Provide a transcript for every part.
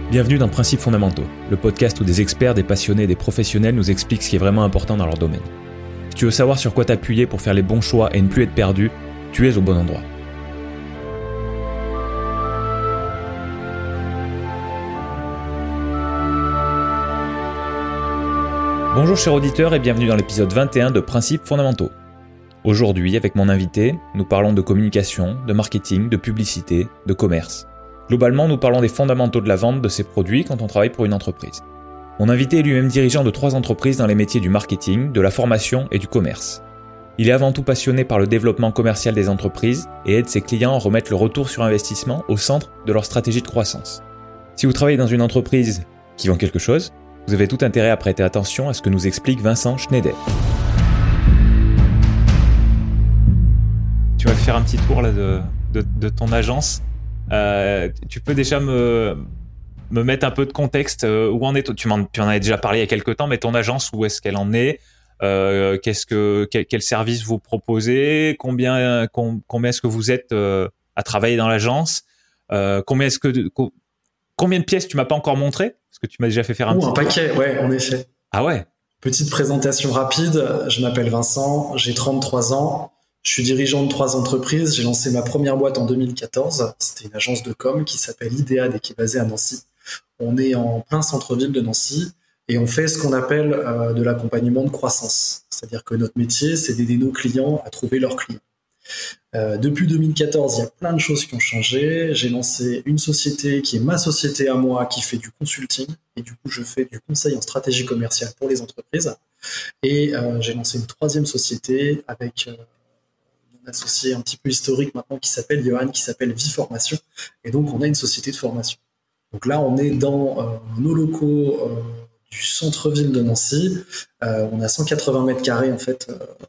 Bienvenue dans Principes fondamentaux, le podcast où des experts, des passionnés et des professionnels nous expliquent ce qui est vraiment important dans leur domaine. Si tu veux savoir sur quoi t'appuyer pour faire les bons choix et ne plus être perdu, tu es au bon endroit. Bonjour chers auditeurs et bienvenue dans l'épisode 21 de Principes fondamentaux. Aujourd'hui, avec mon invité, nous parlons de communication, de marketing, de publicité, de commerce. Globalement, nous parlons des fondamentaux de la vente de ces produits quand on travaille pour une entreprise. Mon invité est lui-même dirigeant de 3 entreprises dans les métiers du marketing, de la formation et du commerce. Il est avant tout passionné par le développement commercial des entreprises et aide ses clients à remettre le retour sur investissement au centre de leur stratégie de croissance. Si vous travaillez dans une entreprise qui vend quelque chose, vous avez tout intérêt à prêter attention à ce que nous explique Vincent Schneider. Tu vas faire un petit tour là de ton agence. Tu peux déjà me mettre un peu de contexte, où en est, tu en avais déjà parlé il y a quelques temps, mais ton agence, où est-ce qu'elle en est, quel service vous proposez, combien est-ce que vous êtes à travailler dans l'agence, combien de pièces tu m'as pas encore montré, parce que tu m'as déjà fait faire un paquet, ouais, en effet. Ah ouais. Petite présentation rapide, je m'appelle Vincent, j'ai 33 ans. Je suis dirigeant de 3 entreprises. J'ai lancé ma première boîte en 2014. C'était une agence de com qui s'appelle Idead et qui est basée à Nancy. On est en plein centre-ville de Nancy et on fait ce qu'on appelle de l'accompagnement de croissance. C'est-à-dire que notre métier, c'est d'aider nos clients à trouver leurs clients. Depuis 2014, il y a plein de choses qui ont changé. J'ai lancé une société qui est ma société à moi, qui fait du consulting. Et du coup, je fais du conseil en stratégie commerciale pour les entreprises. Et j'ai lancé une 3e société avec... associé un petit peu historique maintenant qui s'appelle Johan, qui s'appelle Viformation. Et donc, on a une société de formation. Donc là, on est dans nos locaux du centre-ville de Nancy. On a 180 mètres carrés, en fait.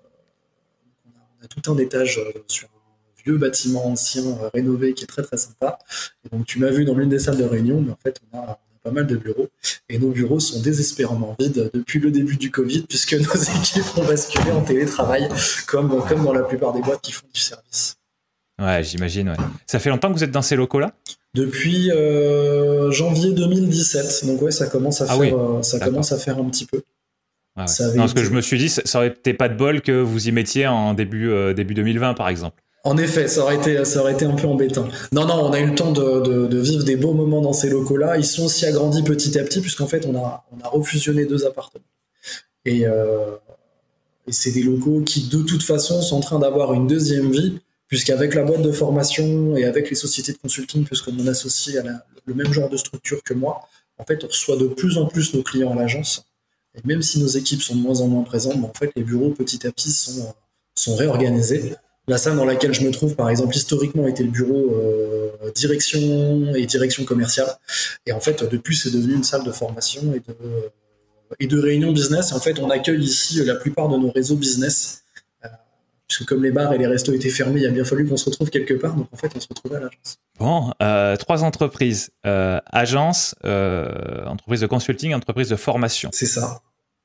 On a tout un étage sur un vieux bâtiment ancien rénové qui est très, très sympa. Et donc, tu m'as vu dans l'une des salles de réunion, mais en fait, on a pas mal de bureaux. Et nos bureaux sont désespérément vides depuis le début du Covid, puisque nos équipes ont basculé en télétravail, comme dans la plupart des boîtes qui font du service. Ouais, j'imagine, ouais. Ça fait longtemps que vous êtes dans ces locaux-là ? Depuis janvier 2017. Donc ouais, ça commence à faire un petit peu. Ah ouais. Non, parce que je me suis dit, ça aurait été pas de bol que vous y mettiez en début 2020, par exemple. En effet, ça aurait été un peu embêtant. Non, on a eu le temps de vivre des beaux moments dans ces locaux-là. Ils sont aussi agrandis petit à petit, puisqu'en fait, on a refusionné 2 appartements. Et c'est des locaux qui, de toute façon, sont en train d'avoir une 2e vie, puisqu'avec la boîte de formation et avec les sociétés de consulting, puisque mon associé a le même genre de structure que moi, en fait, on reçoit de plus en plus nos clients à l'agence. Et même si nos équipes sont de moins en moins présentes, en fait, les bureaux, petit à petit, sont réorganisés. La salle dans laquelle je me trouve, par exemple, historiquement était le bureau direction commerciale. Et en fait, depuis, c'est devenu une salle de formation et de réunion business. Et en fait, on accueille ici la plupart de nos réseaux business. Puisque comme les bars et les restos étaient fermés, il a bien fallu qu'on se retrouve quelque part. Donc en fait, on se retrouvait à l'agence. Bon, 3 entreprises. Agence, entreprise de consulting, entreprise de formation. C'est ça.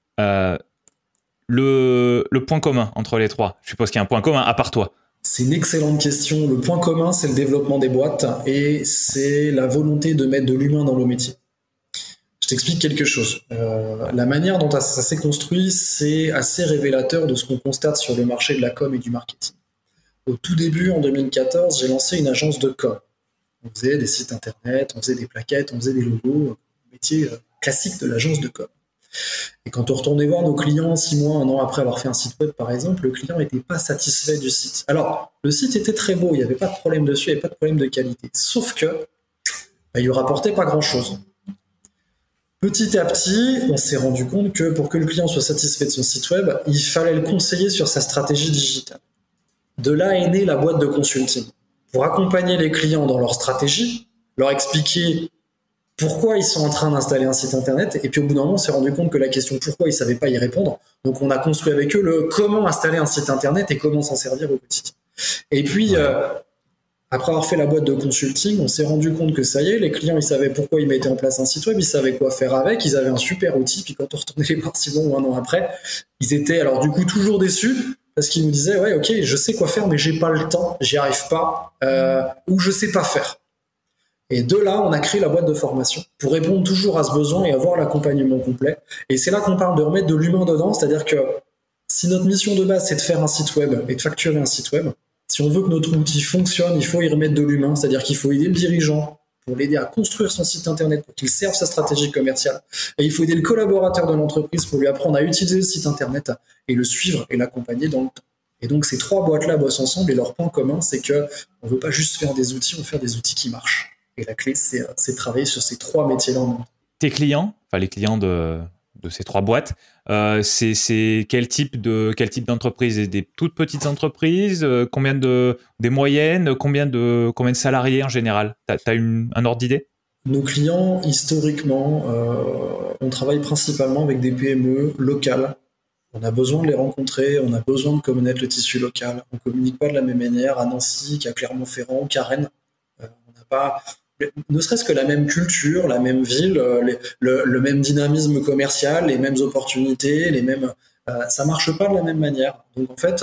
Le point commun entre les 3, je suppose qu'il y a un point commun à part toi. C'est une excellente question. Le point commun, c'est le développement des boîtes et c'est la volonté de mettre de l'humain dans le métier. Je t'explique quelque chose. La manière dont ça s'est construit, c'est assez révélateur de ce qu'on constate sur le marché de la com et du marketing. Au tout début, en 2014, j'ai lancé une agence de com. On faisait des sites internet, on faisait des plaquettes, on faisait des logos, métier classique de l'agence de com. Et quand on retournait voir nos clients 6 mois, 1 an après avoir fait un site web par exemple, le client n'était pas satisfait du site. Alors, le site était très beau, il n'y avait pas de problème dessus, il n'y avait pas de problème de qualité. Sauf que, il ne rapportait pas grand-chose. Petit à petit, on s'est rendu compte que pour que le client soit satisfait de son site web, il fallait le conseiller sur sa stratégie digitale. De là est née la boîte de consulting. Pour accompagner les clients dans leur stratégie, leur expliquer pourquoi ils sont en train d'installer un site internet, et puis au bout d'un moment, on s'est rendu compte que la question pourquoi, ils ne savaient pas y répondre. Donc on a construit avec eux le comment installer un site internet et comment s'en servir au quotidien. Et puis, après avoir fait la boîte de consulting, on s'est rendu compte que ça y est, les clients, ils savaient pourquoi ils mettaient en place un site web, ils savaient quoi faire avec, ils avaient un super outil, puis quand on retournait les voir 6 mois ou 1 an après, ils étaient alors du coup toujours déçus, parce qu'ils nous disaient, ouais, ok, je sais quoi faire, mais j'ai pas le temps, j'y arrive pas, ou je sais pas faire. Et de là, on a créé la boîte de formation pour répondre toujours à ce besoin et avoir l'accompagnement complet. Et c'est là qu'on parle de remettre de l'humain dedans, c'est-à-dire que si notre mission de base, c'est de faire un site web et de facturer un site web, si on veut que notre outil fonctionne, il faut y remettre de l'humain, c'est-à-dire qu'il faut aider le dirigeant pour l'aider à construire son site internet pour qu'il serve sa stratégie commerciale. Et il faut aider le collaborateur de l'entreprise pour lui apprendre à utiliser le site internet et le suivre et l'accompagner dans le temps. Et donc ces trois boîtes-là bossent ensemble et leur point commun, c'est qu'on ne veut pas juste faire des outils, on veut faire des outils qui marchent. Et la clé, c'est de travailler sur ces trois métiers-là en même temps. Tes clients, enfin les clients de ces trois boîtes, c'est quel type d'entreprise? Des toutes petites entreprises, des moyennes, combien de salariés en général? T'as un ordre d'idée? Nos clients, historiquement, on travaille principalement avec des PME locales. On a besoin de les rencontrer, on a besoin de connaître le tissu local. On ne communique pas de la même manière à Nancy qu'à Clermont-Ferrand, qu'à Rennes. On n'a pas, ne serait-ce que la même culture, la même ville, le même dynamisme commercial, les mêmes opportunités, ça marche pas de la même manière. Donc en fait,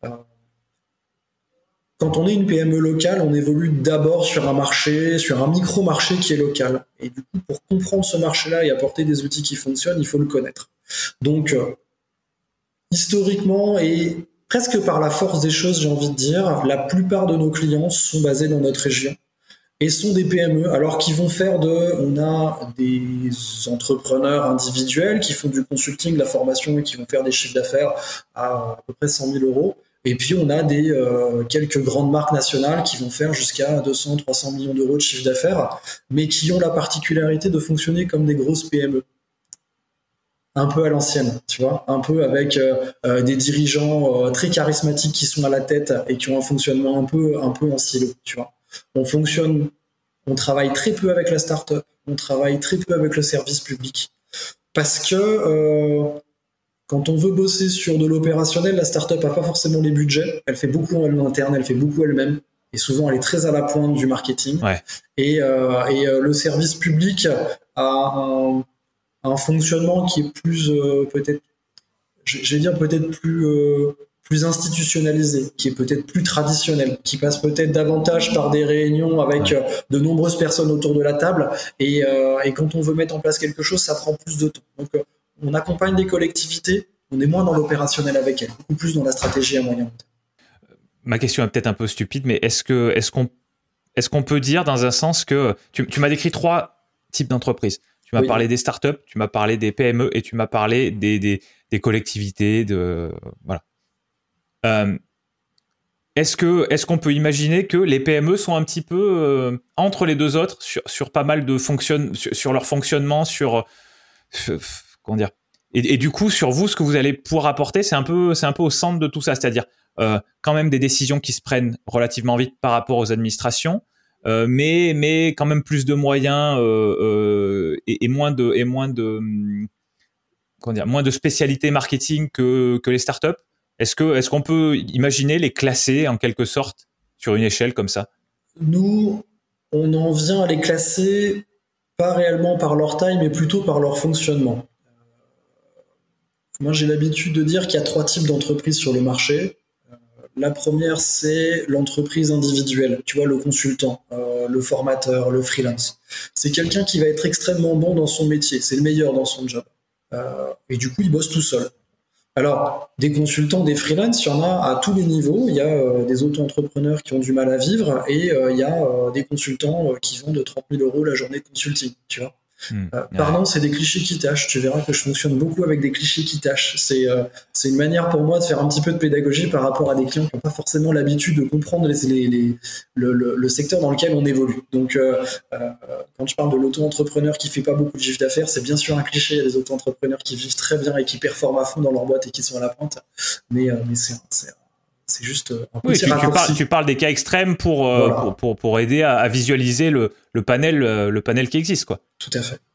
quand on est une PME locale, on évolue d'abord sur un marché, sur un micro-marché qui est local. Et du coup, pour comprendre ce marché-là et apporter des outils qui fonctionnent, il faut le connaître. Donc, historiquement et presque par la force des choses, j'ai envie de dire, la plupart de nos clients sont basés dans notre région et sont des PME, alors qu'ils vont faire on a des entrepreneurs individuels qui font du consulting, de la formation et qui vont faire des chiffres d'affaires à peu près 100 000 euros. Et puis on a quelques grandes marques nationales qui vont faire jusqu'à 200, 300 millions d'euros de chiffre d'affaires, mais qui ont la particularité de fonctionner comme des grosses PME. Un peu à l'ancienne, tu vois, un peu avec des dirigeants très charismatiques qui sont à la tête et qui ont un fonctionnement un peu en silo, tu vois. On travaille très peu avec la start-up, on travaille très peu avec le service public. Parce que quand on veut bosser sur de l'opérationnel, la start-up n'a pas forcément les budgets, elle fait beaucoup en interne, elle fait beaucoup elle-même, et souvent elle est très à la pointe du marketing. Ouais. Et le service public a un fonctionnement qui est plus peut-être plus institutionnalisé, qui est peut-être plus traditionnel, qui passe peut-être davantage par des réunions avec de nombreuses personnes autour de la table, et quand on veut mettre en place quelque chose, ça prend plus de temps. Donc on accompagne des collectivités, on est moins dans l'opérationnel avec elles, beaucoup plus dans la stratégie à moyen terme. Ma question est peut-être un peu stupide, mais est-ce qu'on peut dire dans un sens que tu m'as décrit trois types d'entreprises. Tu m'as parlé des startups, tu m'as parlé des PME et tu m'as parlé des collectivités. Voilà. Est-ce qu'on peut imaginer que les PME sont un petit peu entre les deux autres sur pas mal de sur leur fonctionnement, comment dire, et du coup sur vous, ce que vous allez pouvoir apporter, c'est un peu au centre de tout ça, c'est-à-dire quand même des décisions qui se prennent relativement vite par rapport aux administrations. Mais quand même plus de moyens et moins de spécialité marketing que les startups. Est-ce qu'on peut imaginer les classer en quelque sorte sur une échelle comme ça? Nous, on en vient à les classer pas réellement par leur taille, mais plutôt par leur fonctionnement. Moi, j'ai l'habitude de dire qu'il y a trois types d'entreprises sur le marché. La première, c'est l'entreprise individuelle, tu vois, le consultant, le formateur, le freelance. C'est quelqu'un qui va être extrêmement bon dans son métier, c'est le meilleur dans son job. Et du coup, il bosse tout seul. Alors, des consultants, des freelances, il y en a à tous les niveaux. Il y a des auto-entrepreneurs qui ont du mal à vivre et il y a des consultants qui vendent 30 000 euros la journée de consulting, tu vois. Pardon, c'est des clichés qui tâchent. Tu verras que je fonctionne beaucoup avec des clichés qui tâchent. C'est une manière pour moi de faire un petit peu de pédagogie par rapport à des clients qui n'ont pas forcément l'habitude de comprendre le secteur dans lequel on évolue. Donc, quand je parle de l'auto-entrepreneur qui fait pas beaucoup de chiffre d'affaires, c'est bien sûr un cliché. Il y a des auto-entrepreneurs qui vivent très bien et qui performent à fond dans leur boîte et qui sont à la pointe. Mais c'est juste un petit raccourci. Tu parles des cas extrêmes pour aider à visualiser le panel qui existe, quoi. Tout à fait.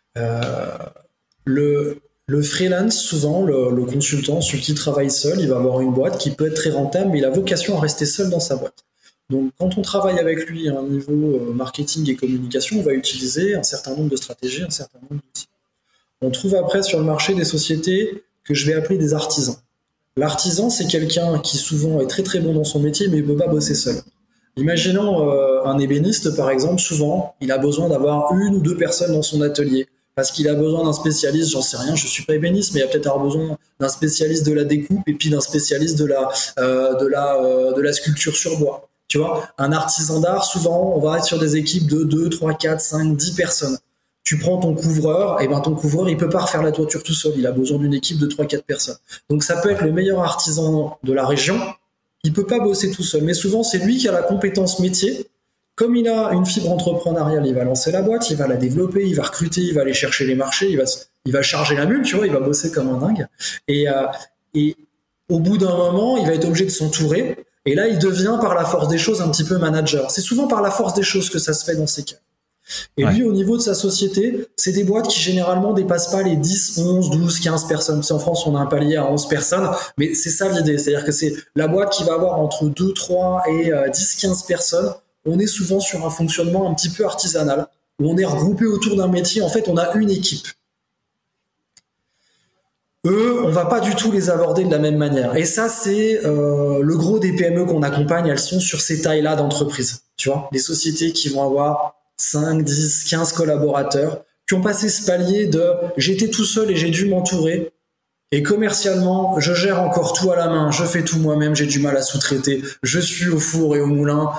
Le freelance, souvent, le consultant, celui qui travaille seul, il va avoir une boîte qui peut être très rentable, mais il a vocation à rester seul dans sa boîte. Donc, quand on travaille avec lui à un niveau marketing et communication, on va utiliser un certain nombre de stratégies, un certain nombre d'outils. On trouve après sur le marché des sociétés que je vais appeler des artisans. L'artisan, c'est quelqu'un qui souvent est très très bon dans son métier, mais il ne peut pas bosser seul. Imaginons un ébéniste, par exemple, souvent, il a besoin d'avoir 1 ou 2 personnes dans son atelier. Parce qu'il a besoin d'un spécialiste, j'en sais rien, je suis pas ébéniste, mais il va peut-être avoir besoin d'un spécialiste de la découpe et puis d'un spécialiste de la sculpture sur bois. Tu vois, un artisan d'art, souvent, on va être sur des équipes de 2, 3, 4, 5, 10 personnes. Tu prends ton couvreur, et ben ton couvreur, il peut pas refaire la toiture tout seul, il a besoin d'une équipe de 3, 4 personnes. Donc ça peut être le meilleur artisan de la région, il peut pas bosser tout seul, mais souvent c'est lui qui a la compétence métier. Comme il a une fibre entrepreneuriale, il va lancer la boîte, il va la développer, il va recruter, il va aller chercher les marchés, il va charger la mule, tu vois, il va bosser comme un dingue. Et au bout d'un moment, il va être obligé de s'entourer. Et là, il devient par la force des choses un petit peu manager. C'est souvent par la force des choses que ça se fait dans ces cas. Et lui, au niveau de sa société, c'est des boîtes qui généralement dépassent pas les 10, 11, 12, 15 personnes. En France, on a un palier à 11 personnes, mais c'est ça l'idée. C'est-à-dire que c'est la boîte qui va avoir entre 2, 3 et 10, 15 personnes. On est souvent sur un fonctionnement un petit peu artisanal, où on est regroupé autour d'un métier. En fait, on a une équipe. Eux, on va pas du tout les aborder de la même manière. Et ça, c'est le gros des PME qu'on accompagne. Elles sont sur ces tailles-là d'entreprise. Tu vois, des sociétés qui vont avoir 5, 10, 15 collaborateurs, qui ont passé ce palier de j'étais tout seul et j'ai dû m'entourer. Et commercialement, je gère encore tout à la main, je fais tout moi-même, j'ai du mal à sous-traiter, je suis au four et au moulin,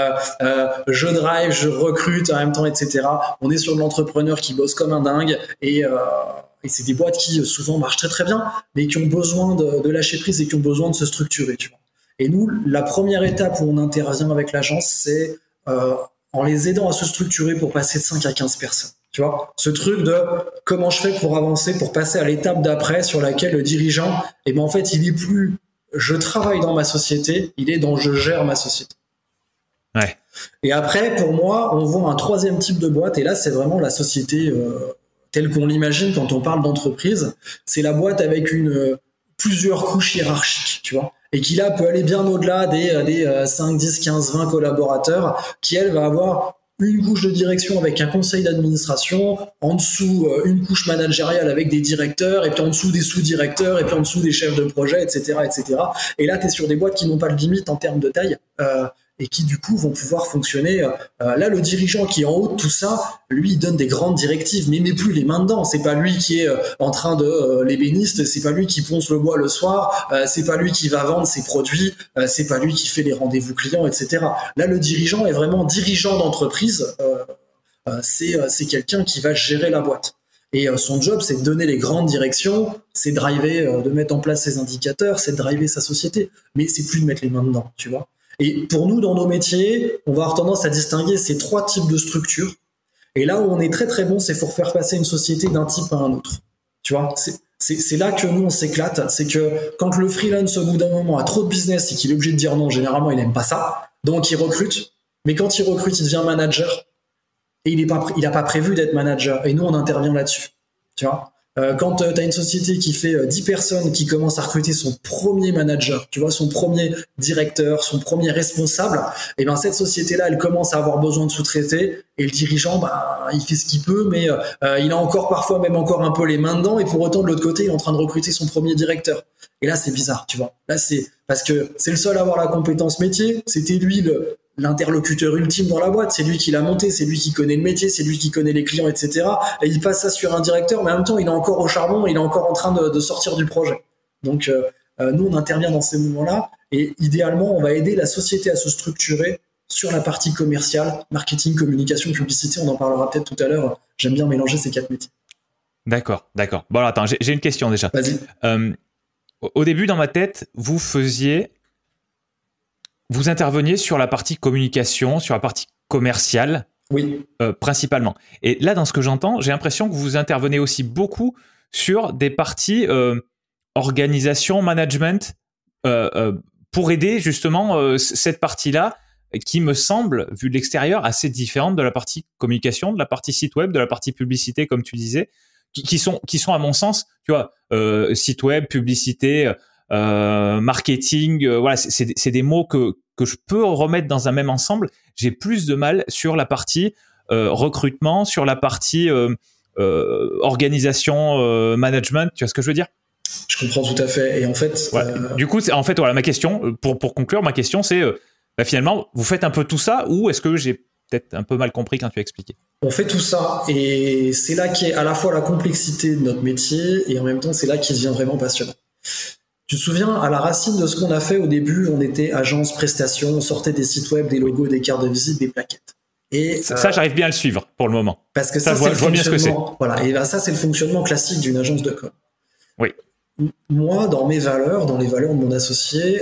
je drive, je recrute en même temps, etc. On est sur de l'entrepreneur qui bosse comme un dingue et c'est des boîtes qui souvent marchent très très bien, mais qui ont besoin de lâcher prise et qui ont besoin de se structurer. Tu vois. Et nous, la première étape où on intervient avec l'agence, c'est en les aidant à se structurer pour passer de 5 à 15 personnes. Tu vois, ce truc de comment je fais pour avancer, pour passer à l'étape d'après sur laquelle le dirigeant, eh ben en fait, il est plus je travaille dans ma société, il est dans je gère ma société. Ouais. Et après, pour moi, on voit un troisième type de boîte, et là, c'est vraiment la société telle qu'on l'imagine quand on parle d'entreprise. C'est la boîte avec plusieurs couches hiérarchiques, tu vois, et qui là peut aller bien au-delà des 5, 10, 15, 20 collaborateurs, qui elle va avoir une couche de direction avec un conseil d'administration, en dessous une couche managériale avec des directeurs, et puis en dessous des sous-directeurs, et puis en dessous des chefs de projet, etc., etc. Et là, tu es sur des boîtes qui n'ont pas de limite en termes de taille, et qui du coup vont pouvoir fonctionner. Là, le dirigeant qui est en haut de tout ça, lui, il donne des grandes directives, mais il met plus les mains dedans. C'est pas lui qui est en train de l'ébéniste, c'est pas lui qui ponce le bois le soir, c'est pas lui qui va vendre ses produits, c'est pas lui qui fait les rendez-vous clients, etc. Là, le dirigeant est vraiment dirigeant d'entreprise. C'est quelqu'un qui va gérer la boîte. Et son job, c'est de donner les grandes directions, c'est de driver, de mettre en place ses indicateurs, c'est de driver sa société. Mais c'est plus de mettre les mains dedans, tu vois. Et pour nous, dans nos métiers, on va avoir tendance à distinguer ces 3 types de structures. Et là où on est très très bon, c'est pour faire passer une société d'un type à un autre. Tu vois, c'est là que nous, on s'éclate. C'est que quand le freelance, au bout d'un moment, a trop de business et qu'il est obligé de dire non, généralement, il n'aime pas ça. Donc, il recrute. Mais quand il recrute, il devient manager. Et il n'a pas prévu d'être manager. Et nous, on intervient là-dessus. Tu vois, quand tu as une société qui fait 10 personnes qui commence à recruter son premier manager, tu vois, son premier directeur, son premier responsable, et ben cette société-là, elle commence à avoir besoin de sous-traiter, et le dirigeant, il fait ce qu'il peut, mais il a encore parfois même encore un peu les mains dedans, et pour autant de l'autre côté, il est en train de recruter son premier directeur. Et là, c'est bizarre, tu vois. Là, c'est parce que c'est le seul à avoir la compétence métier, c'était lui l'interlocuteur ultime dans la boîte, c'est lui qui l'a monté, c'est lui qui connaît le métier, c'est lui qui connaît les clients, etc. Et il passe ça sur un directeur, mais en même temps, il est encore au charbon, il est encore en train de sortir du projet. Donc, nous, on intervient dans ces moments-là, et idéalement, on va aider la société à se structurer sur la partie commerciale, marketing, communication, publicité, on en parlera peut-être tout à l'heure. J'aime bien mélanger ces 4 métiers. D'accord. Bon, alors, attends, j'ai une question déjà. Vas-y. Au début, dans ma tête, vous interveniez sur la partie communication, sur la partie commerciale, oui. Principalement. Et là, dans ce que j'entends, j'ai l'impression que vous intervenez aussi beaucoup sur des parties organisation, management, pour aider justement cette partie-là, qui me semble, vu de l'extérieur, assez différente de la partie communication, de la partie site web, de la partie publicité, comme tu disais, qui sont à mon sens, tu vois, site web, publicité, marketing, voilà, c'est des mots que je peux remettre dans un même ensemble. J'ai plus de mal sur la partie recrutement, sur la partie organisation, management. Tu vois ce que je veux dire? Je comprends tout à fait. Et en fait, ouais. Du coup, en fait, voilà, ma question pour conclure, ma question, c'est Finalement, vous faites un peu tout ça, ou est-ce que j'ai peut-être un peu mal compris quand tu as expliqué? On fait tout ça, et c'est là qu'est à la fois la complexité de notre métier, et en même temps, c'est là qu'il devient vraiment passionnant. Tu te souviens, à la racine de ce qu'on a fait au début, on était agence, prestation, on sortait des sites web, des logos, des cartes de visite, des plaquettes. Et ça, j'arrive bien à le suivre pour le moment. Parce que ça, je vois bien ce que c'est. Voilà, et ça, c'est le fonctionnement classique d'une agence de com. Oui. Moi, dans mes valeurs, dans les valeurs de mon associé,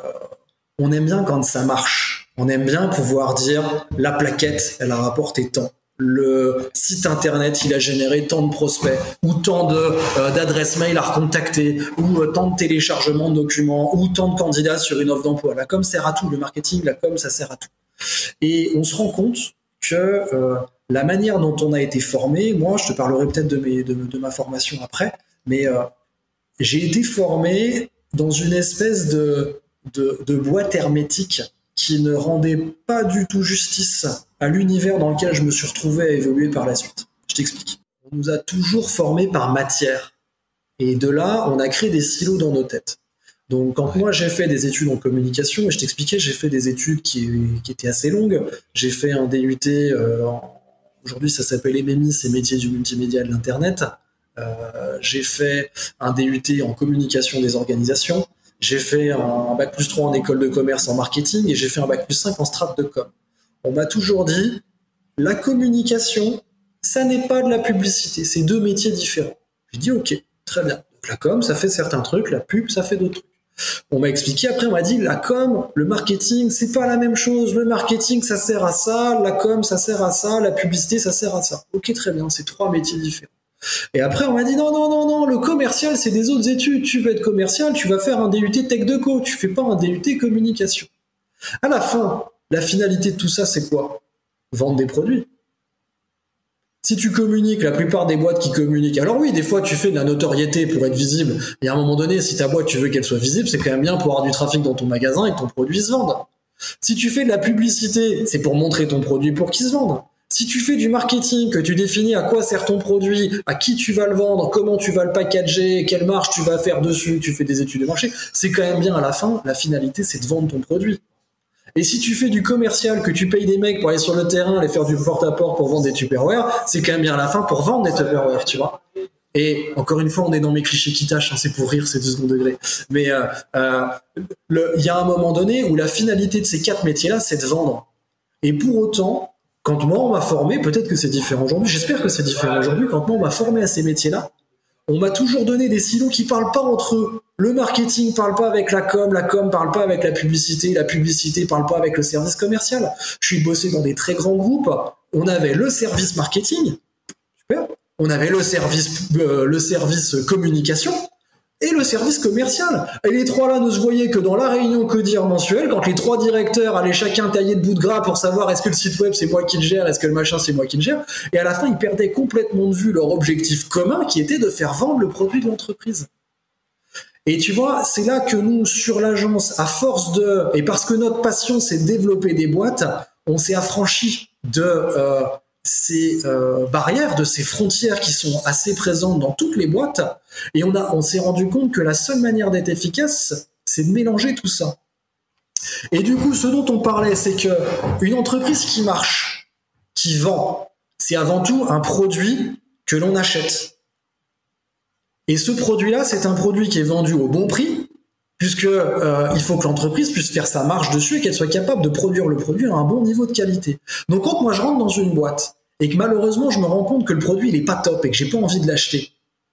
on aime bien quand ça marche. On aime bien pouvoir dire la plaquette, elle a rapporté tant. Le site internet, il a généré tant de prospects, ou tant d'adresses mail à recontacter, ou tant de téléchargements de documents, ou tant de candidats sur une offre d'emploi. La com sert à tout, le marketing, la com, ça sert à tout. Et on se rend compte que la manière dont on a été formé, moi, je te parlerai peut-être de ma formation après, mais j'ai été formé dans une espèce de boîte hermétique qui ne rendait pas du tout justice à l'univers dans lequel je me suis retrouvé à évoluer par la suite. Je t'explique. On nous a toujours formés par matière. Et de là, on a créé des silos dans nos têtes. Donc, quand moi, j'ai fait des études en communication, et je t'expliquais, j'ai fait des études qui étaient assez longues. J'ai fait un DUT, aujourd'hui, ça s'appelle MMI, c'est métier du multimédia et de l'Internet. J'ai fait un DUT en communication des organisations. J'ai fait un bac+3 en école de commerce en marketing et j'ai fait un bac+5 en strat de com. On m'a toujours dit, la communication, ça n'est pas de la publicité, c'est deux métiers différents. J'ai dit, ok, très bien. Donc la com, ça fait certains trucs, la pub, ça fait d'autres trucs. On m'a expliqué, après on m'a dit, la com, le marketing, c'est pas la même chose. Le marketing, ça sert à ça, la com, ça sert à ça, la publicité, ça sert à ça. Ok, très bien, c'est trois métiers différents. Et après, on m'a dit non, le commercial, c'est des autres études. Tu veux être commercial, tu vas faire un DUT Tech de Co. Tu fais pas un DUT communication. À la fin, la finalité de tout ça, c'est quoi? Vendre des produits. Si tu communiques, la plupart des boîtes qui communiquent, alors oui, des fois, tu fais de la notoriété pour être visible. Et à un moment donné, si ta boîte, tu veux qu'elle soit visible, c'est quand même bien pour avoir du trafic dans ton magasin et que ton produit se vende. Si tu fais de la publicité, c'est pour montrer ton produit pour qu'il se vende. Si tu fais du marketing, que tu définis à quoi sert ton produit, à qui tu vas le vendre, comment tu vas le packager, quelle marge tu vas faire dessus, tu fais des études de marché, c'est quand même bien à la fin, la finalité, c'est de vendre ton produit. Et si tu fais du commercial, que tu payes des mecs pour aller sur le terrain, aller faire du porte-à-porte pour vendre des Tupperware, c'est quand même bien à la fin pour vendre des Tupperware, tu vois. Et encore une fois, on est dans mes clichés qui tâchent, hein, c'est pour rire, c'est du second degré. Mais il y a un moment donné où la finalité de ces quatre métiers-là, c'est de vendre. Et pour autant, quand moi on m'a formé, peut-être que c'est différent aujourd'hui, j'espère que c'est différent aujourd'hui, quand moi on m'a formé à ces métiers-là, on m'a toujours donné des silos qui parlent pas entre eux. Le marketing parle pas avec la com parle pas avec la publicité parle pas avec le service commercial. Je suis bossé dans des très grands groupes, on avait le service marketing, super, on avait le service communication, et le service commercial. Et les trois là ne se voyaient que dans la réunion que dire mensuelle, quand les trois directeurs allaient chacun tailler de bout de gras pour savoir est-ce que le site web c'est moi qui le gère, est-ce que le machin c'est moi qui le gère, et à la fin ils perdaient complètement de vue leur objectif commun qui était de faire vendre le produit de l'entreprise. Et tu vois, c'est là que nous, sur l'agence, à force et parce que notre passion c'est de développer des boîtes, on s'est affranchi de ces barrières, de ces frontières qui sont assez présentes dans toutes les boîtes, et on s'est rendu compte que la seule manière d'être efficace, c'est de mélanger tout ça. Et du coup, ce dont on parlait, c'est que une entreprise qui marche, qui vend, c'est avant tout un produit que l'on achète. Et ce produit-là, c'est un produit qui est vendu au bon prix, puisque il faut que l'entreprise puisse faire sa marge dessus et qu'elle soit capable de produire le produit à un bon niveau de qualité. Donc quand moi je rentre dans une boîte et que malheureusement je me rends compte que le produit il est pas top et que j'ai pas envie de l'acheter,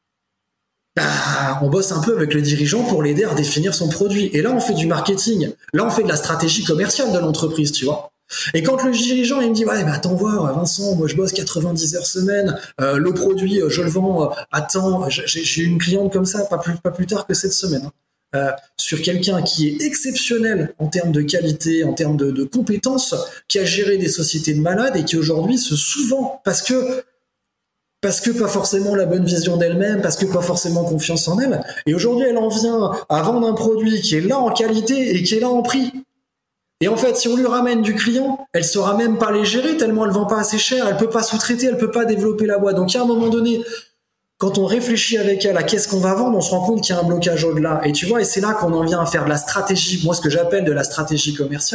on bosse un peu avec le dirigeant pour l'aider à définir son produit. Et là on fait du marketing, là on fait de la stratégie commerciale de l'entreprise, tu vois. Et quand le dirigeant il me dit ouais bah attends voir Vincent, moi je bosse 90 heures semaine, le produit je le vends à temps, j'ai une cliente comme ça pas plus tard que cette semaine. Sur quelqu'un qui est exceptionnel en termes de qualité, en termes de compétences, qui a géré des sociétés de malades et qui aujourd'hui se sous-vend parce que pas forcément la bonne vision d'elle-même, parce que pas forcément confiance en elle. Et aujourd'hui, elle en vient à vendre un produit qui est là en qualité et qui est là en prix. Et en fait, si on lui ramène du client, elle saura même pas les gérer tellement elle vend pas assez cher, elle peut pas sous-traiter, elle peut pas développer la boîte. Donc, il y a un moment donné, quand on réfléchit avec elle à qu'est-ce qu'on va vendre, on se rend compte qu'il y a un blocage au-delà. Et tu vois, et c'est là qu'on en vient à faire de la stratégie, moi ce que j'appelle de la stratégie commerciale.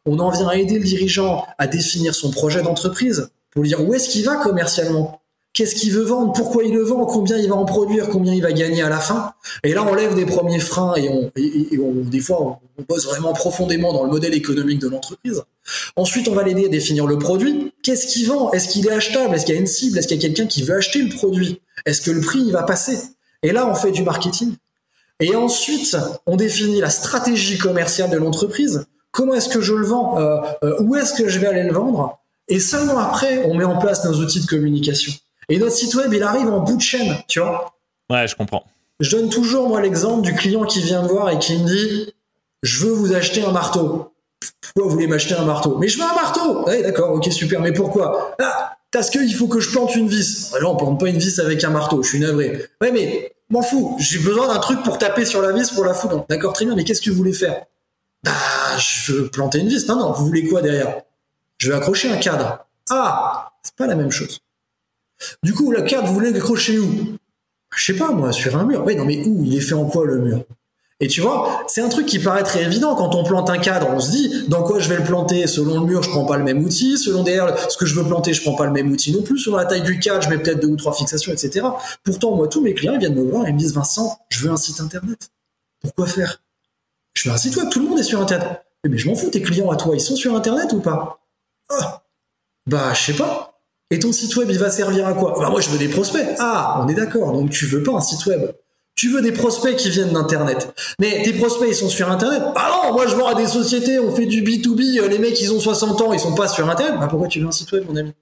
on en vient à aider le dirigeant à définir son projet d'entreprise pour lui dire où est-ce qu'il va commercialement, qu'est-ce qu'il veut vendre, pourquoi il le vend, combien il va en produire, combien il va gagner à la fin. Et là, on lève des premiers freins et des fois, on bosse vraiment profondément dans le modèle économique de l'entreprise. Ensuite, on va l'aider à définir le produit. Qu'est-ce qu'il vend? Est-ce qu'il est achetable? Est-ce qu'il y a une cible? Est-ce qu'il y a quelqu'un qui veut acheter le produit? Est-ce que le prix, il va passer? Et là, on fait du marketing. Et ensuite, on définit la stratégie commerciale de l'entreprise. Comment est-ce que je le vends? Où est-ce que je vais aller le vendre? Et seulement après, on met en place nos outils de communication. Et notre site web, il arrive en bout de chaîne, tu vois. Ouais, je comprends. Je donne toujours, moi, l'exemple du client qui vient me voir et qui me dit « Je veux vous acheter un marteau. » Pourquoi vous voulez m'acheter un marteau? Mais je veux un marteau! Ouais, d'accord, ok, super, mais pourquoi? Ah, parce qu'il faut que je plante une vis. Non, on plante pas une vis avec un marteau, je suis navré. Ouais, mais m'en fous, j'ai besoin d'un truc pour taper sur la vis pour la foutre. D'accord, très bien, mais qu'est-ce que vous voulez faire? Bah, je veux planter une vis. Non, vous voulez quoi derrière? Je veux accrocher un cadre. Ah, c'est pas la même chose. Du coup, le cadre, vous voulez l'accrocher où? Je sais pas, moi, sur un mur. Oui, non, mais où? Il est fait en quoi, le mur? Et tu vois, c'est un truc qui paraît très évident. Quand on plante un cadre, on se dit, dans quoi je vais le planter? Selon le mur, je prends pas le même outil. Selon derrière, ce que je veux planter, je prends pas le même outil non plus. Selon la taille du cadre, je mets peut-être 2 ou 3 fixations, etc. Pourtant, moi, tous mes clients, ils viennent me voir et me disent, Vincent, je veux un site internet. Pourquoi faire? Je veux un site web, tout le monde est sur internet. Mais je m'en fous, tes clients à toi, ils sont sur internet ou pas? Ah, bah, je sais pas. Et ton site web, il va servir à quoi? Bah, moi, je veux des prospects. Ah, on est d'accord. Donc, tu veux pas un site web. Tu veux des prospects qui viennent d'Internet. Mais tes prospects, ils sont sur Internet. Ah non, moi, je vends à des sociétés, on fait du B2B, les mecs, ils ont 60 ans, ils sont pas sur Internet. Bah, pourquoi tu veux un site web, mon ami?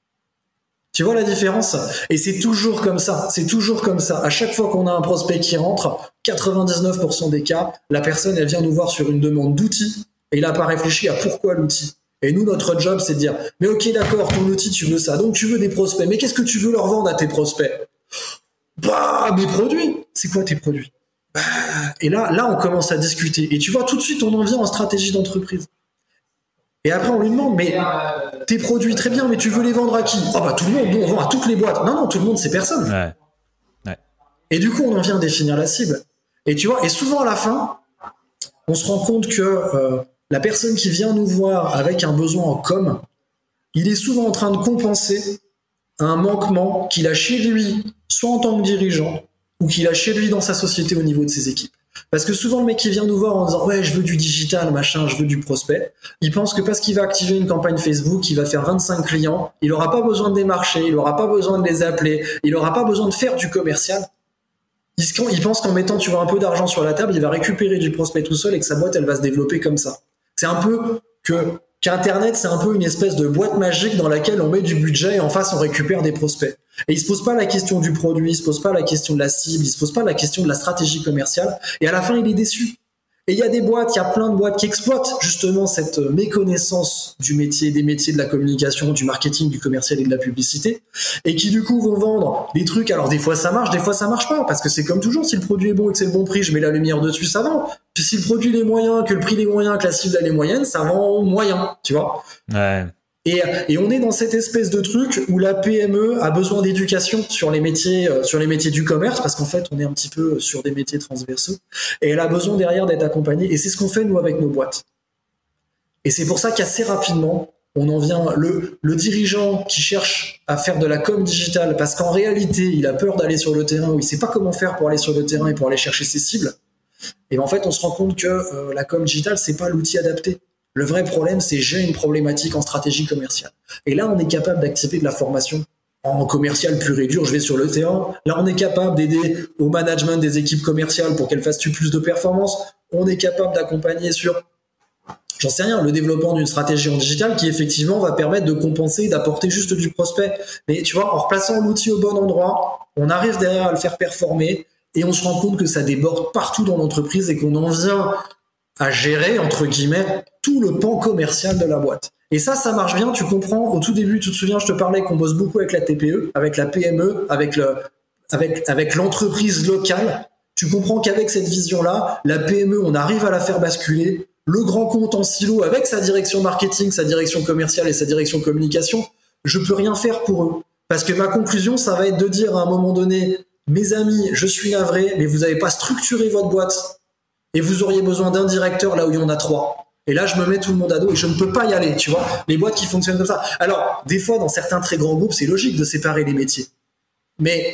Tu vois la différence? Et c'est toujours comme ça. C'est toujours comme ça. À chaque fois qu'on a un prospect qui rentre, 99% des cas, la personne, elle vient nous voir sur une demande d'outils et il n'a pas réfléchi à pourquoi l'outil. Et nous, notre job, c'est de dire, mais ok, d'accord, ton outil, tu veux ça. Donc, tu veux des prospects. Mais qu'est-ce que tu veux leur vendre à tes prospects? Bah, mes produits. C'est quoi tes produits? Bah, et là, on commence à discuter. Et tu vois, tout de suite, on en vient en stratégie d'entreprise. Et après, on lui demande, mais tes produits, très bien, mais tu veux les vendre à qui? Oh, bah, tout le monde, nous, on vend à toutes les boîtes. Non, tout le monde, c'est personne. Ouais. Et du coup, on en vient définir la cible. Et tu vois, et souvent, à la fin, on se rend compte que la personne qui vient nous voir avec un besoin en com, il est souvent en train de compenser un manquement qu'il a chez lui, soit en tant que dirigeant, ou qu'il a chez lui dans sa société au niveau de ses équipes. Parce que souvent, le mec qui vient nous voir en disant « Ouais, je veux du digital, machin, je veux du prospect », il pense que parce qu'il va activer une campagne Facebook, il va faire 25 clients, il n'aura pas besoin de démarcher, il n'aura pas besoin de les appeler, il n'aura pas besoin de faire du commercial. Il pense qu'en mettant, tu vois, un peu d'argent sur la table, il va récupérer du prospect tout seul et que sa boîte, elle va se développer comme ça. C'est un peu qu'Internet, c'est un peu une espèce de boîte magique dans laquelle on met du budget et en face, on récupère des prospects. Et il se pose pas la question du produit, il se pose pas la question de la cible, il se pose pas la question de la stratégie commerciale. Et à la fin, il est déçu. Et il y a plein de boîtes qui exploitent justement cette méconnaissance du métier, des métiers de la communication, du marketing, du commercial et de la publicité, et qui du coup vont vendre des trucs. Alors des fois ça marche, des fois ça marche pas, parce que c'est comme toujours, si le produit est bon et que c'est le bon prix, je mets la lumière dessus, ça vend. Puis si le produit est moyen, que le prix est moyen, que la cible elle est moyenne, ça vend moyen, tu vois. Ouais. Et on est dans cette espèce de truc où la PME a besoin d'éducation sur les métiers du commerce, parce qu'en fait, on est un petit peu sur des métiers transversaux, et elle a besoin derrière d'être accompagnée. Et c'est ce qu'on fait, nous, avec nos boîtes. Et c'est pour ça qu'assez rapidement, on en vient, le dirigeant qui cherche à faire de la com digitale, parce qu'en réalité, il a peur d'aller sur le terrain, ou il sait pas comment faire pour aller sur le terrain et pour aller chercher ses cibles. Et en fait, on se rend compte que la com digitale, c'est pas l'outil adapté. Le vrai problème, c'est j'ai une problématique en stratégie commerciale. Et là, on est capable d'activer de la formation en commercial pur et dur. Je vais sur le terrain. Là, on est capable d'aider au management des équipes commerciales pour qu'elles fassent plus de performance. On est capable d'accompagner sur, j'en sais rien, le développement d'une stratégie en digital qui effectivement va permettre de compenser et d'apporter juste du prospect. Mais tu vois, en replaçant l'outil au bon endroit, on arrive derrière à le faire performer et on se rend compte que ça déborde partout dans l'entreprise et qu'on en vient à gérer, entre guillemets, tout le pan commercial de la boîte. Et ça marche bien, tu comprends, au tout début, tu te souviens, je te parlais qu'on bosse beaucoup avec la TPE, avec la PME, avec l'entreprise locale. Tu comprends qu'avec cette vision-là, la PME, on arrive à la faire basculer. Le grand compte en silo, avec sa direction marketing, sa direction commerciale et sa direction communication, je peux rien faire pour eux. Parce que ma conclusion, ça va être de dire à un moment donné, mes amis, je suis navré, mais vous n'avez pas structuré votre boîte. Et vous auriez besoin d'un directeur là où il y en a 3. Et là, je me mets tout le monde à dos et je ne peux pas y aller, tu vois. Les boîtes qui fonctionnent comme ça. Alors, des fois, dans certains très grands groupes, c'est logique de séparer les métiers. Mais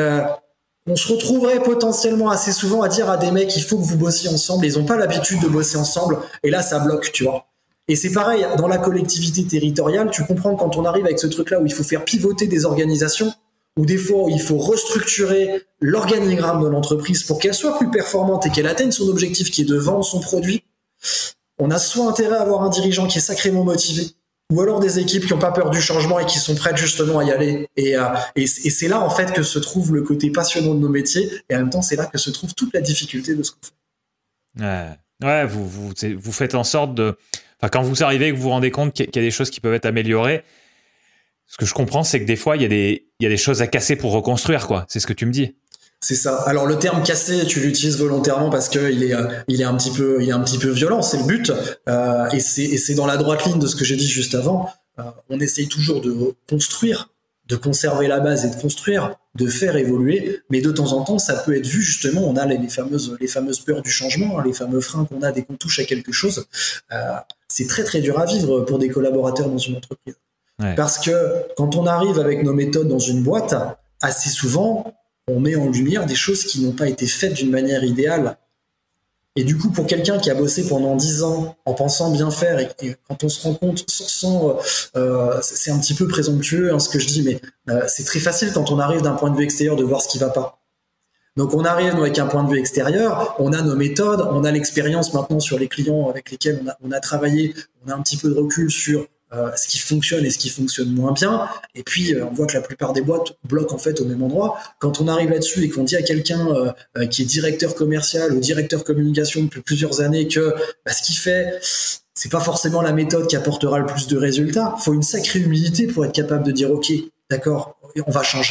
on se retrouverait potentiellement assez souvent à dire à des mecs, il faut que vous bossiez ensemble. Ils n'ont pas l'habitude de bosser ensemble. Et là, ça bloque, tu vois. Et c'est pareil, dans la collectivité territoriale, tu comprends quand on arrive avec ce truc-là où il faut faire pivoter des organisations, où des fois il faut restructurer l'organigramme de l'entreprise pour qu'elle soit plus performante et qu'elle atteigne son objectif qui est de vendre son produit. On a soit intérêt à avoir un dirigeant qui est sacrément motivé, ou alors des équipes qui n'ont pas peur du changement et qui sont prêtes justement à y aller. Et c'est là en fait que se trouve le côté passionnant de nos métiers, et en même temps c'est là que se trouve toute la difficulté de ce qu'on fait. Ouais, vous faites en sorte de... Enfin, quand vous arrivez et que vous vous rendez compte qu'il y a des choses qui peuvent être améliorées, ce que je comprends, c'est que des fois, il y a des choses à casser pour reconstruire, quoi. C'est ce que tu me dis. C'est ça. Alors le terme casser, tu l'utilises volontairement parce que il est un petit peu violent, c'est le but. Et c'est dans la droite ligne de ce que j'ai dit juste avant. On essaye toujours de construire, de conserver la base et de construire, de faire évoluer. Mais de temps en temps, ça peut être vu justement. On a les fameuses peurs du changement, hein, les fameux freins qu'on a dès qu'on touche à quelque chose. C'est très très dur à vivre pour des collaborateurs dans une entreprise. Ouais. Parce que quand on arrive avec nos méthodes dans une boîte, assez souvent on met en lumière des choses qui n'ont pas été faites d'une manière idéale. Et du coup, pour quelqu'un qui a bossé pendant 10 ans en pensant bien faire, et quand on se rend compte, c'est un petit peu présomptueux hein, ce que je dis, mais c'est très facile quand on arrive d'un point de vue extérieur de voir ce qui ne va pas. Donc on arrive avec un point de vue extérieur, on a nos méthodes, on a l'expérience maintenant sur les clients avec lesquels on a travaillé, on a un petit peu de recul sur ce qui fonctionne et ce qui fonctionne moins bien. Et puis, on voit que la plupart des boîtes bloquent en fait au même endroit. Quand on arrive là-dessus et qu'on dit à quelqu'un qui est directeur commercial ou directeur communication depuis plusieurs années que ce qu'il fait, c'est pas forcément la méthode qui apportera le plus de résultats. Il faut une sacrée humilité pour être capable de dire « Ok, d'accord, on va changer ».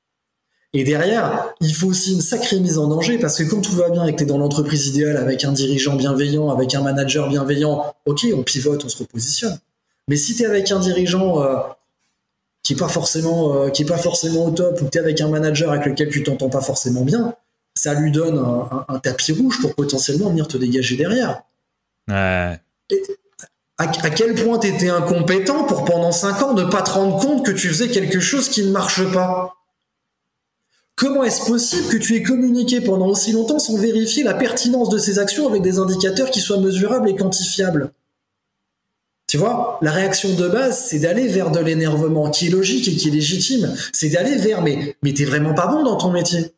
Et derrière, il faut aussi une sacrée mise en danger parce que quand tout va bien et que tu es dans l'entreprise idéale avec un dirigeant bienveillant, avec un manager bienveillant, ok, on pivote, on se repositionne. Mais si tu es avec un dirigeant qui est pas forcément au top, ou tu es avec un manager avec lequel tu t'entends pas forcément bien, ça lui donne un tapis rouge pour potentiellement venir te dégager derrière. Ouais. Et à quel point tu étais incompétent pour pendant 5 ans ne pas te rendre compte que tu faisais quelque chose qui ne marche pas? Comment est-ce possible que tu aies communiqué pendant aussi longtemps sans vérifier la pertinence de ces actions avec des indicateurs qui soient mesurables et quantifiables? Tu vois, la réaction de base, c'est d'aller vers de l'énervement qui est logique et qui est légitime. C'est d'aller vers, mais t'es vraiment pas bon dans ton métier.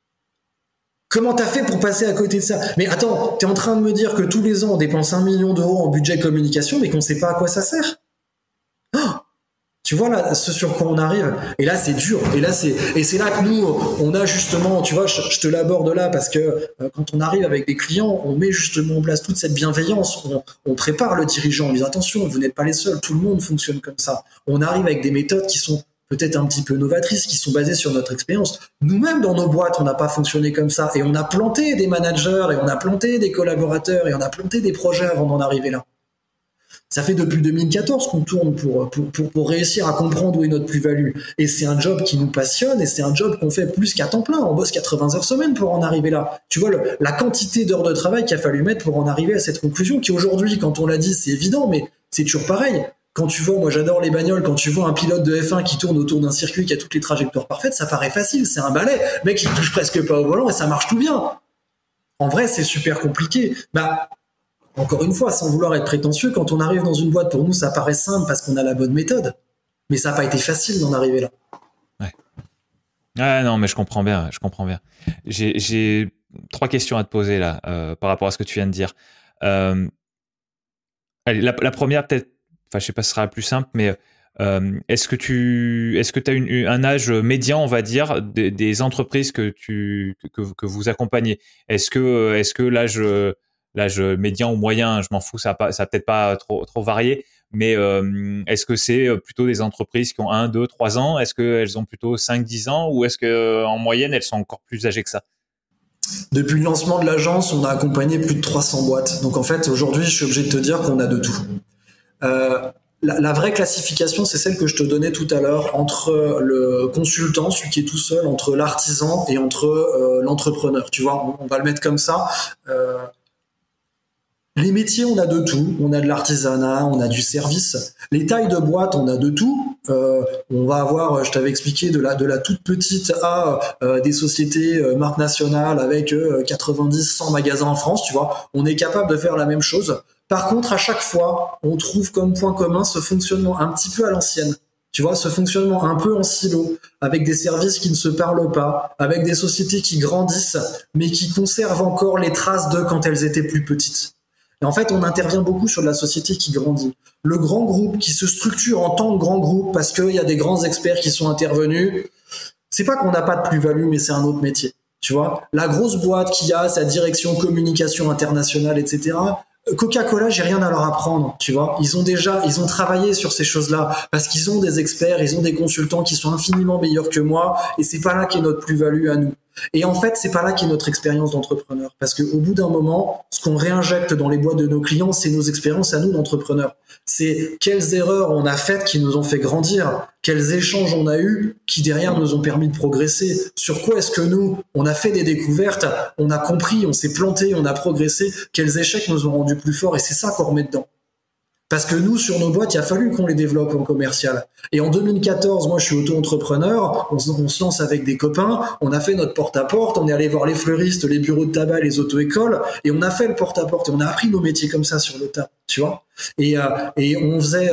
Comment t'as fait pour passer à côté de ça? Mais attends, t'es en train de me dire que tous les ans, on dépense 1 million d'euros en budget communication, mais qu'on sait pas à quoi ça sert? Oh, tu vois là, ce sur quoi on arrive. Et là, c'est dur. Et c'est là que nous, on a justement, tu vois, je te l'aborde là parce que quand on arrive avec des clients, on met justement en place toute cette bienveillance. On prépare le dirigeant. On dit attention, vous n'êtes pas les seuls. Tout le monde fonctionne comme ça. On arrive avec des méthodes qui sont peut-être un petit peu novatrices, qui sont basées sur notre expérience. Nous-mêmes, dans nos boîtes, on n'a pas fonctionné comme ça. Et on a planté des managers, et on a planté des collaborateurs, et on a planté des projets avant d'en arriver là. Ça fait depuis 2014 qu'on tourne pour réussir à comprendre où est notre plus-value. Et c'est un job qui nous passionne et c'est un job qu'on fait plus qu'à temps plein. On bosse 80 heures semaine pour en arriver là. Tu vois, la quantité d'heures de travail qu'il a fallu mettre pour en arriver à cette conclusion qui aujourd'hui, quand on l'a dit, c'est évident, mais c'est toujours pareil. Quand tu vois, moi j'adore les bagnoles, quand tu vois un pilote de F1 qui tourne autour d'un circuit qui a toutes les trajectoires parfaites, ça paraît facile, c'est un balai. Le mec, il touche presque pas au volant et ça marche tout bien. En vrai, c'est super compliqué. Encore une fois, sans vouloir être prétentieux, quand on arrive dans une boîte, pour nous, ça paraît simple parce qu'on a la bonne méthode. Mais ça n'a pas été facile d'en arriver là. Ouais. Ah non, mais je comprends bien. J'ai 3 questions à te poser là, par rapport à ce que tu viens de dire. Allez, la première, peut-être, enfin, je sais pas si ce sera la plus simple, mais est-ce que tu as un âge médian, on va dire, des entreprises que vous accompagnez? Est-ce que l'âge médian ou moyen, je m'en fous, ça peut-être pas trop varié, mais est-ce que c'est plutôt des entreprises qui ont 1, 2, 3 ans? Est-ce qu'elles ont plutôt 5, 10 ans? Ou est-ce qu'en moyenne, elles sont encore plus âgées que ça? Depuis le lancement de l'agence, on a accompagné plus de 300 boîtes. Donc en fait, aujourd'hui, je suis obligé de te dire qu'on a de tout. La vraie classification, c'est celle que je te donnais tout à l'heure, entre le consultant, celui qui est tout seul, entre l'artisan et entre l'entrepreneur. Tu vois, on va le mettre comme ça. Les métiers, on a de tout. On a de l'artisanat, on a du service. Les tailles de boîte, on a de tout. On va avoir, je t'avais expliqué, de la toute petite à des sociétés marques nationales avec 90, 100 magasins en France, tu vois. On est capable de faire la même chose. Par contre, à chaque fois, on trouve comme point commun ce fonctionnement un petit peu à l'ancienne. Tu vois, ce fonctionnement un peu en silo, avec des services qui ne se parlent pas, avec des sociétés qui grandissent, mais qui conservent encore les traces de quand elles étaient plus petites. Et en fait, on intervient beaucoup sur la société qui grandit. Le grand groupe qui se structure en tant que grand groupe parce qu'il y a des grands experts qui sont intervenus, c'est pas qu'on n'a pas de plus-value, mais c'est un autre métier. Tu vois, la grosse boîte qui a sa direction communication internationale, etc., Coca-Cola, j'ai rien à leur apprendre, tu vois. Ils ont travaillé sur ces choses-là parce qu'ils ont des experts, ils ont des consultants qui sont infiniment meilleurs que moi et c'est pas là qu'est notre plus-value à nous. Et en fait, c'est pas là qu'est notre expérience d'entrepreneur parce qu'au bout d'un moment, ce qu'on réinjecte dans les boîtes de nos clients, c'est nos expériences à nous d'entrepreneurs. C'est quelles erreurs on a faites qui nous ont fait grandir, quels échanges on a eus qui derrière nous ont permis de progresser, sur quoi est-ce que nous, on a fait des découvertes, on a compris, on s'est planté, on a progressé, quels échecs nous ont rendus plus forts et c'est ça qu'on remet dedans. Parce que nous, sur nos boîtes, il a fallu qu'on les développe en commercial. Et en 2014, moi, je suis auto-entrepreneur, on se lance avec des copains, on a fait notre porte-à-porte, on est allé voir les fleuristes, les bureaux de tabac, les auto-écoles, et on a fait le porte-à-porte, et on a appris nos métiers comme ça sur le tas, tu vois. Et on faisait,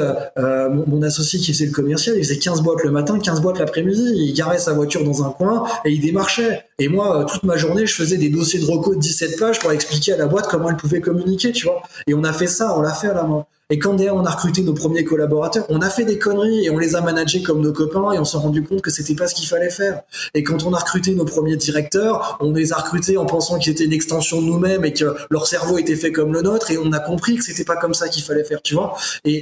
mon associé qui faisait le commercial, il faisait 15 boîtes le matin, 15 boîtes l'après-midi, il garait sa voiture dans un coin, et il démarchait. Et moi, toute ma journée, je faisais des dossiers de reco de 17 pages pour expliquer à la boîte comment elle pouvait communiquer, tu vois. Et on a fait ça, on l'a fait à la main. Et quand derrière on a recruté nos premiers collaborateurs, on a fait des conneries et on les a managés comme nos copains et on s'est rendu compte que c'était pas ce qu'il fallait faire. Et quand on a recruté nos premiers directeurs, on les a recrutés en pensant qu'ils étaient une extension de nous-mêmes et que leur cerveau était fait comme le nôtre et on a compris que c'était pas comme ça qu'il fallait faire, tu vois.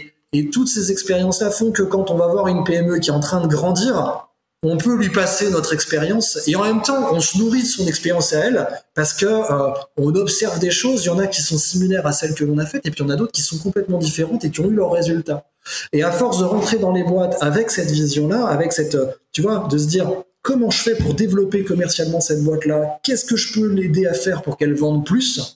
Et toutes ces expériences-là font que quand on va voir une PME qui est en train de grandir, on peut lui passer notre expérience et en même temps on se nourrit de son expérience à elle parce que on observe des choses, il y en a qui sont similaires à celles que l'on a faites et puis il y en a d'autres qui sont complètement différentes et qui ont eu leurs résultats. Et à force de rentrer dans les boîtes avec cette vision-là, avec cette, tu vois, de se dire comment je fais pour développer commercialement cette boîte-là, qu'est-ce que je peux l'aider à faire pour qu'elle vende plus.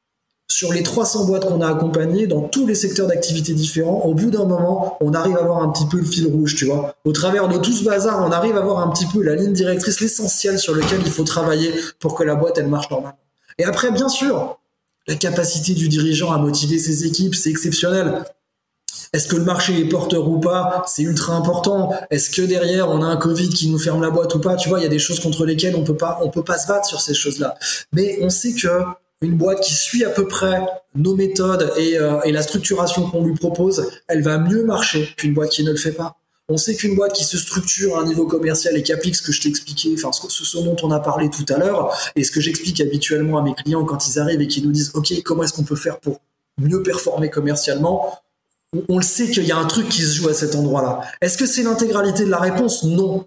Sur les 300 boîtes qu'on a accompagnées, dans tous les secteurs d'activité différents, au bout d'un moment, on arrive à avoir un petit peu le fil rouge, tu vois. Au travers de tout ce bazar, on arrive à avoir un petit peu la ligne directrice, l'essentiel sur lequel il faut travailler pour que la boîte, elle marche normalement. Et après, bien sûr, la capacité du dirigeant à motiver ses équipes, c'est exceptionnel. Est-ce que le marché est porteur ou pas? C'est ultra important. Est-ce que derrière, on a un Covid qui nous ferme la boîte ou pas? Tu vois, il y a des choses contre lesquelles on peut pas se battre sur ces choses-là. Mais on sait que une boîte qui suit à peu près nos méthodes et la structuration qu'on lui propose, elle va mieux marcher qu'une boîte qui ne le fait pas. On sait qu'une boîte qui se structure à un niveau commercial et qui applique ce que je t'ai expliqué, enfin ce dont on a parlé tout à l'heure, et ce que j'explique habituellement à mes clients quand ils arrivent et qu'ils nous disent « Ok, comment est-ce qu'on peut faire pour mieux performer commercialement ?» On le sait qu'il y a un truc qui se joue à cet endroit-là. Est-ce que c'est l'intégralité de la réponse? Non.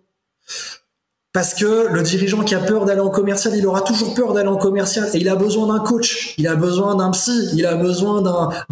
Parce que le dirigeant qui a peur d'aller en commercial, il aura toujours peur d'aller en commercial et il a besoin d'un coach, il a besoin d'un psy, il a besoin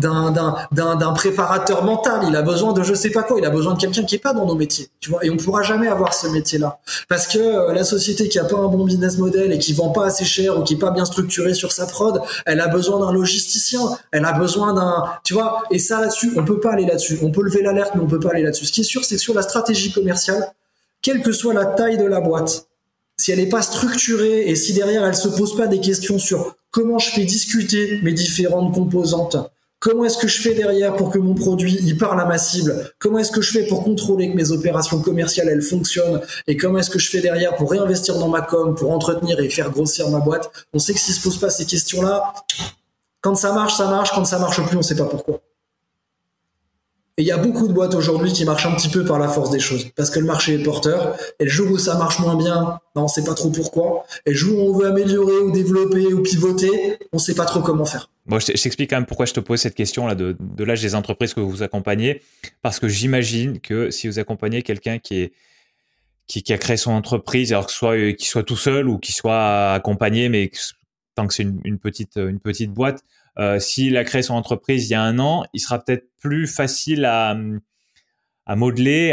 d'un préparateur mental, il a besoin de je sais pas quoi, il a besoin de quelqu'un qui est pas dans nos métiers, tu vois. Et on pourra jamais avoir ce métier-là parce que la société qui a pas un bon business model et qui vend pas assez cher ou qui est pas bien structurée sur sa prod, elle a besoin d'un logisticien, elle a besoin d'un, tu vois. Et ça là-dessus, on peut pas aller là-dessus. On peut lever l'alerte, mais on peut pas aller là-dessus. Ce qui est sûr, c'est que sur la stratégie commerciale, quelle que soit la taille de la boîte, si elle n'est pas structurée et si derrière elle se pose pas des questions sur comment je fais discuter mes différentes composantes, comment est-ce que je fais derrière pour que mon produit il parle à ma cible, comment est-ce que je fais pour contrôler que mes opérations commerciales elles fonctionnent et comment est-ce que je fais derrière pour réinvestir dans ma com, pour entretenir et faire grossir ma boîte, on sait que s'il se pose pas ces questions-là, quand ça marche, quand ça marche plus, on sait pas pourquoi. Et il y a beaucoup de boîtes aujourd'hui qui marchent un petit peu par la force des choses, parce que le marché est porteur, et le jour où ça marche moins bien, on ne sait pas trop pourquoi, et le jour où on veut améliorer ou développer ou pivoter, on ne sait pas trop comment faire. Bon, je t'explique quand même pourquoi je te pose cette question là de l'âge des entreprises que vous accompagnez, parce que j'imagine que si vous accompagnez quelqu'un qui a créé son entreprise, alors qu'il soit tout seul ou qu'il soit accompagné, mais tant que c'est une petite boîte, s'il a créé son entreprise il y a 1 an, il sera peut-être plus facile à modeler,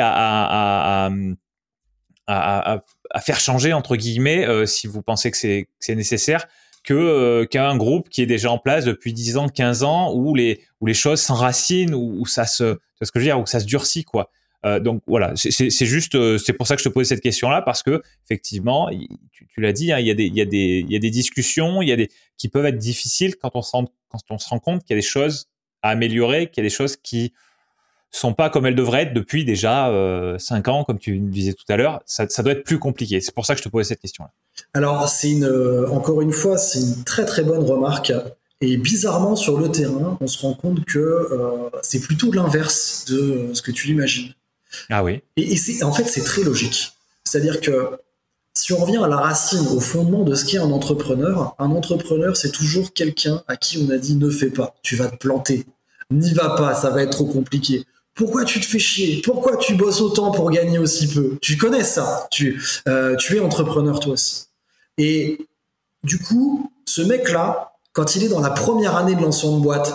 à faire changer entre guillemets, si vous pensez que c'est nécessaire, qu'un groupe qui est déjà en place depuis 10 ans, 15 ans, où les choses s'enracinent, où ça se, tu vois ce que je veux dire, où ça se durcit, quoi. Donc voilà, c'est juste, c'est pour ça que je te posais cette question-là, parce que effectivement, tu l'as dit, hein, il y a des discussions, qui peuvent être difficiles quand on se rend compte qu'il y a des choses à améliorer, qu'il y a des choses qui sont pas comme elles devraient être depuis déjà 5 ans, comme tu me disais tout à l'heure. Ça doit être plus compliqué. C'est pour ça que je te posais cette question-là. Alors, encore une fois, c'est une très très bonne remarque. Et bizarrement, sur le terrain, on se rend compte que c'est plutôt l'inverse de ce que tu imagines. Ah oui. Et en fait, c'est très logique. C'est-à-dire que si on revient à la racine, au fondement de ce qu'est un entrepreneur, c'est toujours quelqu'un à qui on a dit ne fais pas, tu vas te planter, n'y va pas, ça va être trop compliqué. Pourquoi tu te fais chier? Pourquoi tu bosses autant pour gagner aussi peu? Tu connais ça, tu es entrepreneur toi aussi. Et du coup, ce mec-là, quand il est dans la première année de lancement de boîte,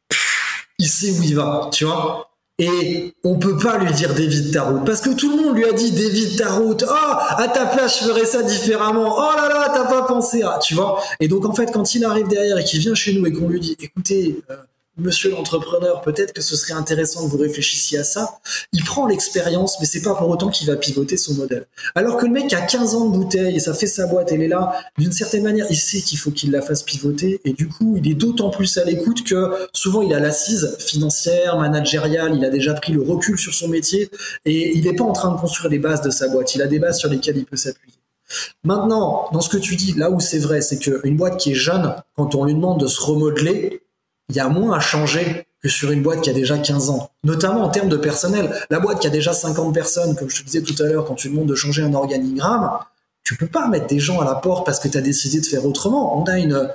il sait où il va, tu vois. Et on peut pas lui dire d'évite ta route parce que tout le monde lui a dit d'évite ta route. Oh, à ta place je ferais ça différemment. Oh là là, t'as pas pensé à, tu vois. Et donc en fait quand il arrive derrière et qu'il vient chez nous et qu'on lui dit écoutez monsieur l'entrepreneur, peut-être que ce serait intéressant que vous réfléchissiez à ça. Il prend l'expérience, mais c'est pas pour autant qu'il va pivoter son modèle. Alors que le mec a 15 ans de bouteille et ça fait sa boîte, elle est là, d'une certaine manière, il sait qu'il faut qu'il la fasse pivoter et du coup, il est d'autant plus à l'écoute que souvent il a l'assise financière, managériale, il a déjà pris le recul sur son métier et il n'est pas en train de construire les bases de sa boîte. Il a des bases sur lesquelles il peut s'appuyer. Maintenant, dans ce que tu dis, là où c'est vrai, c'est qu'une boîte qui est jeune, quand on lui demande de se remodeler, il y a moins à changer que sur une boîte qui a déjà 15 ans, notamment en termes de personnel. La boîte qui a déjà 50 personnes, comme je te disais tout à l'heure, quand tu demandes de changer un organigramme, tu peux pas mettre des gens à la porte parce que tu as décidé de faire autrement. On a une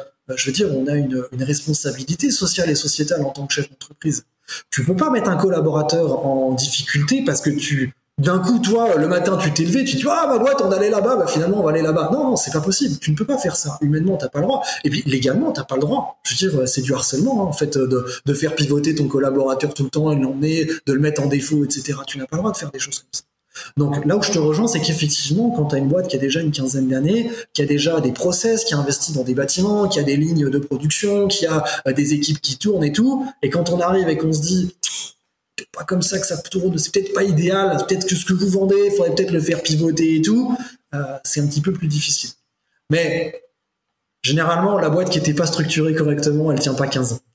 responsabilité sociale et sociétale en tant que chef d'entreprise. Tu peux pas mettre un collaborateur en difficulté parce que d'un coup, toi, le matin, tu t'es levé, tu te dis, ah, ma boîte, on allait là-bas, bah, finalement, on va aller là-bas. Non, c'est pas possible. Tu ne peux pas faire ça. Humainement, t'as pas le droit. Et puis, légalement, t'as pas le droit. Je veux dire, c'est du harcèlement, hein, en fait, de faire pivoter ton collaborateur tout le temps, de l'emmener, de le mettre en défaut, etc. Tu n'as pas le droit de faire des choses comme ça. Donc, là où je te rejoins, c'est qu'effectivement, quand t'as une boîte qui a déjà une quinzaine d'années, qui a déjà des process, qui a investi dans des bâtiments, qui a des lignes de production, qui a des équipes qui tournent et tout, et quand on arrive et qu'on se dit, c'est pas comme ça que ça tourne, c'est peut-être pas idéal, peut-être que ce que vous vendez, il faudrait peut-être le faire pivoter et tout, c'est un petit peu plus difficile. Mais généralement, la boîte qui n'était pas structurée correctement, elle tient pas 15 ans.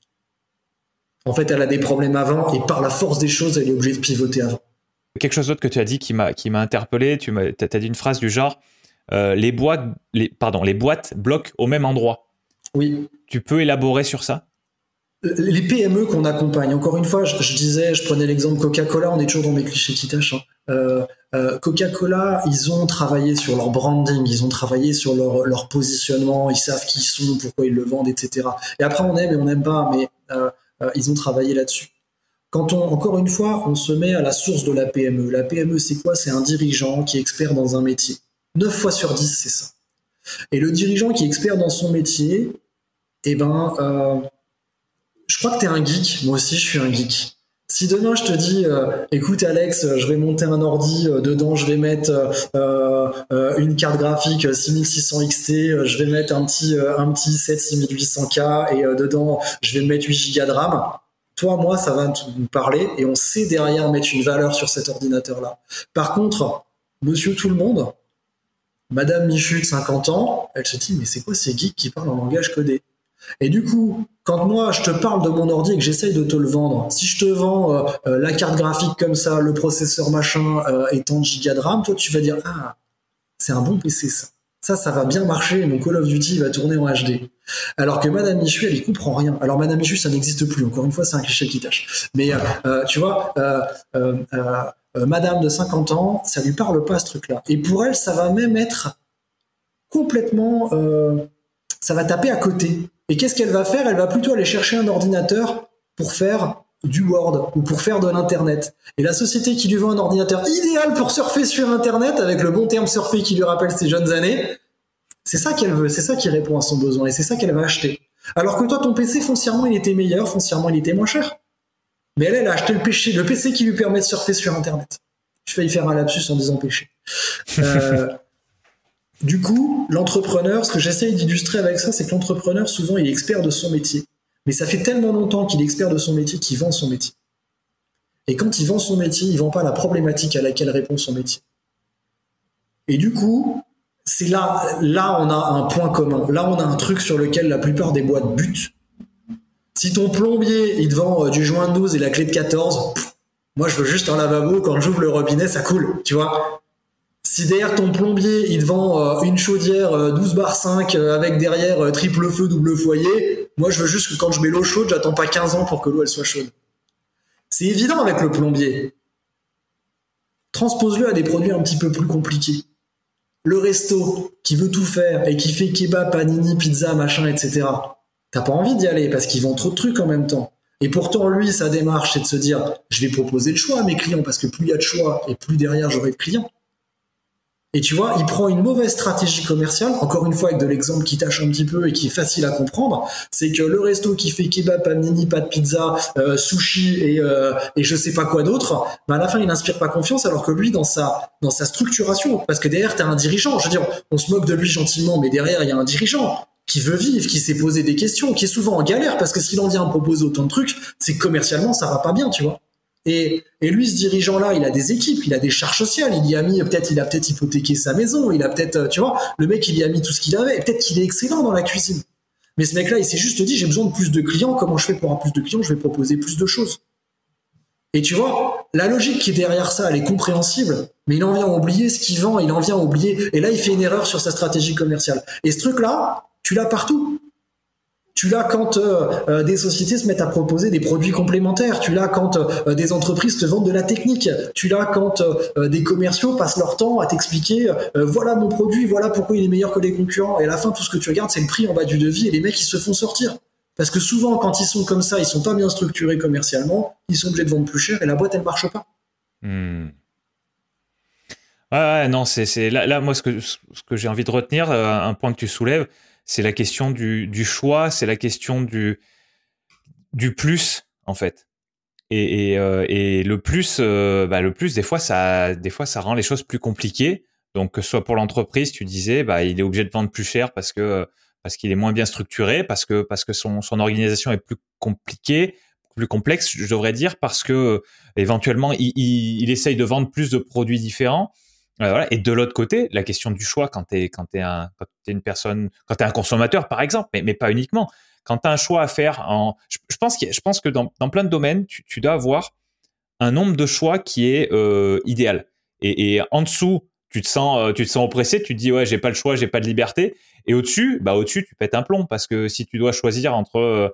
En fait, elle a des problèmes avant et par la force des choses, elle est obligée de pivoter avant. Quelque chose d'autre que tu as dit qui m'a interpellé, tu as dit une phrase du genre les boîtes bloquent au même endroit. Oui. Tu peux élaborer sur ça? Les PME qu'on accompagne, encore une fois, je prenais l'exemple Coca-Cola, on est toujours dans mes clichés qui tâchent. Coca-Cola, ils ont travaillé sur leur branding, ils ont travaillé sur leur positionnement, ils savent qui ils sont, pourquoi ils le vendent, etc. Et après, on aime et on n'aime pas, mais ils ont travaillé là-dessus. Encore une fois, on se met à la source de la PME. La PME, c'est quoi? C'est un dirigeant qui est expert dans un métier. 9 fois sur 10, c'est ça. Et le dirigeant qui est expert dans son métier, je crois que t'es un geek. Moi aussi, je suis un geek. Si demain je te dis, écoute Alex, je vais monter un ordi, dedans je vais mettre une carte graphique 6600 XT, je vais mettre un petit 7 6800K et dedans je vais mettre 8 Go de RAM. Toi, moi, ça va nous parler et on sait derrière mettre une valeur sur cet ordinateur-là. Par contre, monsieur tout le monde, madame Michu de 50 ans, elle se dit, mais c'est quoi ces geeks qui parlent en langage codé? Et du coup, quand moi je te parle de mon ordi et que j'essaye de te le vendre, si je te vends la carte graphique comme ça, le processeur machin et tant de gigas de RAM, toi tu vas dire ah c'est un bon PC ça. Ça va bien marcher, mon Call of Duty va tourner en HD. Alors que Madame Michu, elle y comprend rien. Alors Madame Michu, ça n'existe plus. Encore une fois, c'est un cliché qui tâche. Mais tu vois, Madame de 50 ans, ça lui parle pas ce truc-là. Et pour elle, ça va même être complètement, ça va taper à côté. Et qu'est-ce qu'elle va faire? Elle va plutôt aller chercher un ordinateur pour faire du Word ou pour faire de l'Internet. Et la société qui lui vend un ordinateur idéal pour surfer sur Internet, avec le bon terme surfer qui lui rappelle ses jeunes années, c'est ça qu'elle veut, c'est ça qui répond à son besoin et c'est ça qu'elle va acheter. Alors que toi, ton PC, foncièrement, il était meilleur, foncièrement, il était moins cher. Mais elle a acheté le PC qui lui permet de surfer sur Internet. Je failli faire un lapsus en disant péché. Du coup, l'entrepreneur, ce que j'essaye d'illustrer avec ça, c'est que l'entrepreneur, souvent, il est expert de son métier. Mais ça fait tellement longtemps qu'il est expert de son métier qu'il vend son métier. Et quand il vend son métier, il vend pas la problématique à laquelle répond son métier. Et du coup, c'est là on a un point commun. Là, on a un truc sur lequel la plupart des boîtes butent. Si ton plombier, il te vend du joint de 12 et la clé de 14, moi, je veux juste un lavabo, quand j'ouvre le robinet, ça coule, tu vois. Si derrière ton plombier, il te vend une chaudière 12 bar 5 avec derrière triple feu, double foyer, moi, je veux juste que quand je mets l'eau chaude, j'attends pas 15 ans pour que l'eau, elle soit chaude. C'est évident avec le plombier. Transpose-le à des produits un petit peu plus compliqués. Le resto qui veut tout faire et qui fait kebab, panini, pizza, machin, etc. T'as pas envie d'y aller parce qu'ils vendent trop de trucs en même temps. Et pourtant, lui, sa démarche, c'est de se dire, je vais proposer le choix à mes clients parce que plus il y a de choix et plus derrière j'aurai de clients. Et tu vois, il prend une mauvaise stratégie commerciale, encore une fois avec de l'exemple qui tâche un petit peu et qui est facile à comprendre, c'est que le resto qui fait kebab, panini, pâte pizza, sushi et je sais pas quoi d'autre, à la fin il n'inspire pas confiance, alors que lui dans sa structuration, parce que derrière t'as un dirigeant, je veux dire, on se moque de lui gentiment, mais derrière il y a un dirigeant qui veut vivre, qui s'est posé des questions, qui est souvent en galère, parce que s'il en vient à proposer autant de trucs, c'est que commercialement ça va pas bien, tu vois. Et lui, ce dirigeant-là, il a des équipes, il a des charges sociales, il a peut-être hypothéqué sa maison, il a peut-être, tu vois, le mec, il y a mis tout ce qu'il avait, et peut-être qu'il est excellent dans la cuisine. Mais ce mec-là, il s'est juste dit, j'ai besoin de plus de clients, comment je fais pour avoir plus de clients? Je vais proposer plus de choses. Et tu vois, la logique qui est derrière ça, elle est compréhensible, mais il en vient à oublier ce qu'il vend, il en vient à oublier, et là, il fait une erreur sur sa stratégie commerciale. Et ce truc-là, tu l'as partout. Tu l'as quand des sociétés se mettent à proposer des produits complémentaires. Tu l'as quand des entreprises te vendent de la technique. Tu l'as quand des commerciaux passent leur temps à t'expliquer voilà mon produit, voilà pourquoi il est meilleur que les concurrents. Et à la fin, tout ce que tu regardes, c'est le prix en bas du devis et les mecs, ils se font sortir. Parce que souvent, quand ils sont comme ça, ils sont pas bien structurés commercialement, ils sont obligés de vendre plus cher et la boîte, elle marche pas. Ouais, non, c'est là, moi, ce que j'ai envie de retenir, un point que tu soulèves, c'est la question du choix, c'est la question du plus, en fait. Et le plus, des fois, ça rend les choses plus compliquées. Donc, que ce soit pour l'entreprise, tu disais, il est obligé de vendre plus cher parce qu'il est moins bien structuré, parce que son organisation est plus compliquée, plus complexe, je devrais dire, parce que éventuellement, il essaye de vendre plus de produits différents. Voilà. Et de l'autre côté, la question du choix quand t'es une personne, quand t'es un consommateur par exemple, mais pas uniquement. Quand t'as un choix à faire, je pense que dans plein de domaines, tu dois avoir un nombre de choix qui est idéal. Et en dessous, tu te sens oppressé, tu te dis ouais, j'ai pas le choix, j'ai pas de liberté. Et au-dessus, tu pètes un plomb parce que si tu dois choisir entre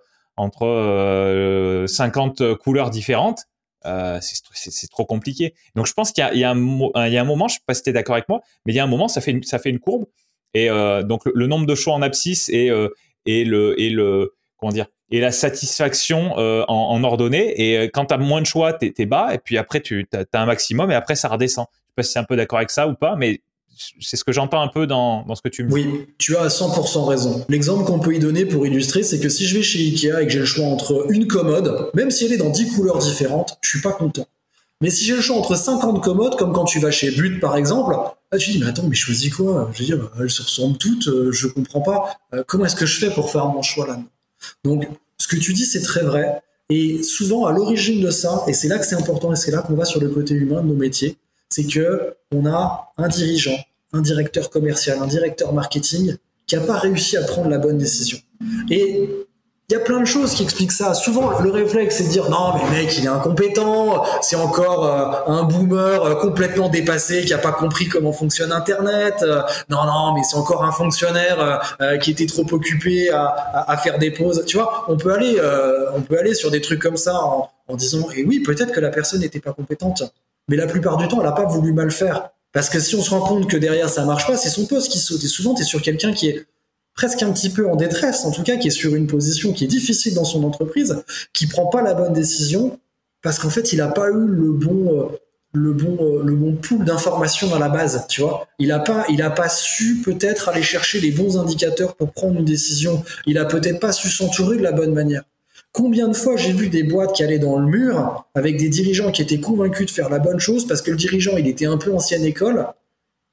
50 couleurs différentes, c'est trop compliqué. Donc je pense qu'il y a un moment, je sais pas si t'es d'accord avec moi, mais il y a un moment, ça fait une courbe. Et donc le nombre de choix en abscisse et le comment dire, et la satisfaction en ordonnée. Et quand tu as moins de choix, t'es bas, et puis après tu as un maximum, et après ça redescend. Je sais pas si c'est un peu d'accord avec ça ou pas, mais c'est ce que j'entends un peu dans ce que tu me dis. Oui, tu as 100% raison. L'exemple qu'on peut y donner pour illustrer, c'est que si je vais chez Ikea et que j'ai le choix entre une commode, même si elle est dans 10 couleurs différentes, je suis pas content. Mais si j'ai le choix entre 50 commodes, comme quand tu vas chez But par exemple, là tu dis mais attends, mais je choisis quoi? Je veux dire, elles se ressemblent toutes, je comprends pas. Comment est-ce que je fais pour faire mon choix là? Donc ce que tu dis c'est très vrai. Et souvent à l'origine de ça, et c'est là que c'est important et c'est là qu'on va sur le côté humain de nos métiers, c'est que on a un dirigeant, un directeur commercial, un directeur marketing qui n'a pas réussi à prendre la bonne décision. Et il y a plein de choses qui expliquent ça. Souvent, le réflexe, c'est de dire non, mais le mec, il est incompétent, c'est encore un boomer complètement dépassé qui n'a pas compris comment fonctionne Internet. Non, mais c'est encore un fonctionnaire qui était trop occupé à faire des pauses. Tu vois, on peut aller sur des trucs comme ça en disant, et oui, peut-être que la personne n'était pas compétente, mais la plupart du temps, elle n'a pas voulu mal faire. Parce que si on se rend compte que derrière ça marche pas, c'est son poste qui saute. Et souvent, tu es sur quelqu'un qui est presque un petit peu en détresse, en tout cas, qui est sur une position qui est difficile dans son entreprise, qui prend pas la bonne décision, parce qu'en fait, il a pas eu le bon pool d'informations à la base, tu vois. Il a pas su peut-être aller chercher les bons indicateurs pour prendre une décision. Il a peut-être pas su s'entourer de la bonne manière. Combien de fois j'ai vu des boîtes qui allaient dans le mur avec des dirigeants qui étaient convaincus de faire la bonne chose parce que le dirigeant, il était un peu ancienne école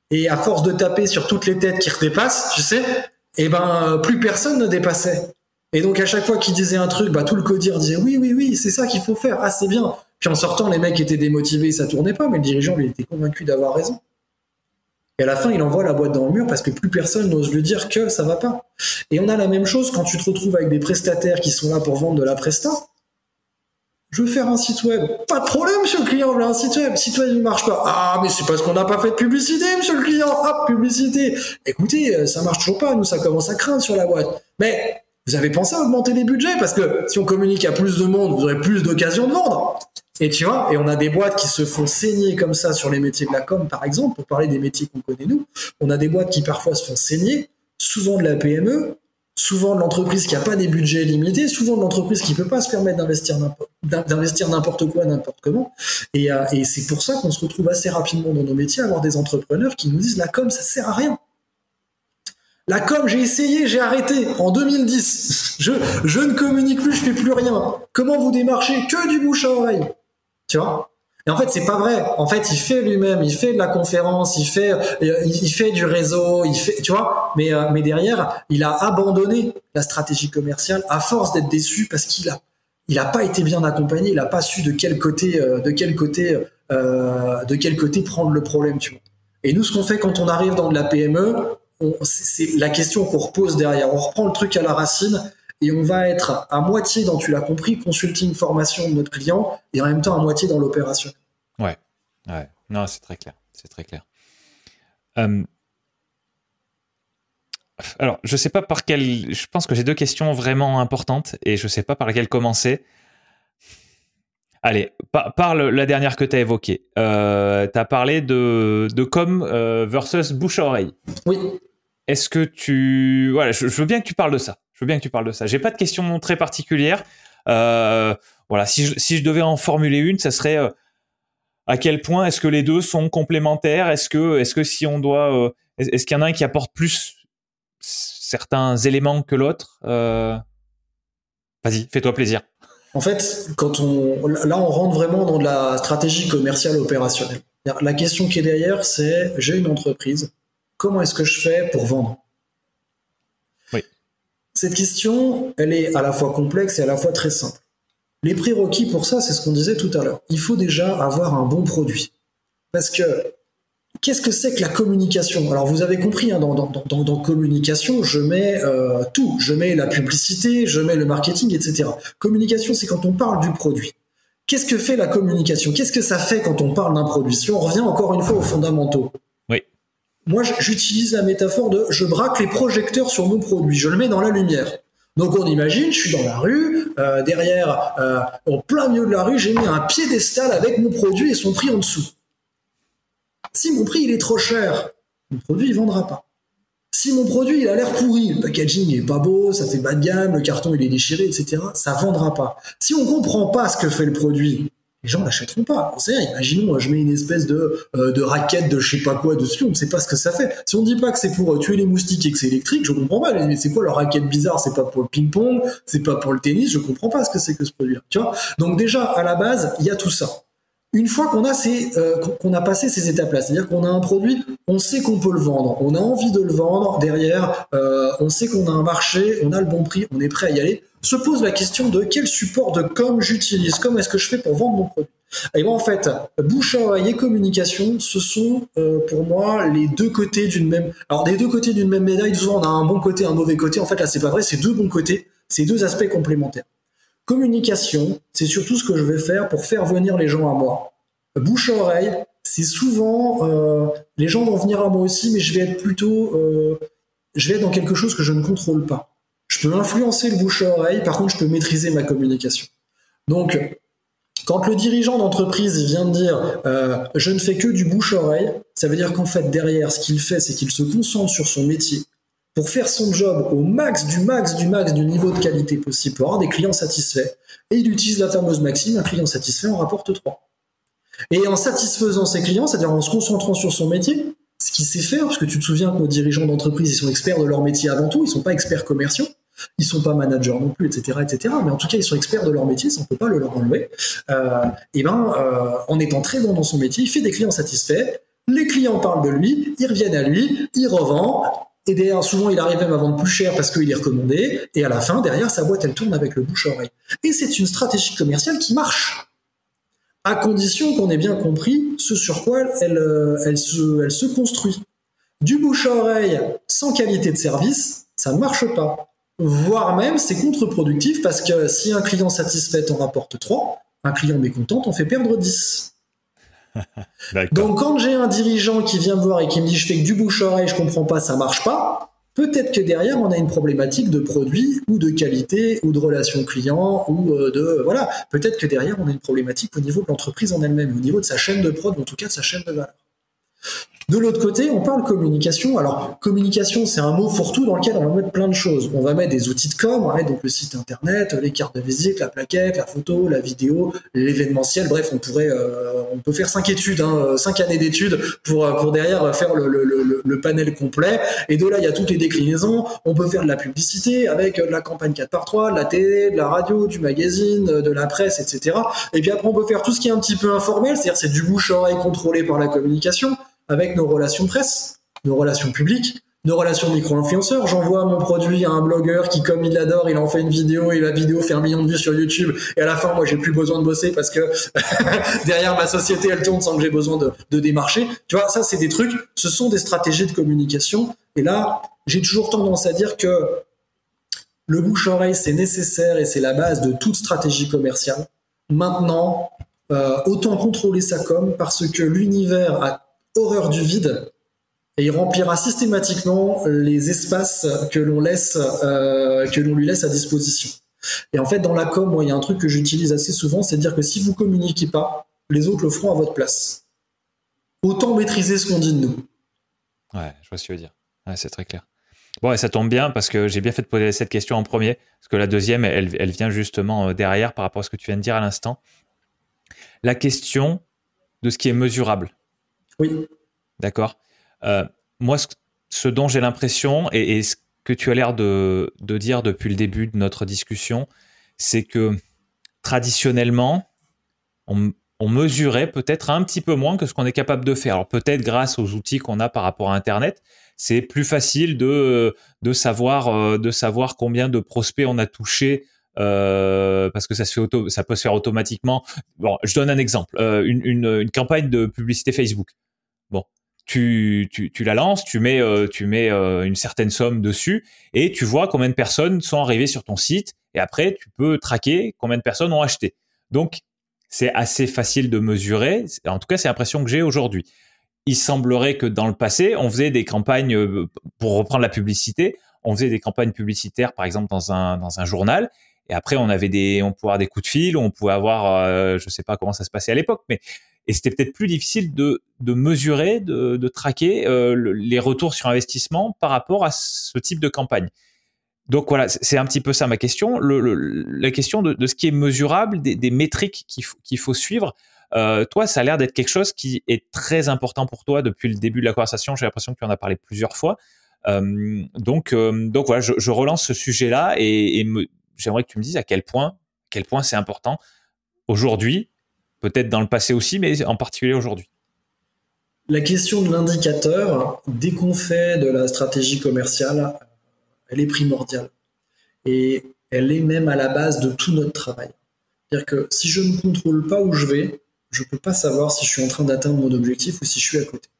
Et à force de taper sur toutes les têtes qui redépassent, tu sais, et ben plus personne ne dépassait. Et donc à chaque fois qu'il disait un truc, tout le codir disait oui, c'est ça qu'il faut faire, ah c'est bien. Puis en sortant, les mecs étaient démotivés, ça tournait pas, mais le dirigeant lui était convaincu d'avoir raison. Et à la fin, il envoie la boîte dans le mur parce que plus personne n'ose lui dire que ça va pas. Et on a la même chose quand tu te retrouves avec des prestataires qui sont là pour vendre de la presta. Je veux faire un site web. Pas de problème, monsieur le client, je veux un site web. Le site web, il marche pas. Ah, mais c'est parce qu'on n'a pas fait de publicité, monsieur le client. Ah, publicité. Écoutez, ça marche toujours pas. Nous, ça commence à craindre sur la boîte. Mais vous avez pensé à augmenter les budgets parce que si on communique à plus de monde, vous aurez plus d'occasions de vendre. Et tu vois, et on a des boîtes qui se font saigner comme ça sur les métiers de la com, par exemple, pour parler des métiers qu'on connaît nous. On a des boîtes qui parfois se font saigner, souvent de la PME, souvent de l'entreprise qui n'a pas des budgets limités, souvent de l'entreprise qui ne peut pas se permettre d'investir n'importe quoi, n'importe comment. Et c'est pour ça qu'on se retrouve assez rapidement dans nos métiers à avoir des entrepreneurs qui nous disent la com, ça sert à rien. La com, j'ai essayé, j'ai arrêté en 2010. Je ne communique plus, je fais plus rien. Comment vous démarchez? Que du bouche à oreille. Tu vois? Et en fait, c'est pas vrai. En fait, il fait lui-même, il fait de la conférence, il fait du réseau, tu vois? Mais derrière, il a abandonné la stratégie commerciale à force d'être déçu parce qu'il a pas été bien accompagné, il a pas su de quel côté prendre le problème, tu vois? Et nous, ce qu'on fait quand on arrive dans de la PME, c'est la question qu'on repose derrière. On reprend le truc à la racine. Et on va être à moitié dans, tu l'as compris, consulting, formation de notre client, et en même temps à moitié dans l'opération. Ouais. Non, c'est très clair. Alors, je sais pas par quelle. Je pense que j'ai deux questions vraiment importantes, et je sais pas par laquelle commencer. Allez, parle la dernière que tu as évoquée. Tu as parlé de com versus bouche à oreille. Oui. Est-ce que tu... Voilà, je veux bien que tu parles de ça. J'ai pas de questions très particulières. Voilà, si je devais en formuler une, ça serait à quel point est-ce que les deux sont complémentaires? Est-ce que si on doit... est-ce qu'il y en a un qui apporte plus certains éléments que l'autre? Vas-y, fais-toi plaisir. En fait, là, on rentre vraiment dans de la stratégie commerciale opérationnelle. La question qui est derrière, c'est j'ai une entreprise. Comment est-ce que je fais pour vendre? Oui. Cette question, elle est à la fois complexe et à la fois très simple. Les prérequis pour ça, c'est ce qu'on disait tout à l'heure. Il faut déjà avoir un bon produit. Parce que, qu'est-ce que c'est que la communication? Alors, vous avez compris, hein, dans communication, je mets tout. Je mets la publicité, je mets le marketing, etc. Communication, c'est quand on parle du produit. Qu'est-ce que fait la communication? Qu'est-ce que ça fait quand on parle d'un produit? Si on revient encore une fois aux fondamentaux. Moi, j'utilise la métaphore de je braque les projecteurs sur mon produit, je le mets dans la lumière. Donc on imagine, je suis dans la rue, derrière, en plein milieu de la rue, j'ai mis un piédestal avec mon produit et son prix en dessous. Si mon prix il est trop cher, mon produit il vendra pas. Si mon produit il a l'air pourri, le packaging est pas beau, ça fait bas de gamme, le carton il est déchiré, etc., ça vendra pas. Si on comprend pas ce que fait le produit, les gens l'achèteront pas. On sait rien. Imaginons, je mets une espèce de raquette de je sais pas quoi dessus, on ne sait pas ce que ça fait. Si on dit pas que c'est pour tuer les moustiques et que c'est électrique, je comprends pas. Mais c'est quoi leur raquette bizarre? C'est pas pour le ping-pong, c'est pas pour le tennis, je comprends pas ce que c'est que ce produit-là. Tu vois? Donc déjà, à la base, il y a tout ça. Une fois qu'on a passé ces étapes-là, c'est-à-dire qu'on a un produit, on sait qu'on peut le vendre, on a envie de le vendre, derrière, on sait qu'on a un marché, on a le bon prix, on est prêt à y aller, se pose la question de quel support de com j'utilise, comment est-ce que je fais pour vendre mon produit. Et bien en fait, bouche à oreille et communication, ce sont pour moi les deux côtés d'une même... Alors des deux côtés d'une même médaille, souvent on a un bon côté, un mauvais côté, en fait là c'est pas vrai, c'est deux bons côtés, c'est deux aspects complémentaires. Communication, c'est surtout ce que je vais faire pour faire venir les gens à moi. Bouche à oreille, c'est souvent les gens vont venir à moi aussi, mais je vais être dans quelque chose que je ne contrôle pas. Je peux influencer le bouche à oreille, par contre je peux maîtriser ma communication. Donc, quand le dirigeant d'entreprise vient de dire je ne fais que du bouche à oreille, ça veut dire qu'en fait derrière, ce qu'il fait, c'est qu'il se concentre sur son métier pour faire son job au max du niveau de qualité possible, pour avoir des clients satisfaits. Et il utilise la fameuse maxime, un client satisfait en rapporte 3. Et en satisfaisant ses clients, c'est-à-dire en se concentrant sur son métier, ce qu'il sait faire, parce que tu te souviens que nos dirigeants d'entreprise, ils sont experts de leur métier avant tout, ils sont pas experts commerciaux, ils sont pas managers non plus, etc., mais en tout cas, ils sont experts de leur métier, ça on peut pas le leur enlever. En étant très bon dans son métier, il fait des clients satisfaits, Les clients parlent de lui, ils reviennent à lui, il revend. Et derrière, souvent, il arrive même à vendre plus cher parce qu'il est recommandé. Et à la fin, derrière, sa boîte, elle tourne avec le bouche-oreille. Et c'est une stratégie commerciale qui marche, à condition qu'on ait bien compris ce sur quoi elle se construit. Du bouche-oreille sans qualité de service, ça ne marche pas. Voire même, c'est contre-productif parce que si un client satisfait t'en rapporte 3, un client mécontent t'en fait perdre 10. Donc quand j'ai un dirigeant qui vient me voir et qui me dit je fais que du bouche-oreille, je comprends pas, ça marche pas, peut-être que derrière on a une problématique de produit ou de qualité ou de relation client ou voilà, peut-être que derrière on a une problématique au niveau de l'entreprise en elle-même, au niveau de sa chaîne de prod, ou en tout cas de sa chaîne de valeur. De l'autre côté, on parle communication. Alors, communication, c'est un mot fourre-tout dans lequel on va mettre plein de choses. On va mettre des outils de com, donc le site internet, les cartes de visite, la plaquette, la photo, la vidéo, l'événementiel. Bref, on peut faire 5 études, 5 années d'études pour derrière faire le panel complet. Et de là, il y a toutes les déclinaisons. On peut faire de la publicité avec de la campagne 4x3, de la télé, de la radio, du magazine, de la presse, etc. Et puis après, on peut faire tout ce qui est un petit peu informel, c'est-à-dire c'est du bouche-oreille contrôlé par la communication, avec nos relations presse, nos relations publiques, nos relations micro-influenceurs. J'envoie mon produit à un blogueur qui, comme il l'adore, il en fait une vidéo et la vidéo fait 1 million de vues sur YouTube. Et à la fin, moi, j'ai plus besoin de bosser parce que derrière ma société, elle tourne sans que j'ai besoin de démarcher. Tu vois, ça, c'est des trucs, ce sont des stratégies de communication. Et là, j'ai toujours tendance à dire que le bouche-oreille, c'est nécessaire et c'est la base de toute stratégie commerciale. Maintenant, autant contrôler sa com parce que l'univers a horreur du vide et il remplira systématiquement les espaces que l'on lui laisse à disposition. Et en fait, dans la com, moi, il y a un truc que j'utilise assez souvent, c'est de dire que si vous communiquez pas, les autres le feront à votre place. Autant maîtriser ce qu'on dit de nous. Ouais, je vois ce que tu veux dire. Ouais, c'est très clair. Bon, et ça tombe bien parce que j'ai bien fait de poser cette question en premier, parce que la deuxième, elle vient justement derrière par rapport à ce que tu viens de dire à l'instant. La question de ce qui est mesurable. Oui. D'accord. Moi, ce dont j'ai l'impression, et ce que tu as l'air de dire depuis le début de notre discussion, c'est que traditionnellement, on mesurait peut-être un petit peu moins que ce qu'on est capable de faire. Alors peut-être grâce aux outils qu'on a par rapport à Internet, c'est plus facile de savoir combien de prospects on a touché. Parce que ça peut se faire automatiquement. Bon, je donne un exemple. Une campagne de publicité Facebook. Bon, tu la lances, tu mets une certaine somme dessus et tu vois combien de personnes sont arrivées sur ton site et après tu peux traquer combien de personnes ont acheté. Donc c'est assez facile de mesurer. En tout cas, c'est l'impression que j'ai aujourd'hui. Il semblerait que dans le passé, on faisait des campagnes, pour reprendre la publicité, on faisait des campagnes publicitaires, par exemple dans un journal. Et après, on pouvait avoir des coups de fil, on pouvait avoir, je sais pas comment ça se passait à l'époque, et c'était peut-être plus difficile de mesurer, de traquer les retours sur investissement par rapport à ce type de campagne. Donc voilà, c'est un petit peu ça ma question. La question de ce qui est mesurable, des métriques qu'il faut suivre. Toi, ça a l'air d'être quelque chose qui est très important pour toi depuis le début de la conversation. J'ai l'impression que tu en as parlé plusieurs fois. Donc voilà, je relance ce sujet-là et j'aimerais que tu me dises à quel point c'est important aujourd'hui, peut-être dans le passé aussi, mais en particulier aujourd'hui. La question de l'indicateur, dès qu'on fait de la stratégie commerciale, elle est primordiale. Et elle est même à la base de tout notre travail. C'est-à-dire que si je ne contrôle pas où je vais, je ne peux pas savoir si je suis en train d'atteindre mon objectif ou si je suis à côté.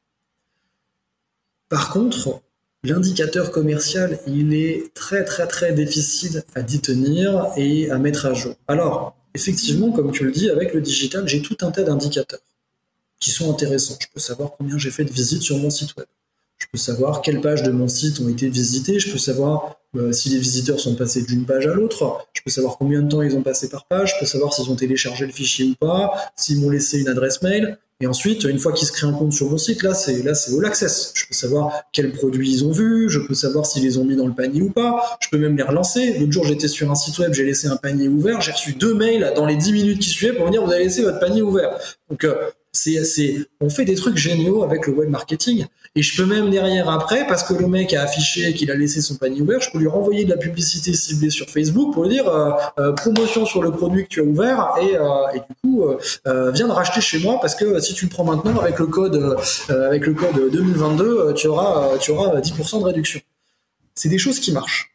Par contre, l'indicateur commercial, il est très très très difficile à y tenir et à mettre à jour. Alors, effectivement, comme tu le dis, avec le digital, j'ai tout un tas d'indicateurs qui sont intéressants. Je peux savoir combien j'ai fait de visites sur mon site web. Je peux savoir quelles pages de mon site ont été visitées. Je peux savoir si les visiteurs sont passés d'une page à l'autre. Je peux savoir combien de temps ils ont passé par page. Je peux savoir s'ils ont téléchargé le fichier ou pas, s'ils m'ont laissé une adresse mail. Et ensuite, une fois qu'ils se créent un compte sur mon site, là c'est all access. Je peux savoir quels produits ils ont vus, je peux savoir s'ils les ont mis dans le panier ou pas, je peux même les relancer. L'autre jour, j'étais sur un site web, j'ai laissé un panier ouvert, j'ai reçu 2 mails dans les 10 minutes qui suivaient pour me dire vous avez laissé votre panier ouvert. Donc On fait des trucs géniaux avec le web marketing. Et je peux même derrière après, parce que le mec a affiché qu'il a laissé son panier ouvert, je peux lui renvoyer de la publicité ciblée sur Facebook pour lui dire promotion sur le produit que tu as ouvert et du coup viens le racheter chez moi parce que si tu le prends maintenant avec le code 2022, tu auras 10% de réduction. C'est des choses qui marchent.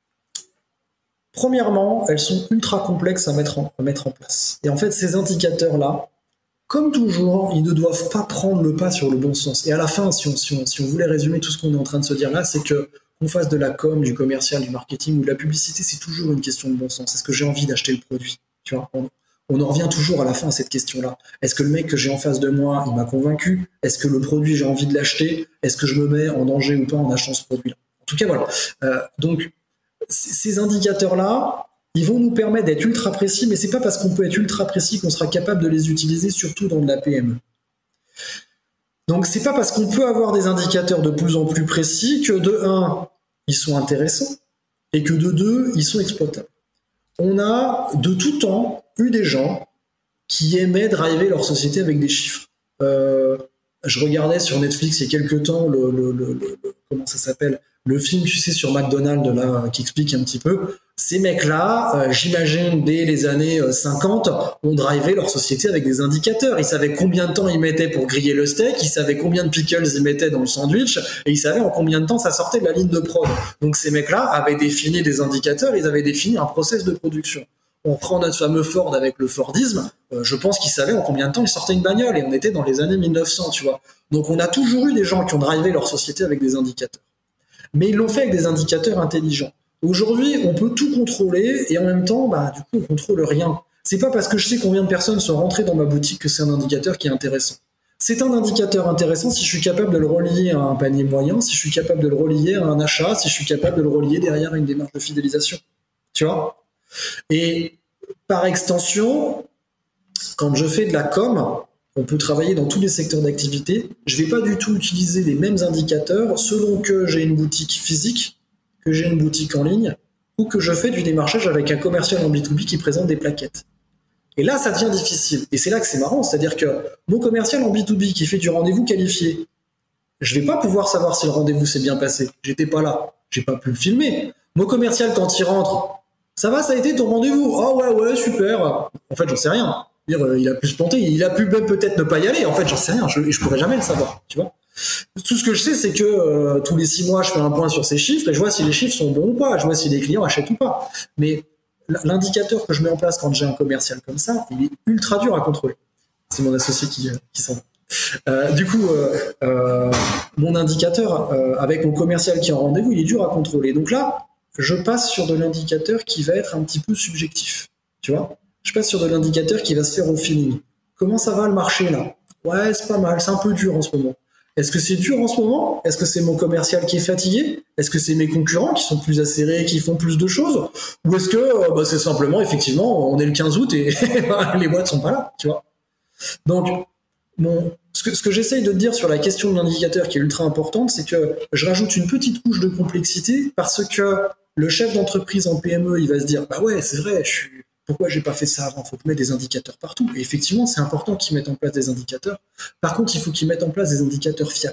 Premièrement, elles sont ultra complexes à mettre en place. Et en fait, ces indicateurs-là, comme toujours, ils ne doivent pas prendre le pas sur le bon sens. Et à la fin, si on voulait résumer tout ce qu'on est en train de se dire là, c'est que qu'on fasse de la com, du commercial, du marketing ou de la publicité, c'est toujours une question de bon sens. Est-ce que j'ai envie d'acheter le produit ? Tu vois, on en revient toujours à la fin à cette question-là. Est-ce que le mec que j'ai en face de moi, il m'a convaincu ? Est-ce que le produit, j'ai envie de l'acheter ? Est-ce que je me mets en danger ou pas en achetant ce produit-là ? En tout cas, voilà. Donc, ces indicateurs-là, ils vont nous permettre d'être ultra précis, mais c'est pas parce qu'on peut être ultra précis qu'on sera capable de les utiliser, surtout dans de la PME. Donc c'est pas parce qu'on peut avoir des indicateurs de plus en plus précis que de 1, ils sont intéressants, et que de 2, ils sont exploitables. On a de tout temps eu des gens qui aimaient driver leur société avec des chiffres. Je regardais sur Netflix il y a quelques temps comment ça s'appelle, le film, tu sais, sur McDonald's là, qui explique un petit peu. Ces mecs-là, j'imagine, dès les années 50, ont drivé leur société avec des indicateurs. Ils savaient combien de temps ils mettaient pour griller le steak, ils savaient combien de pickles ils mettaient dans le sandwich, et ils savaient en combien de temps ça sortait de la ligne de prod. Donc ces mecs-là avaient défini des indicateurs, ils avaient défini un process de production. On prend notre fameux Ford avec le Fordisme, je pense qu'ils savaient en combien de temps ils sortaient une bagnole, et on était dans les années 1900, tu vois. Donc on a toujours eu des gens qui ont drivé leur société avec des indicateurs. Mais ils l'ont fait avec des indicateurs intelligents. Aujourd'hui, on peut tout contrôler et en même temps, du coup, on contrôle rien. C'est pas parce que je sais combien de personnes sont rentrées dans ma boutique que c'est un indicateur qui est intéressant. C'est un indicateur intéressant si je suis capable de le relier à un panier moyen, si je suis capable de le relier à un achat, si je suis capable de le relier derrière une démarche de fidélisation. Tu vois ? Et par extension, quand je fais de la com, on peut travailler dans tous les secteurs d'activité. Je ne vais pas du tout utiliser les mêmes indicateurs selon que j'ai une boutique physique, que j'ai une boutique en ligne, ou que je fais du démarchage avec un commercial en B2B qui présente des plaquettes. Et là, ça devient difficile. Et c'est là que c'est marrant. C'est-à-dire que mon commercial en B2B qui fait du rendez-vous qualifié, je ne vais pas pouvoir savoir si le rendez-vous s'est bien passé. J'étais pas là. J'ai pas pu le filmer. Mon commercial, quand il rentre, ça va, ça a été ton rendez-vous? Oh ouais, super. En fait, j'en sais rien. Il a pu se planter, il a pu même peut-être ne pas y aller. En fait, j'en sais rien, je pourrais jamais le savoir, tu vois. Tout ce que je sais, c'est que tous les 6 mois, je fais un point sur ces chiffres et je vois si les chiffres sont bons ou pas, je vois si les clients achètent ou pas. Mais l'indicateur que je mets en place quand j'ai un commercial comme ça, il est ultra dur à contrôler. C'est mon associé qui s'en va. Du coup, mon indicateur avec mon commercial qui est en rendez-vous, il est dur à contrôler. Donc là, je passe sur de l'indicateur qui va être un petit peu subjectif, tu vois. Je passe sur de l'indicateur qui va se faire au feeling. Comment ça va le marché là? Ouais, c'est pas mal, c'est un peu dur en ce moment. Est-ce que c'est dur en ce moment? Est-ce que c'est mon commercial qui est fatigué? Est-ce que c'est mes concurrents qui sont plus acérés, qui font plus de choses? Ou est-ce que c'est simplement, effectivement, on est le 15 août et les boîtes sont pas là, tu vois? Donc, ce que j'essaye de te dire sur la question de l'indicateur qui est ultra importante, c'est que je rajoute une petite couche de complexité parce que le chef d'entreprise en PME, il va se dire, bah ouais, c'est vrai, pourquoi j'ai pas fait ça avant? Faut mettre des indicateurs partout. Et effectivement, c'est important qu'ils mettent en place des indicateurs. Par contre, il faut qu'ils mettent en place des indicateurs fiables.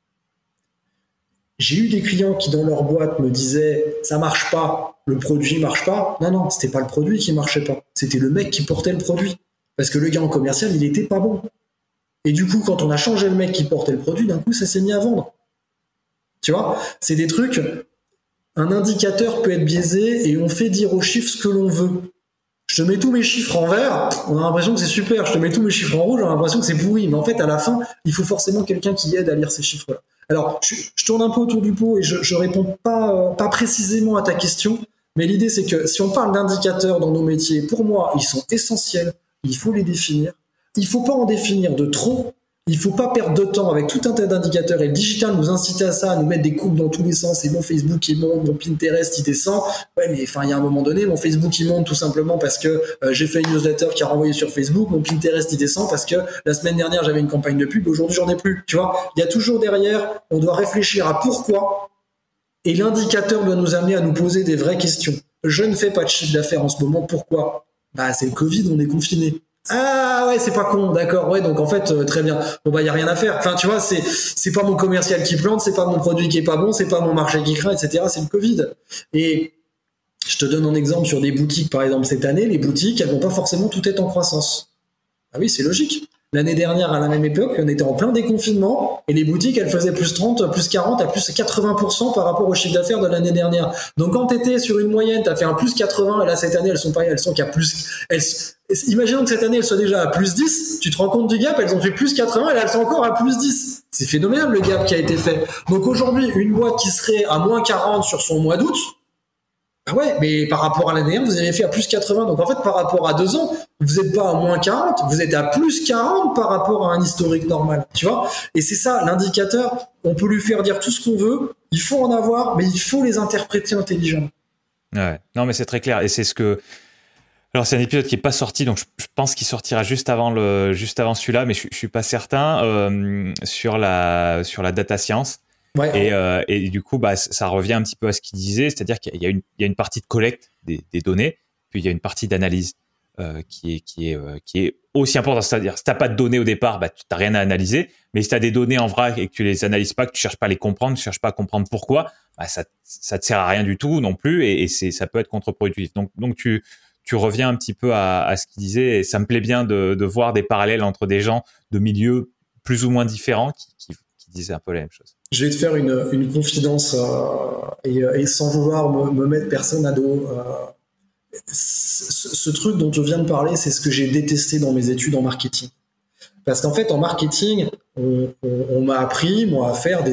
J'ai eu des clients qui, dans leur boîte, me disaient, ça marche pas, le produit marche pas. Non, c'était pas le produit qui marchait pas. C'était le mec qui portait le produit. Parce que le gars en commercial, il était pas bon. Et du coup, quand on a changé le mec qui portait le produit, d'un coup, ça s'est mis à vendre. Tu vois, c'est des trucs. Un indicateur peut être biaisé et on fait dire aux chiffres ce que l'on veut. Je te mets tous mes chiffres en vert, on a l'impression que c'est super. Je te mets tous mes chiffres en rouge, on a l'impression que c'est pourri. Mais en fait, à la fin, il faut forcément quelqu'un qui aide à lire ces chiffres-là. Alors, je tourne un peu autour du pot et je réponds pas précisément à ta question. Mais l'idée, c'est que si on parle d'indicateurs dans nos métiers, pour moi, ils sont essentiels. Il faut les définir. Il faut pas en définir de trop. Il faut pas perdre de temps avec tout un tas d'indicateurs et le digital nous incite à ça, à nous mettre des courbes dans tous les sens et mon Facebook il monte, mon Pinterest il descend. Ouais, mais enfin, il y a un moment donné, mon Facebook il monte tout simplement parce que j'ai fait une newsletter qui a renvoyé sur Facebook, mon Pinterest il descend parce que la semaine dernière j'avais une campagne de pub, aujourd'hui j'en ai plus. Tu vois, il y a toujours derrière, on doit réfléchir à pourquoi et l'indicateur doit nous amener à nous poser des vraies questions. Je ne fais pas de chiffre d'affaires en ce moment, pourquoi? C'est le Covid, on est confiné. Ah ouais, c'est pas con, d'accord. Ouais, donc en fait, très bien. Bon bah y a rien à faire. Enfin, tu vois, c'est pas mon commercial qui plante, c'est pas mon produit qui est pas bon, c'est pas mon marché qui craint, etc. C'est le Covid. Et je te donne un exemple sur des boutiques, par exemple cette année, les boutiques, elles vont pas forcément tout être en croissance. Ah oui, c'est logique. L'année dernière, à la même époque, on était en plein déconfinement et les boutiques, elles faisaient plus 30, plus 40, à plus 80% par rapport au chiffre d'affaires de l'année dernière. Donc, quand tu étais sur une moyenne, tu as fait un plus 80 et là, cette année, elles sont pareilles, elles sont qu'à plus. Imaginons que cette année, elles soient déjà à plus 10, tu te rends compte du gap, elles ont fait plus 80 et là, elles sont encore à plus 10. C'est phénoménal le gap qui a été fait. Donc, aujourd'hui, une boîte qui serait à moins 40 sur son mois d'août, ah ouais, mais par rapport à l'année dernière, vous avez fait à plus 80. Donc en fait, par rapport à 2 ans, vous n'êtes pas à moins 40, vous êtes à plus 40 par rapport à un historique normal. Tu vois? Et c'est ça, l'indicateur, on peut lui faire dire tout ce qu'on veut, il faut en avoir, mais il faut les interpréter intelligemment. Ouais, non, mais c'est très clair. Et c'est ce que. Alors, c'est un épisode qui n'est pas sorti, donc je pense qu'il sortira juste avant celui-là, mais je ne suis pas certain, sur la data science. Ouais. Et du coup, bah, ça revient un petit peu à ce qu'il disait, c'est-à-dire qu'il y a une partie de collecte des données, puis il y a une partie d'analyse qui est aussi importante. C'est-à-dire, si tu n'as pas de données au départ, bah, tu n'as rien à analyser. Mais si tu as des données en vrac et que tu les analyses pas, que tu cherches pas à les comprendre, que tu cherches pas à comprendre pourquoi, bah, ça te sert à rien du tout non plus, et ça peut être contre-productif. Donc tu reviens un petit peu à ce qu'il disait, et ça me plaît bien de voir des parallèles entre des gens de milieux plus ou moins différents qui disaient un peu la même chose. Je vais te faire une confidence et sans vouloir me mettre personne à dos. Ce truc dont tu viens de parler, c'est ce que j'ai détesté dans mes études en marketing. Parce qu'en fait, en marketing, on m'a appris, moi, à faire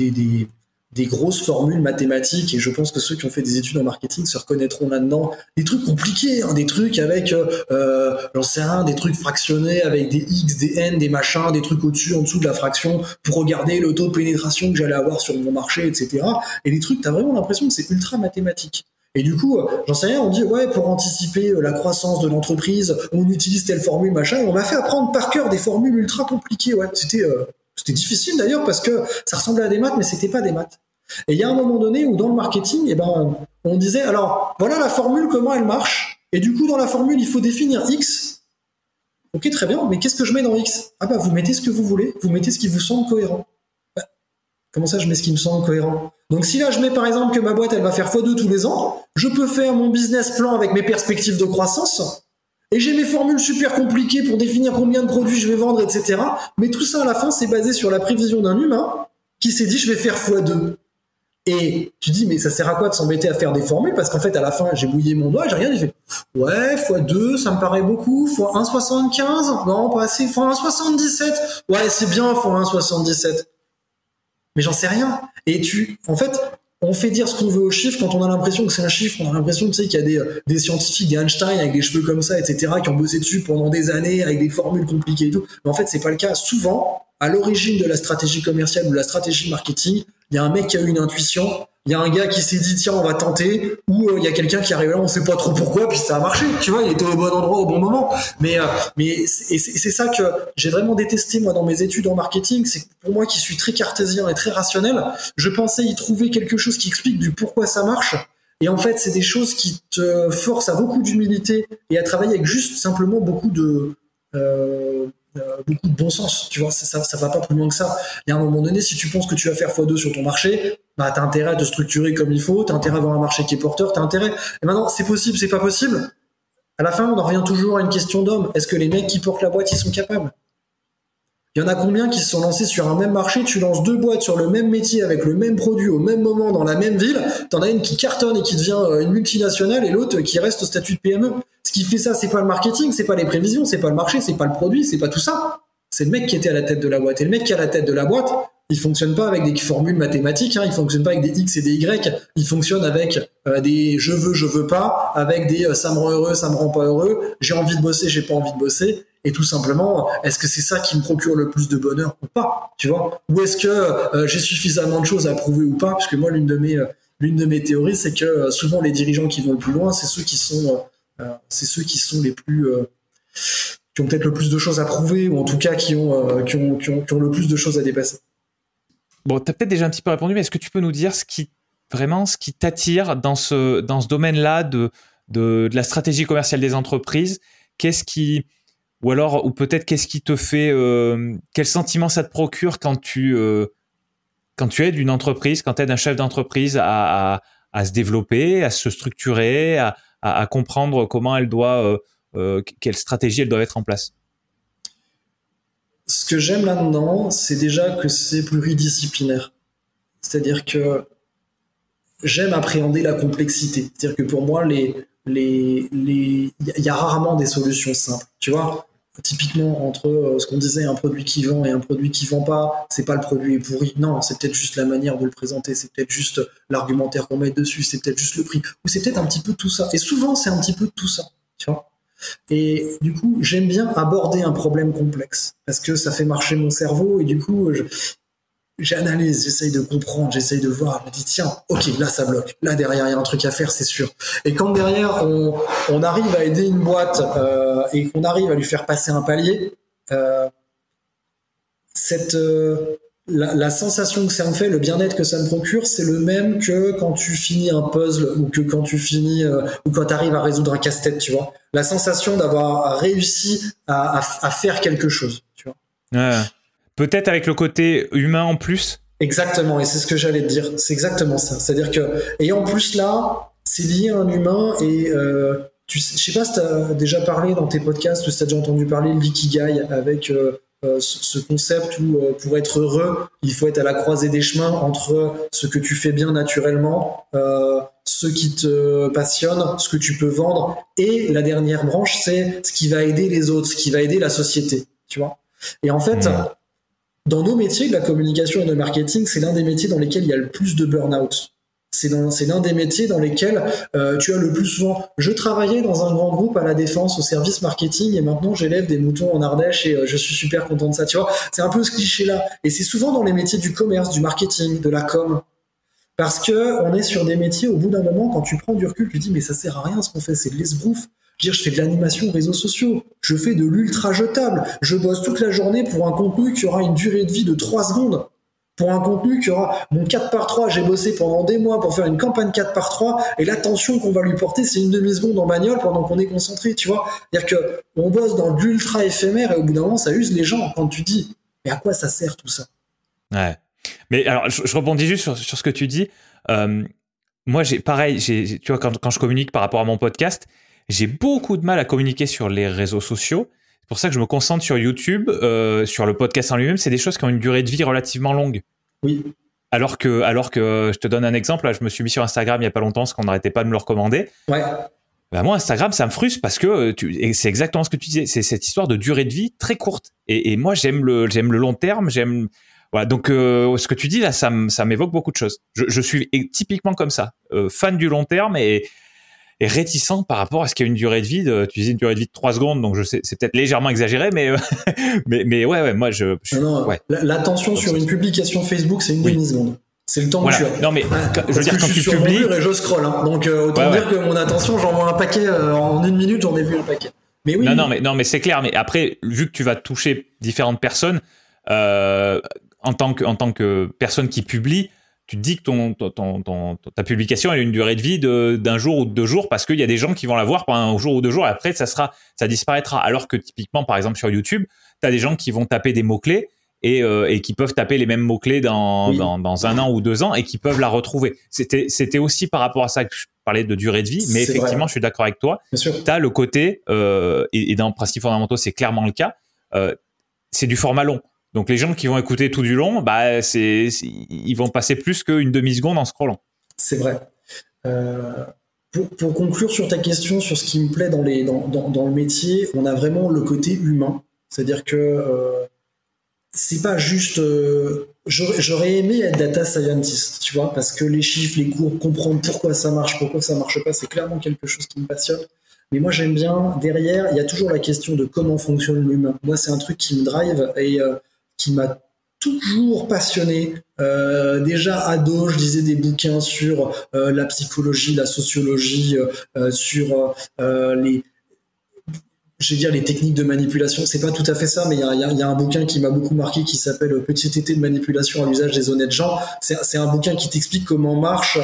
des grosses formules mathématiques, et je pense que ceux qui ont fait des études en marketing se reconnaîtront là-dedans. Des trucs compliqués, hein, des trucs avec, j'en sais rien, des trucs fractionnés avec des x, des n, des machins, des trucs au-dessus, en dessous de la fraction, pour regarder le taux de pénétration que j'allais avoir sur mon marché, etc. Et les trucs, t'as vraiment l'impression que c'est ultra mathématique. Et du coup, j'en sais rien, on dit, ouais, pour anticiper la croissance de l'entreprise, on utilise telle formule, machin, et on m'a fait apprendre par cœur des formules ultra compliquées, ouais. C'était difficile d'ailleurs parce que ça ressemblait à des maths, mais c'était pas des maths. Et il y a un moment donné où dans le marketing, eh ben, on disait, alors, voilà la formule, comment elle marche. Et du coup, dans la formule, il faut définir X. Ok, très bien, mais qu'est-ce que je mets dans X? Ah bah, vous mettez ce que vous voulez, vous mettez ce qui vous semble cohérent. Bah, comment ça, je mets ce qui me semble cohérent? Donc si là, je mets par exemple que ma boîte, elle va faire x2 tous les ans, je peux faire mon business plan avec mes perspectives de croissance, et j'ai mes formules super compliquées pour définir combien de produits je vais vendre, etc. Mais tout ça, à la fin, c'est basé sur la prévision d'un humain qui s'est dit, je vais faire x2. Et tu dis, mais ça sert à quoi de s'embêter à faire des formules? Parce qu'en fait, à la fin, j'ai mouillé mon doigt, j'ai regardé, j'ai fait, ouais, x2, ça me paraît beaucoup, x1,75, non, pas assez, x1,77, ouais, c'est bien, x1,77. Mais j'en sais rien. Et en fait, on fait dire ce qu'on veut aux chiffres quand on a l'impression que c'est un chiffre, on a l'impression, tu sais, qu'il y a des scientifiques, des Einstein avec des cheveux comme ça, etc., qui ont bossé dessus pendant des années avec des formules compliquées et tout. Mais en fait, c'est pas le cas. Souvent, à l'origine de la stratégie commerciale ou de la stratégie marketing, il y a un mec qui a eu une intuition, il y a un gars qui s'est dit tiens on va tenter, ou il y a quelqu'un qui arrive là, on sait pas trop pourquoi, puis ça a marché, tu vois, il était au bon endroit au bon moment. Mais c'est ça que j'ai vraiment détesté moi dans mes études en marketing, c'est que pour moi qui suis très cartésien et très rationnel, je pensais y trouver quelque chose qui explique du pourquoi ça marche. Et en fait, c'est des choses qui te forcent à beaucoup d'humilité et à travailler avec juste simplement beaucoup de bon sens, tu vois, ça va pas plus loin que ça. Il y a un moment donné, si tu penses que tu vas faire x2 sur ton marché, bah t'as intérêt à te structurer comme il faut, t'as intérêt à avoir un marché qui est porteur, t'as intérêt. Et maintenant, c'est possible, c'est pas possible. À la fin, on en revient toujours à une question d'homme. Est-ce que les mecs qui portent la boîte, ils sont capables? Il y en a combien qui se sont lancés sur un même marché? Tu lances 2 boîtes sur le même métier avec le même produit au même moment dans la même ville. T'en as une qui cartonne et qui devient une multinationale et l'autre qui reste au statut de PME. Ce qui fait ça, c'est pas le marketing, c'est pas les prévisions, c'est pas le marché, c'est pas le produit, c'est pas tout ça. C'est le mec qui était à la tête de la boîte. Et le mec qui est à la tête de la boîte, il fonctionne pas avec des formules mathématiques, hein, il fonctionne pas avec des X et des Y, il fonctionne avec des je veux pas, avec des ça me rend heureux, ça me rend pas heureux, j'ai envie de bosser, j'ai pas envie de bosser. Et tout simplement, est-ce que c'est ça qui me procure le plus de bonheur ou pas, tu vois? Ou est-ce que j'ai suffisamment de choses à prouver ou pas? Parce que moi, l'une de mes théories, c'est que souvent les dirigeants qui vont le plus loin, c'est ceux qui sont les plus qui ont peut-être le plus de choses à prouver, ou en tout cas qui ont le plus de choses à dépasser. Bon, tu as peut-être déjà un petit peu répondu, mais est-ce que tu peux nous dire ce qui t'attire dans ce domaine-là de la stratégie commerciale des entreprises? Qu'est-ce qui ou alors, ou peut-être qu'est-ce qui te fait, quel sentiment ça te procure quand tu aides une entreprise, quand tu aides un chef d'entreprise à se développer, à se structurer, à comprendre comment elle doit, quelle stratégie elle doit mettre en place. Ce que j'aime là-dedans, c'est déjà que c'est pluridisciplinaire. C'est-à-dire que j'aime appréhender la complexité. C'est-à-dire que pour moi, il y a rarement des solutions simples. Tu vois, typiquement entre ce qu'on disait, un produit qui vend et un produit qui vend pas, c'est pas le produit est pourri. Non, c'est peut-être juste la manière de le présenter, c'est peut-être juste l'argumentaire qu'on met dessus, c'est peut-être juste le prix, ou c'est peut-être un petit peu de tout ça. Et souvent, c'est un petit peu de tout ça. Tu vois. Et du coup, j'aime bien aborder un problème complexe parce que ça fait marcher mon cerveau et du coup, j'analyse, j'essaye de comprendre, j'essaye de voir, je me dis tiens, ok, là ça bloque, là derrière il y a un truc à faire, c'est sûr. Et quand derrière on arrive à aider une boîte et qu'on arrive à lui faire passer un palier, la sensation que ça en fait, le bien-être que ça me procure, c'est le même que quand tu finis un puzzle ou que quand tu finis ou quand tu arrives à résoudre un casse-tête, tu vois. La sensation d'avoir réussi à faire quelque chose, tu vois. Peut-être avec le côté humain en plus. Exactement, et c'est ce que j'allais te dire. C'est exactement ça. C'est-à-dire que, et en plus là, c'est lié à un humain et je sais pas si tu as déjà parlé dans tes podcasts ou si tu as déjà entendu parler de l'ikigai avec ce concept où pour être heureux, il faut être à la croisée des chemins entre ce que tu fais bien naturellement, ce qui te passionne, ce que tu peux vendre, et la dernière branche, c'est ce qui va aider les autres, ce qui va aider la société, tu vois. Et en fait, dans nos métiers de la communication et de marketing, c'est l'un des métiers dans lesquels il y a le plus de burn-out. C'est l'un des métiers dans lesquels tu as le plus souvent. Je travaillais dans un grand groupe à la Défense au service marketing et maintenant j'élève des moutons en Ardèche et je suis super content de ça. Tu vois, c'est un peu ce cliché-là. Et c'est souvent dans les métiers du commerce, du marketing, de la com. Parce que on est sur des métiers, au bout d'un moment, quand tu prends du recul, tu te dis mais ça sert à rien ce qu'on fait, c'est de l'esbrouf. Je veux dire, je fais de l'animation réseaux sociaux, je fais de l'ultra jetable, je bosse toute la journée pour un contenu qui aura une durée de vie de 3 secondes. Pour un contenu qui aura mon 4x3, j'ai bossé pendant des mois pour faire une campagne 4x3 et l'attention qu'on va lui porter, c'est une demi-seconde en bagnole pendant qu'on est concentré, tu vois. C'est-à-dire qu'on bosse dans de l'ultra éphémère et au bout d'un moment, ça use les gens quand tu dis mais à quoi ça sert tout ça? Ouais. Mais alors, je rebondis juste sur ce que tu dis. Moi, tu vois, quand je communique par rapport à mon podcast, j'ai beaucoup de mal à communiquer sur les réseaux sociaux. C'est pour ça que je me concentre sur YouTube, sur le podcast en lui-même. C'est des choses qui ont une durée de vie relativement longue. Oui. Alors que je te donne un exemple. Là, je me suis mis sur Instagram il n'y a pas longtemps, parce qu'on n'arrêtait pas de me le recommander. Ouais. Ben moi, Instagram, ça me frustre parce que et c'est exactement ce que tu disais. C'est cette histoire de durée de vie très courte. Et moi, j'aime le long terme. Voilà, donc ce que tu dis là, ça m'évoque beaucoup de choses. Je suis typiquement comme ça, fan du long terme et réticent par rapport à ce qu'il y a une durée de vie. Tu disais une durée de vie de 3 secondes, donc je sais, c'est peut-être légèrement exagéré, mais mais ouais, moi je non, ouais. L'attention sur une publication Facebook, c'est une demi-seconde. C'est le temps que tu as. Non mais je veux dire quand tu suis publies, sur mon mur et je scrolle, hein. Donc autant dire que mon attention, j'en vois un paquet en 1 minute, j'en ai vu un paquet. Mais oui. Non mais c'est clair. Mais après, vu que tu vas toucher différentes personnes, en tant que personne qui publie, tu te dis que ta publication elle a une durée de vie d'un jour ou de 2 jours parce qu'il y a des gens qui vont la voir pendant un jour ou 2 jours et après ça disparaîtra. Alors que typiquement, par exemple sur YouTube, tu as des gens qui vont taper des mots-clés et qui peuvent taper les mêmes mots-clés dans 1 an ou 2 ans et qui peuvent la retrouver. C'était aussi par rapport à ça que je parlais de durée de vie, mais effectivement, je suis d'accord avec toi. Tu as le côté, et dans Principes fondamentaux, c'est clairement le cas, c'est du format long. Donc les gens qui vont écouter tout du long, ils vont passer plus qu'une demi-seconde en scrollant. C'est vrai. Pour conclure sur ta question, sur ce qui me plaît dans le métier, on a vraiment le côté humain. C'est-à-dire que c'est pas juste... j'aurais aimé être data scientist, tu vois, parce que les chiffres, les cours, comprendre pourquoi ça marche pas, c'est clairement quelque chose qui me passionne. Mais moi, j'aime bien, derrière, il y a toujours la question de comment fonctionne l'humain. Moi, c'est un truc qui me drive et qui m'a toujours passionné. Déjà ado, je lisais des bouquins sur la psychologie, la sociologie, sur je vais dire les techniques de manipulation, c'est pas tout à fait ça, mais il y a un bouquin qui m'a beaucoup marqué qui s'appelle Petit été de manipulation à l'usage des honnêtes gens. C'est un bouquin qui t'explique comment marche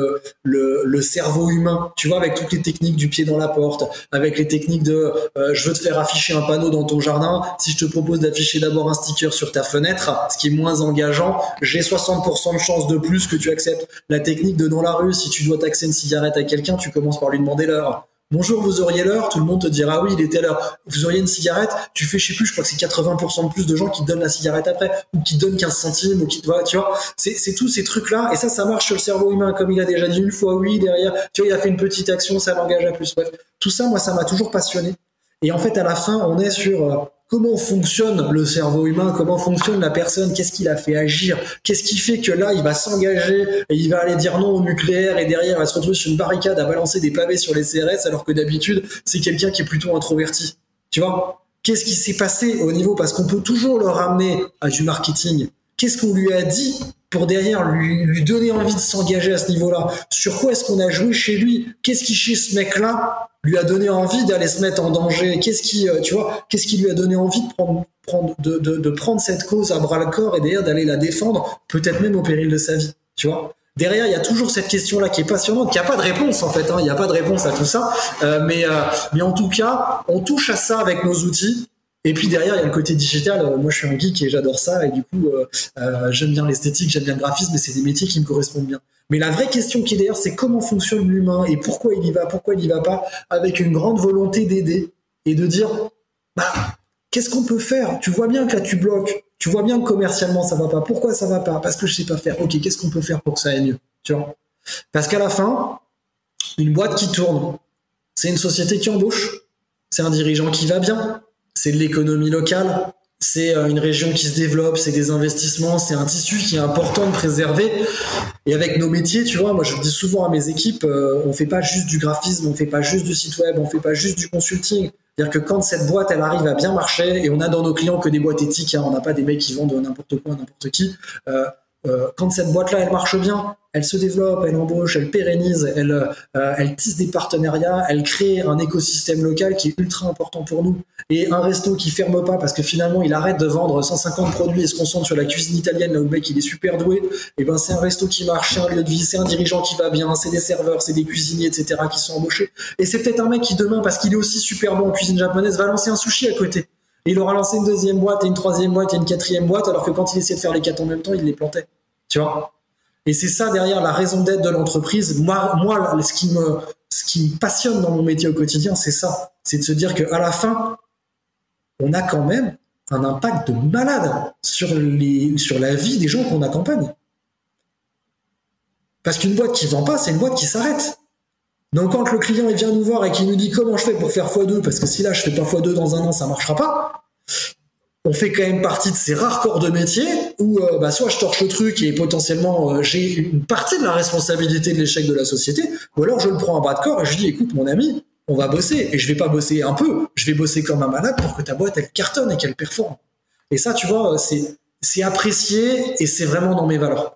le cerveau humain, tu vois, avec toutes les techniques du pied dans la porte, avec les techniques de je veux te faire afficher un panneau dans ton jardin, si je te propose d'afficher d'abord un sticker sur ta fenêtre, ce qui est moins engageant, j'ai 60% de chance de plus que tu acceptes. La technique de dans la rue, si tu dois taxer une cigarette à quelqu'un, tu commences par lui demander l'heure. Bonjour, vous auriez l'heure? Tout le monde te dira oui, il était l'heure. Vous auriez une cigarette? Tu fais, je sais plus, je crois que c'est 80% de plus de gens qui te donnent la cigarette après, ou qui te donnent 15 centimes, ou qui, tu vois, c'est tous ces trucs-là, et ça marche sur le cerveau humain, comme il a déjà dit une fois oui, derrière, tu vois, il a fait une petite action, ça l'engage à plus. Bref, tout ça, moi, ça m'a toujours passionné. Et en fait, à la fin, on est sur comment fonctionne le cerveau humain, comment fonctionne la personne, qu'est-ce qui l'a fait agir, qu'est-ce qui fait que là, il va s'engager et il va aller dire non au nucléaire et derrière, il va se retrouver sur une barricade à balancer des pavés sur les CRS alors que d'habitude, c'est quelqu'un qui est plutôt introverti. Tu vois? Qu'est-ce qui s'est passé au niveau, parce qu'on peut toujours le ramener à du marketing. Qu'est-ce qu'on lui a dit pour derrière lui donner envie de s'engager à ce niveau-là? Sur quoi est-ce qu'on a joué chez lui? Qu'est-ce qui, chez ce mec-là, lui a donné envie d'aller se mettre en danger? Qu'est-ce qui lui a donné envie de prendre cette cause à bras-le-corps et derrière d'aller la défendre, peut-être même au péril de sa vie, tu vois? Derrière, il y a toujours cette question-là qui est passionnante, qui n'a pas de réponse en fait, hein. Il n'y a pas de réponse à tout ça, mais en tout cas, on touche à ça avec nos outils. Et puis derrière, il y a le côté digital. Moi, je suis un geek et j'adore ça. Et du coup, j'aime bien l'esthétique, j'aime bien le graphisme, mais c'est des métiers qui me correspondent bien. Mais la vraie question qui est derrière, c'est comment fonctionne l'humain et pourquoi il y va pas, avec une grande volonté d'aider et de dire, qu'est-ce qu'on peut faire? Tu vois bien que là, tu bloques. Tu vois bien que commercialement, ça va pas. Pourquoi ça va pas? Parce que je sais pas faire. Ok, qu'est-ce qu'on peut faire pour que ça aille mieux? Tu vois? Parce qu'à la fin, une boîte qui tourne, c'est une société qui embauche, c'est un dirigeant qui va bien. C'est de l'économie locale, c'est une région qui se développe, c'est des investissements, c'est un tissu qui est important de préserver. Et avec nos métiers, tu vois, moi je dis souvent à mes équipes, on fait pas juste du graphisme, on fait pas juste du site web, on fait pas juste du consulting. C'est-à-dire que quand cette boîte, elle arrive à bien marcher, et on a dans nos clients que des boîtes éthiques, hein, on n'a pas des mecs qui vendent n'importe quoi à n'importe qui, quand cette boîte-là, elle marche bien, elle se développe, elle embauche, elle pérennise, elle tisse des partenariats, elle crée un écosystème local qui est ultra important pour nous. Et un resto qui ferme pas parce que finalement il arrête de vendre 150 produits et se concentre sur la cuisine italienne là où le mec il est super doué, et ben c'est un resto qui marche, c'est un lieu de vie, c'est un dirigeant qui va bien, c'est des serveurs, c'est des cuisiniers, etc. qui sont embauchés. Et c'est peut-être un mec qui demain, parce qu'il est aussi super bon en cuisine japonaise, va lancer un sushi à côté. Et il aura lancé une deuxième boîte et une troisième boîte et une quatrième boîte, alors que quand il essayait de faire les 4 en même temps, il les plantait. Tu vois? Et c'est ça derrière la raison d'être de l'entreprise. Moi, ce qui me passionne dans mon métier au quotidien, c'est ça. C'est de se dire qu'à la fin, on a quand même un impact de malade sur la vie des gens qu'on accompagne. Parce qu'une boîte qui vend pas, c'est une boîte qui s'arrête. Donc quand le client il vient nous voir et qu'il nous dit comment je fais pour faire x2, parce que si là je fais pas x2 dans un an, ça marchera pas. On fait quand même partie de ces rares corps de métier où soit je torche le truc et potentiellement j'ai une partie de la responsabilité de l'échec de la société, ou alors je le prends à bras de corps et je dis écoute mon ami, on va bosser, et je vais pas bosser un peu, je vais bosser comme un malade pour que ta boîte elle cartonne et qu'elle performe. Et ça tu vois, c'est apprécié et c'est vraiment dans mes valeurs.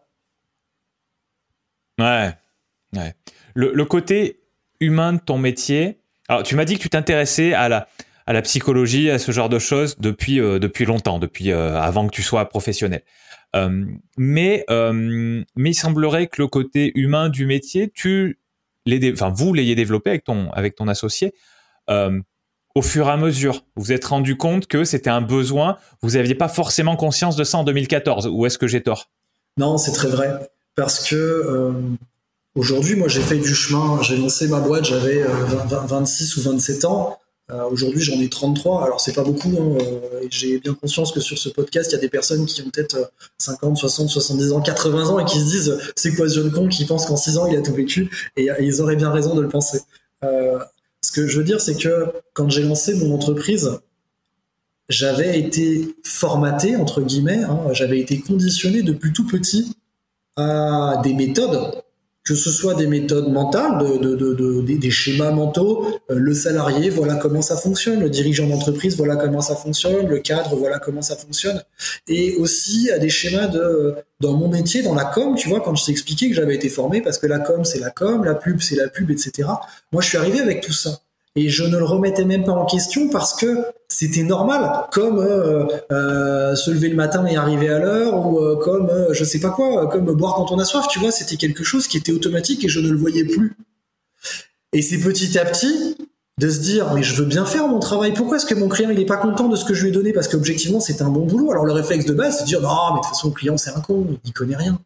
Ouais. Le côté humain de ton métier. Alors tu m'as dit que tu t'intéressais à la psychologie, à ce genre de choses depuis longtemps, depuis avant que tu sois professionnel. Mais il semblerait que le côté humain du métier, vous l'ayez développé avec ton associé au fur et à mesure. Vous vous êtes rendu compte que c'était un besoin. Vous n'aviez pas forcément conscience de ça en 2014. Ou est-ce que j'ai tort? Non, c'est très vrai. Parce que aujourd'hui, moi, j'ai fait du chemin. J'ai lancé ma boîte, j'avais 26 ou 27 ans. Aujourd'hui, j'en ai 33. Alors, c'est pas beaucoup. Hein. J'ai bien conscience que sur ce podcast, il y a des personnes qui ont peut-être 50, 60, 70 ans, 80 ans et qui se disent « C'est quoi ce jeune con qui pense qu'en 6 ans, il a tout vécu ?» Et ils auraient bien raison de le penser. Ce que je veux dire, c'est que quand j'ai lancé mon entreprise, j'avais été formaté, entre guillemets, hein, j'avais été conditionné depuis tout petit à des méthodes, que ce soit des méthodes mentales, des schémas mentaux, le salarié, voilà comment ça fonctionne, le dirigeant d'entreprise, voilà comment ça fonctionne, le cadre, voilà comment ça fonctionne, et aussi à des schémas dans mon métier, dans la com, tu vois, quand je t'ai expliqué que j'avais été formé, parce que la com, c'est la com, la pub, c'est la pub, etc. Moi, je suis arrivé avec tout ça. et je ne le remettais même pas en question parce que c'était normal, comme se lever le matin et arriver à l'heure, ou comme je sais pas quoi, comme boire quand on a soif, tu vois, c'était quelque chose qui était automatique et je ne le voyais plus. Et c'est petit à petit de se dire, mais je veux bien faire mon travail, pourquoi est-ce que mon client il est pas content de ce que je lui ai donné, parce qu'objectivement c'était un bon boulot. Alors le réflexe de base c'est de dire, non mais de toute façon le client c'est un con, il connaît rien.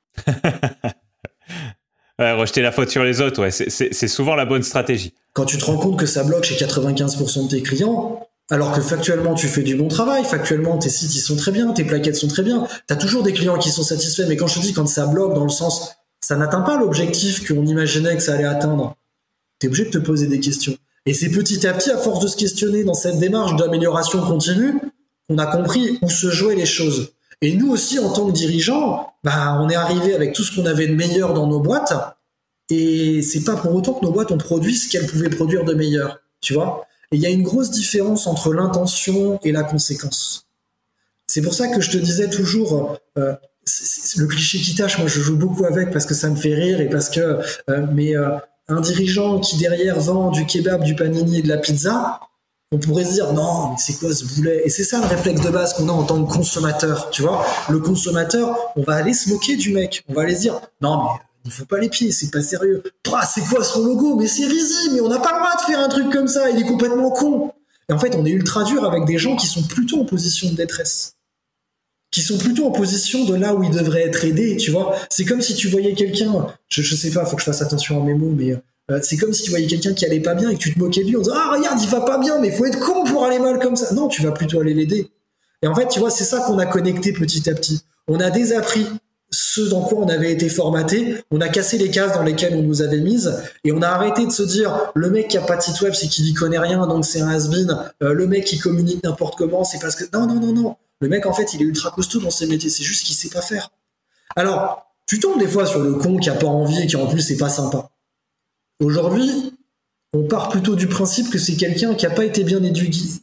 Ouais, rejeter la faute sur les autres, ouais, c'est souvent la bonne stratégie. Quand tu te rends compte que ça bloque chez 95% de tes clients, alors que factuellement tu fais du bon travail, factuellement tes sites ils sont très bien, tes plaquettes sont très bien, t'as toujours des clients qui sont satisfaits, mais quand je te dis quand ça bloque dans le sens ça n'atteint pas l'objectif qu'on imaginait que ça allait atteindre, t'es obligé de te poser des questions. Et c'est petit à petit, à force de se questionner dans cette démarche d'amélioration continue, qu'on a compris où se jouaient les choses. Et nous aussi, en tant que dirigeants, on est arrivé avec tout ce qu'on avait de meilleur dans nos boîtes, et c'est pas pour autant que nos boîtes ont produit ce qu'elles pouvaient produire de meilleur, tu vois. Et il y a une grosse différence entre l'intention et la conséquence. C'est pour ça que je te disais toujours, le cliché qui tâche, moi je joue beaucoup avec parce que ça me fait rire et parce que un dirigeant qui derrière vend du kebab, du panini et de la pizza, on pourrait se dire non mais c'est quoi ce boulet. Et c'est ça le réflexe de base qu'on a en tant que consommateur, tu vois. Le consommateur, on va aller se moquer du mec, on va aller se dire non mais il faut pas les pieds, c'est pas sérieux. C'est quoi son logo, mais c'est risible, mais on n'a pas le droit de faire un truc comme ça, il est complètement con. Et en fait on est ultra dur avec des gens qui sont plutôt en position de détresse, qui sont plutôt en position de là où ils devraient être aidés, tu vois. C'est comme si tu voyais quelqu'un, je sais pas, faut que je fasse attention à mes mots, mais c'est comme si tu voyais quelqu'un qui allait pas bien et que tu te moquais de lui en disant ah regarde il va pas bien, mais faut être con pour aller mal comme ça. Non, tu vas plutôt aller l'aider. Et en fait, tu vois, c'est ça qu'on a connecté petit à petit. On a désappris ce dans quoi on avait été formaté, on a cassé les cases dans lesquelles on nous avait mises, et on a arrêté de se dire le mec qui a pas de site web c'est qu'il y connaît rien, donc c'est un has-been, le mec qui communique n'importe comment c'est parce que non. Le mec, en fait, il est ultra costaud dans ses métiers. C'est juste qu'il sait pas faire. Alors, tu tombes des fois sur le con qui a pas envie et qui, en plus, c'est pas sympa. Aujourd'hui, on part plutôt du principe que c'est quelqu'un qui a pas été bien aiguillé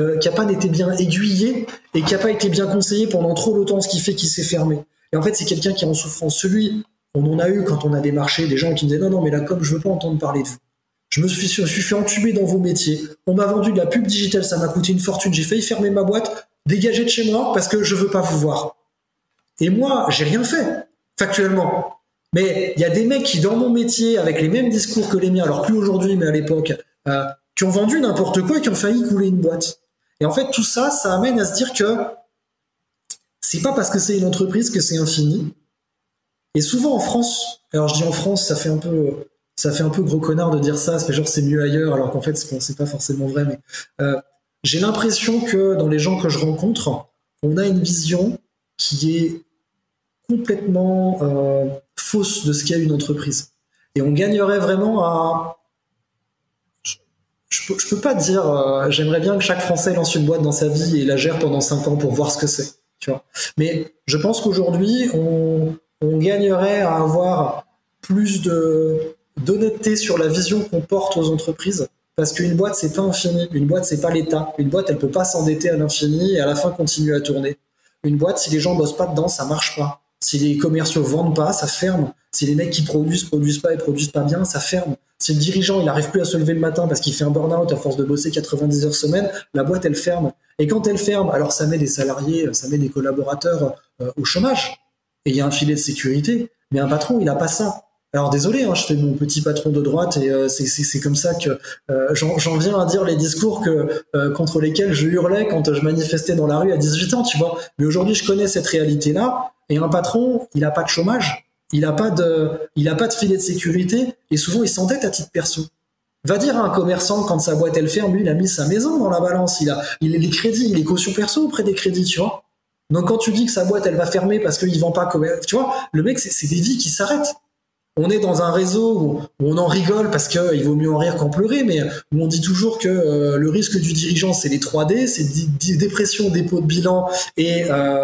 et qui a pas été bien conseillé pendant trop longtemps, ce qui fait qu'il s'est fermé. Et en fait, c'est quelqu'un qui est en souffrance. Celui, on en a eu quand on a démarché des gens qui me disaient non, mais la com, je veux pas entendre parler de vous. Je me suis fait entuber dans vos métiers. On m'a vendu de la pub digitale, ça m'a coûté une fortune. J'ai failli fermer ma boîte. Dégagez de chez moi parce que je veux pas vous voir. Et moi, j'ai rien fait, factuellement. Mais il y a des mecs qui, dans mon métier, avec les mêmes discours que les miens, alors plus aujourd'hui, mais à l'époque, qui ont vendu n'importe quoi et qui ont failli couler une boîte. Et en fait, tout ça, ça amène à se dire que c'est pas parce que c'est une entreprise que c'est infini. Et souvent en France, alors je dis en France, ça fait un peu gros connard de dire ça fait genre c'est mieux ailleurs, alors qu'en fait, c'est pas forcément vrai, mais j'ai l'impression que dans les gens que je rencontre, on a une vision qui est complètement fausse de ce qu'est une entreprise. Et on gagnerait vraiment à... Je peux pas dire j'aimerais bien que chaque Français lance une boîte dans sa vie et la gère pendant 5 ans pour voir ce que c'est. Tu vois. Mais je pense qu'aujourd'hui, on gagnerait à avoir plus d'honnêteté sur la vision qu'on porte aux entreprises. Parce qu'une boîte, c'est pas infini. Une boîte, c'est pas l'État. Une boîte, elle peut pas s'endetter à l'infini et à la fin continuer à tourner. Une boîte, si les gens bossent pas dedans, ça marche pas. Si les commerciaux vendent pas, ça ferme. Si les mecs qui produisent pas et produisent pas bien, ça ferme. Si le dirigeant, il arrive plus à se lever le matin parce qu'il fait un burn-out à force de bosser 90 heures semaine, la boîte, elle ferme. Et quand elle ferme, alors ça met des salariés, ça met des collaborateurs au chômage. Et il y a un filet de sécurité. Mais un patron, il a pas ça. Alors désolé, hein, je fais mon petit patron de droite et c'est comme ça que j'en viens à dire les discours contre lesquels je hurlais quand je manifestais dans la rue à 18 ans, tu vois. Mais aujourd'hui, je connais cette réalité-là et un patron, il a pas de chômage, il a pas de filet de sécurité et souvent il s'endette à titre perso. Va dire à un commerçant quand sa boîte elle ferme, lui il a mis sa maison dans la balance, il a les crédits, il est caution perso auprès des crédits, tu vois. Donc quand tu dis que sa boîte elle va fermer parce qu'il vend pas, tu vois, le mec c'est des vies qui s'arrêtent. On est dans un réseau où on en rigole parce qu'il vaut mieux en rire qu'en pleurer, mais où on dit toujours que le risque du dirigeant, c'est les 3D, c'est dépression, dépôt de bilan et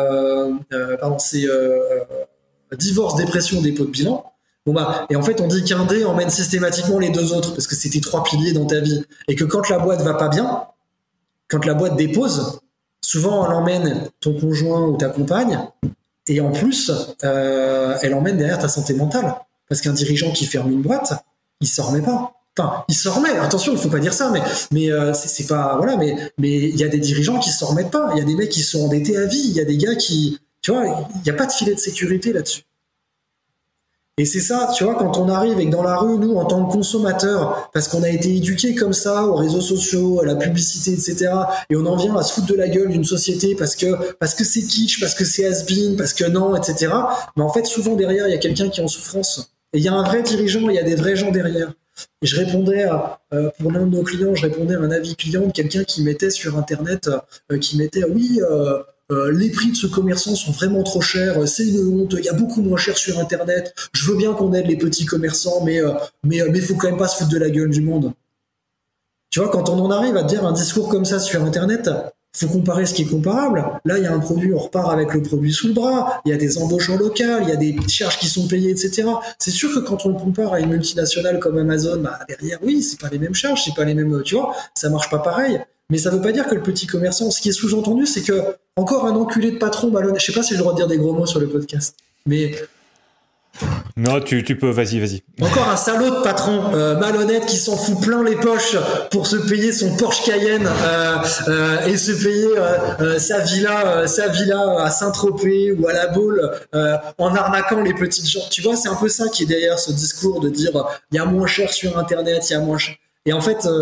divorce, dépression, dépôt de bilan. Et en fait, on dit qu'un D emmène systématiquement les deux autres parce que c'était 3 piliers dans ta vie et que quand la boîte va pas bien, quand la boîte dépose, souvent elle emmène ton conjoint ou ta compagne et en plus, elle emmène derrière ta santé mentale. Parce qu'un dirigeant qui ferme une boîte, il s'en remet pas. Enfin, il s'en remet. Attention, il faut pas dire ça, mais c'est pas voilà. Mais il y a des dirigeants qui s'en remettent pas. Il y a des mecs qui sont endettés à vie. Il y a des gars qui, tu vois, il y a pas de filet de sécurité là-dessus. Et c'est ça, tu vois, quand on arrive et que dans la rue, nous, en tant que consommateurs, parce qu'on a été éduqués comme ça, aux réseaux sociaux, à la publicité, etc., et on en vient à se foutre de la gueule d'une société parce que c'est kitsch, parce que c'est has-been, parce que non, etc., mais en fait, souvent derrière, il y a quelqu'un qui est en souffrance. Et il y a un vrai dirigeant, il y a des vrais gens derrière. Et je répondais pour l'un de nos clients, je répondais à un avis client de quelqu'un qui mettait sur Internet, qui mettait, les prix de ce commerçant sont vraiment trop chers, c'est une honte, il y a beaucoup moins cher sur Internet, je veux bien qu'on aide les petits commerçants, mais faut quand même pas se foutre de la gueule du monde. Tu vois, quand on en arrive à dire un discours comme ça sur Internet, faut comparer ce qui est comparable. Là, il y a un produit, on repart avec le produit sous le bras, il y a des embauches en local, il y a des charges qui sont payées, etc. C'est sûr que quand on le compare à une multinationale comme Amazon, derrière, oui, c'est pas les mêmes charges, c'est pas les mêmes, tu vois, ça marche pas pareil. Mais ça veut pas dire que le petit commerçant, ce qui est sous-entendu, c'est que encore un enculé de patron malhonnête, je sais pas si j'ai le droit de dire des gros mots sur le podcast, mais... Non, tu peux, vas-y. Encore un salaud de patron malhonnête qui s'en fout plein les poches pour se payer son Porsche Cayenne et se payer sa villa à Saint-Tropez ou à La Baule en arnaquant les petites gens. Tu vois, c'est un peu ça qui est derrière ce discours de dire il y a moins cher sur Internet, il y a moins cher. Et en fait...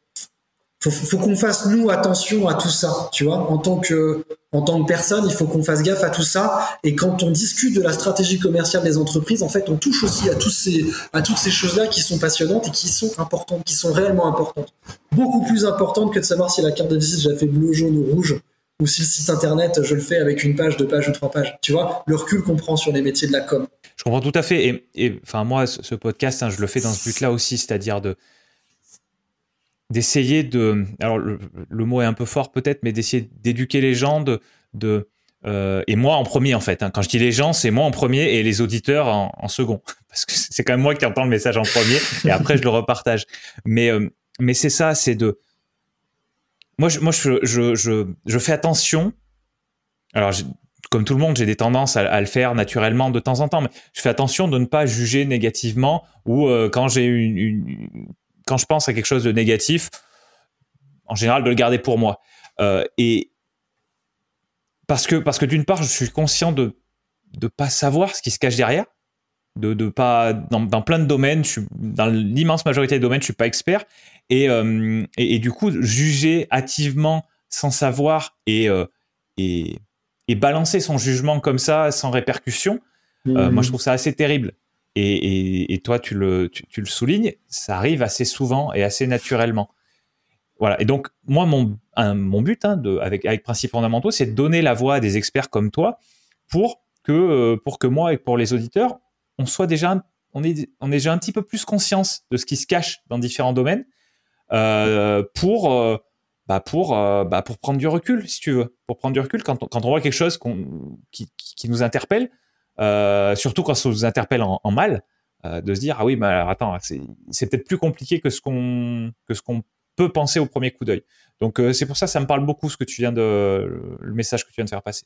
faut qu'on fasse nous attention à tout ça, tu vois, en tant que personne, il faut qu'on fasse gaffe à tout ça. Et quand on discute de la stratégie commerciale des entreprises, en fait, on touche aussi à toutes ces choses-là qui sont passionnantes et qui sont importantes, qui sont réellement importantes, beaucoup plus importantes que de savoir si la carte de visite je la fais bleu, jaune ou rouge, ou si le site internet je le fais avec 1 page, 2 pages ou 3 pages. Tu vois, le recul qu'on prend sur les métiers de la com. Je comprends tout à fait. Et enfin moi, ce podcast, je le fais dans ce but-là aussi, c'est-à-dire d'essayer de... Alors, le mot est un peu fort peut-être, mais d'essayer d'éduquer les gens et moi en premier, en fait. Quand je dis les gens, c'est moi en premier et les auditeurs en second. Parce que c'est quand même moi qui entends le message en premier et après, je le repartage. Mais c'est ça, c'est de... Moi, je fais attention. Alors, comme tout le monde, j'ai des tendances à le faire naturellement de temps en temps, mais je fais attention de ne pas juger négativement ou quand j'ai quand je pense à quelque chose de négatif, en général, de le garder pour moi. Et parce que d'une part, je suis conscient de pas savoir ce qui se cache derrière, de pas dans plein de domaines, dans l'immense majorité des domaines, je suis pas expert, et du coup, juger hâtivement sans savoir et balancer son jugement comme ça, sans répercussion, moi, je trouve ça assez terrible. Et toi, tu le soulignes, ça arrive assez souvent et assez naturellement. Voilà. Et donc, moi, mon but avec Principes fondamentaux, c'est de donner la voix à des experts comme toi pour que moi et pour les auditeurs, on ait déjà un petit peu plus conscience de ce qui se cache dans différents domaines pour prendre du recul, si tu veux. Pour prendre du recul quand on voit quelque chose qui nous interpelle, surtout quand ça nous interpelle en mal, de se dire ah oui, mais alors, attends, c'est peut-être plus compliqué que ce qu'on peut penser au premier coup d'œil. Donc c'est pour ça me parle beaucoup le message que tu viens de faire passer.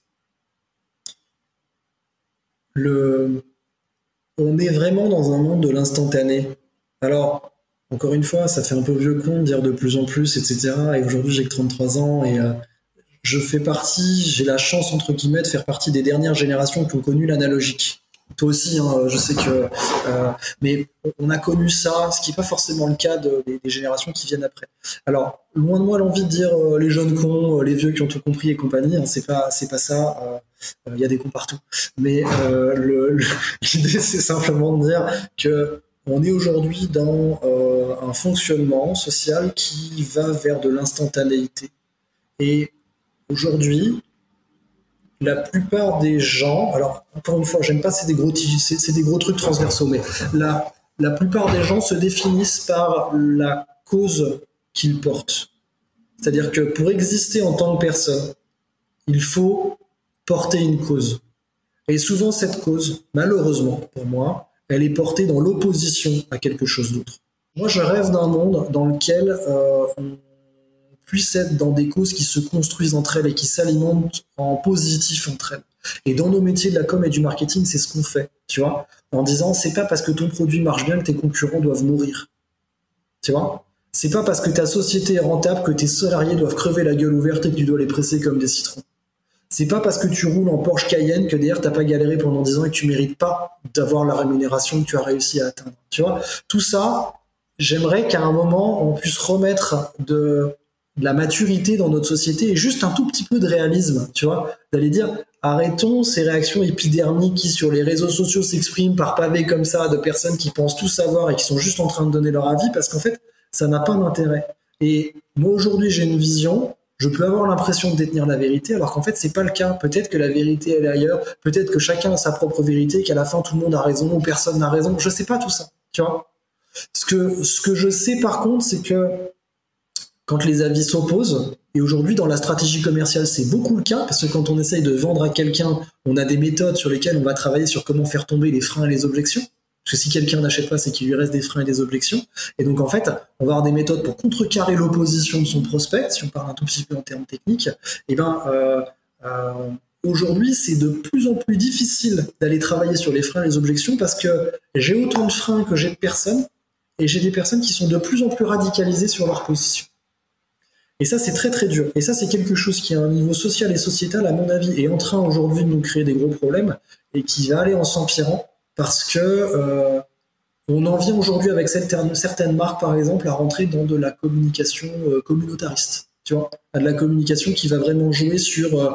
On est vraiment dans un monde de l'instantané. Alors encore une fois, ça fait un peu vieux con de dire de plus en plus, etc. Et aujourd'hui, j'ai que 33 ans et j'ai la chance, entre guillemets, de faire partie des dernières générations qui ont connu l'analogique. Toi aussi, je sais que... mais on a connu ça, ce qui n'est pas forcément le cas des générations qui viennent après. Alors, loin de moi l'envie de dire les jeunes cons, les vieux qui ont tout compris et compagnie, c'est pas ça. Il y a des cons partout. Mais l'idée, c'est simplement de dire que on est aujourd'hui dans un fonctionnement social qui va vers de l'instantanéité. Et aujourd'hui, la plupart des gens, alors encore une fois, j'aime pas, c'est des gros trucs transversaux, mais la plupart des gens se définissent par la cause qu'ils portent. C'est-à-dire que pour exister en tant que personne, il faut porter une cause. Et souvent, cette cause, malheureusement pour moi, elle est portée dans l'opposition à quelque chose d'autre. Moi, je rêve d'un monde dans lequel on puisse être dans des causes qui se construisent entre elles et qui s'alimentent en positif entre elles. Et dans nos métiers de la com et du marketing, c'est ce qu'on fait, tu vois, en disant c'est pas parce que ton produit marche bien que tes concurrents doivent mourir. Tu vois? C'est pas parce que ta société est rentable que tes salariés doivent crever la gueule ouverte et que tu dois les presser comme des citrons. C'est pas parce que tu roules en Porsche Cayenne que derrière t'as pas galéré pendant 10 ans et que tu mérites pas d'avoir la rémunération que tu as réussi à atteindre. Tu vois, tout ça, j'aimerais qu'à un moment on puisse remettre de la maturité dans notre société et juste un tout petit peu de réalisme, tu vois, d'aller dire arrêtons ces réactions épidermiques qui sur les réseaux sociaux s'expriment par pavés comme ça de personnes qui pensent tout savoir et qui sont juste en train de donner leur avis parce qu'en fait ça n'a pas d'intérêt. Et moi aujourd'hui j'ai une vision. Je peux avoir l'impression de détenir la vérité, alors qu'en fait, c'est pas le cas. Peut-être que la vérité, elle est ailleurs. Peut-être que chacun a sa propre vérité, qu'à la fin, tout le monde a raison ou personne n'a raison. Je sais pas tout ça, tu vois. Ce que je sais, par contre, c'est que quand les avis s'opposent, et aujourd'hui, dans la stratégie commerciale, c'est beaucoup le cas, parce que quand on essaye de vendre à quelqu'un, on a des méthodes sur lesquelles on va travailler sur comment faire tomber les freins et les objections. Parce que si quelqu'un n'achète pas, c'est qu'il lui reste des freins et des objections. Et donc, en fait, on va avoir des méthodes pour contrecarrer l'opposition de son prospect, si on parle un tout petit peu en termes techniques. Et aujourd'hui, c'est de plus en plus difficile d'aller travailler sur les freins et les objections parce que j'ai autant de freins que j'ai de personnes, et j'ai des personnes qui sont de plus en plus radicalisées sur leur position. Et ça, c'est très très dur. Et ça, c'est quelque chose qui, à un niveau social et sociétal, à mon avis, est en train aujourd'hui de nous créer des gros problèmes et qui va aller en s'empirant. Parce que on en vient aujourd'hui avec certaines marques, par exemple, à rentrer dans de la communication communautariste, tu vois, à de la communication qui va vraiment jouer sur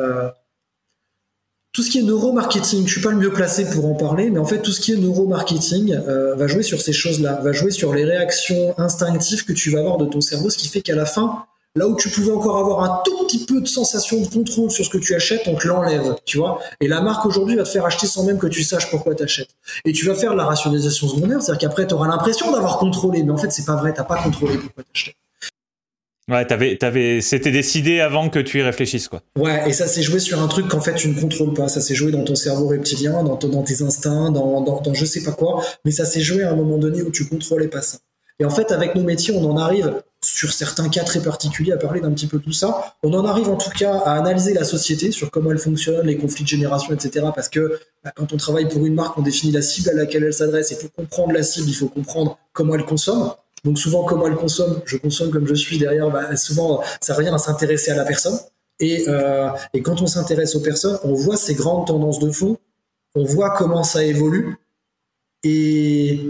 tout ce qui est neuromarketing. Je suis pas le mieux placé pour en parler, mais en fait, tout ce qui est neuromarketing va jouer sur ces choses-là, va jouer sur les réactions instinctives que tu vas avoir de ton cerveau, ce qui fait qu'à la fin, là où tu pouvais encore avoir un tout petit peu de sensation de contrôle sur ce que tu achètes, on te l'enlève, tu vois. Et la marque aujourd'hui va te faire acheter sans même que tu saches pourquoi tu achètes. Et tu vas faire la rationalisation secondaire, c'est-à-dire qu'après, tu auras l'impression d'avoir contrôlé, mais en fait, c'est pas vrai, t'as pas contrôlé pourquoi tu achetais. Ouais, c'était décidé avant que tu y réfléchisses, quoi. Ouais, et ça s'est joué sur un truc qu'en fait tu ne contrôles pas. Ça s'est joué dans ton cerveau reptilien, dans tes instincts, dans je sais pas quoi, mais ça s'est joué à un moment donné où tu contrôlais pas ça. Et en fait, avec nos métiers, on en arrive, sur certains cas très particuliers, à parler d'un petit peu tout ça. On en arrive en tout cas à analyser la société, sur comment elle fonctionne, les conflits de génération, etc. Parce que quand on travaille pour une marque, on définit la cible à laquelle elle s'adresse. Et pour comprendre la cible, il faut comprendre comment elle consomme. Donc souvent, comment elle consomme, je consomme comme je suis derrière, souvent, ça revient à s'intéresser à la personne. Et quand on s'intéresse aux personnes, on voit ces grandes tendances de fond, on voit comment ça évolue. Et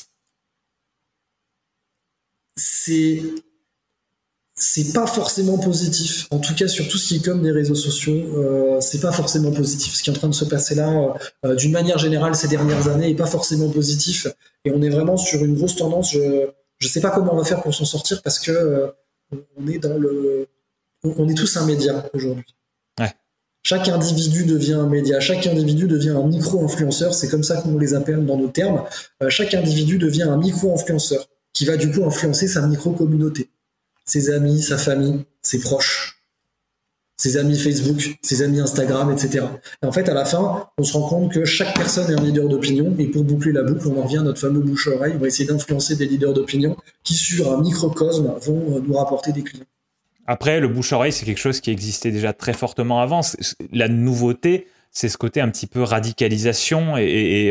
c'est pas forcément positif. En tout cas, sur tout ce qui est comme des réseaux sociaux, c'est pas forcément positif. Ce qui est en train de se passer là, d'une manière générale, ces dernières années, est pas forcément positif. Et on est vraiment sur une grosse tendance. Je sais pas comment on va faire pour s'en sortir parce que on est tous un média aujourd'hui. Ouais. Chaque individu devient un média, chaque individu devient un micro-influenceur, c'est comme ça qu'on les appelle dans nos termes. Chaque individu devient un micro-influenceur qui va du coup influencer sa micro-communauté, ses amis, sa famille, ses proches, ses amis Facebook, ses amis Instagram, etc. Et en fait, à la fin, on se rend compte que chaque personne est un leader d'opinion, et pour boucler la boucle, on en revient à notre fameux bouche-oreille, on va essayer d'influencer des leaders d'opinion qui, sur un microcosme, vont nous rapporter des clients. Après, le bouche-oreille, c'est quelque chose qui existait déjà très fortement avant. La nouveauté, c'est ce côté un petit peu radicalisation et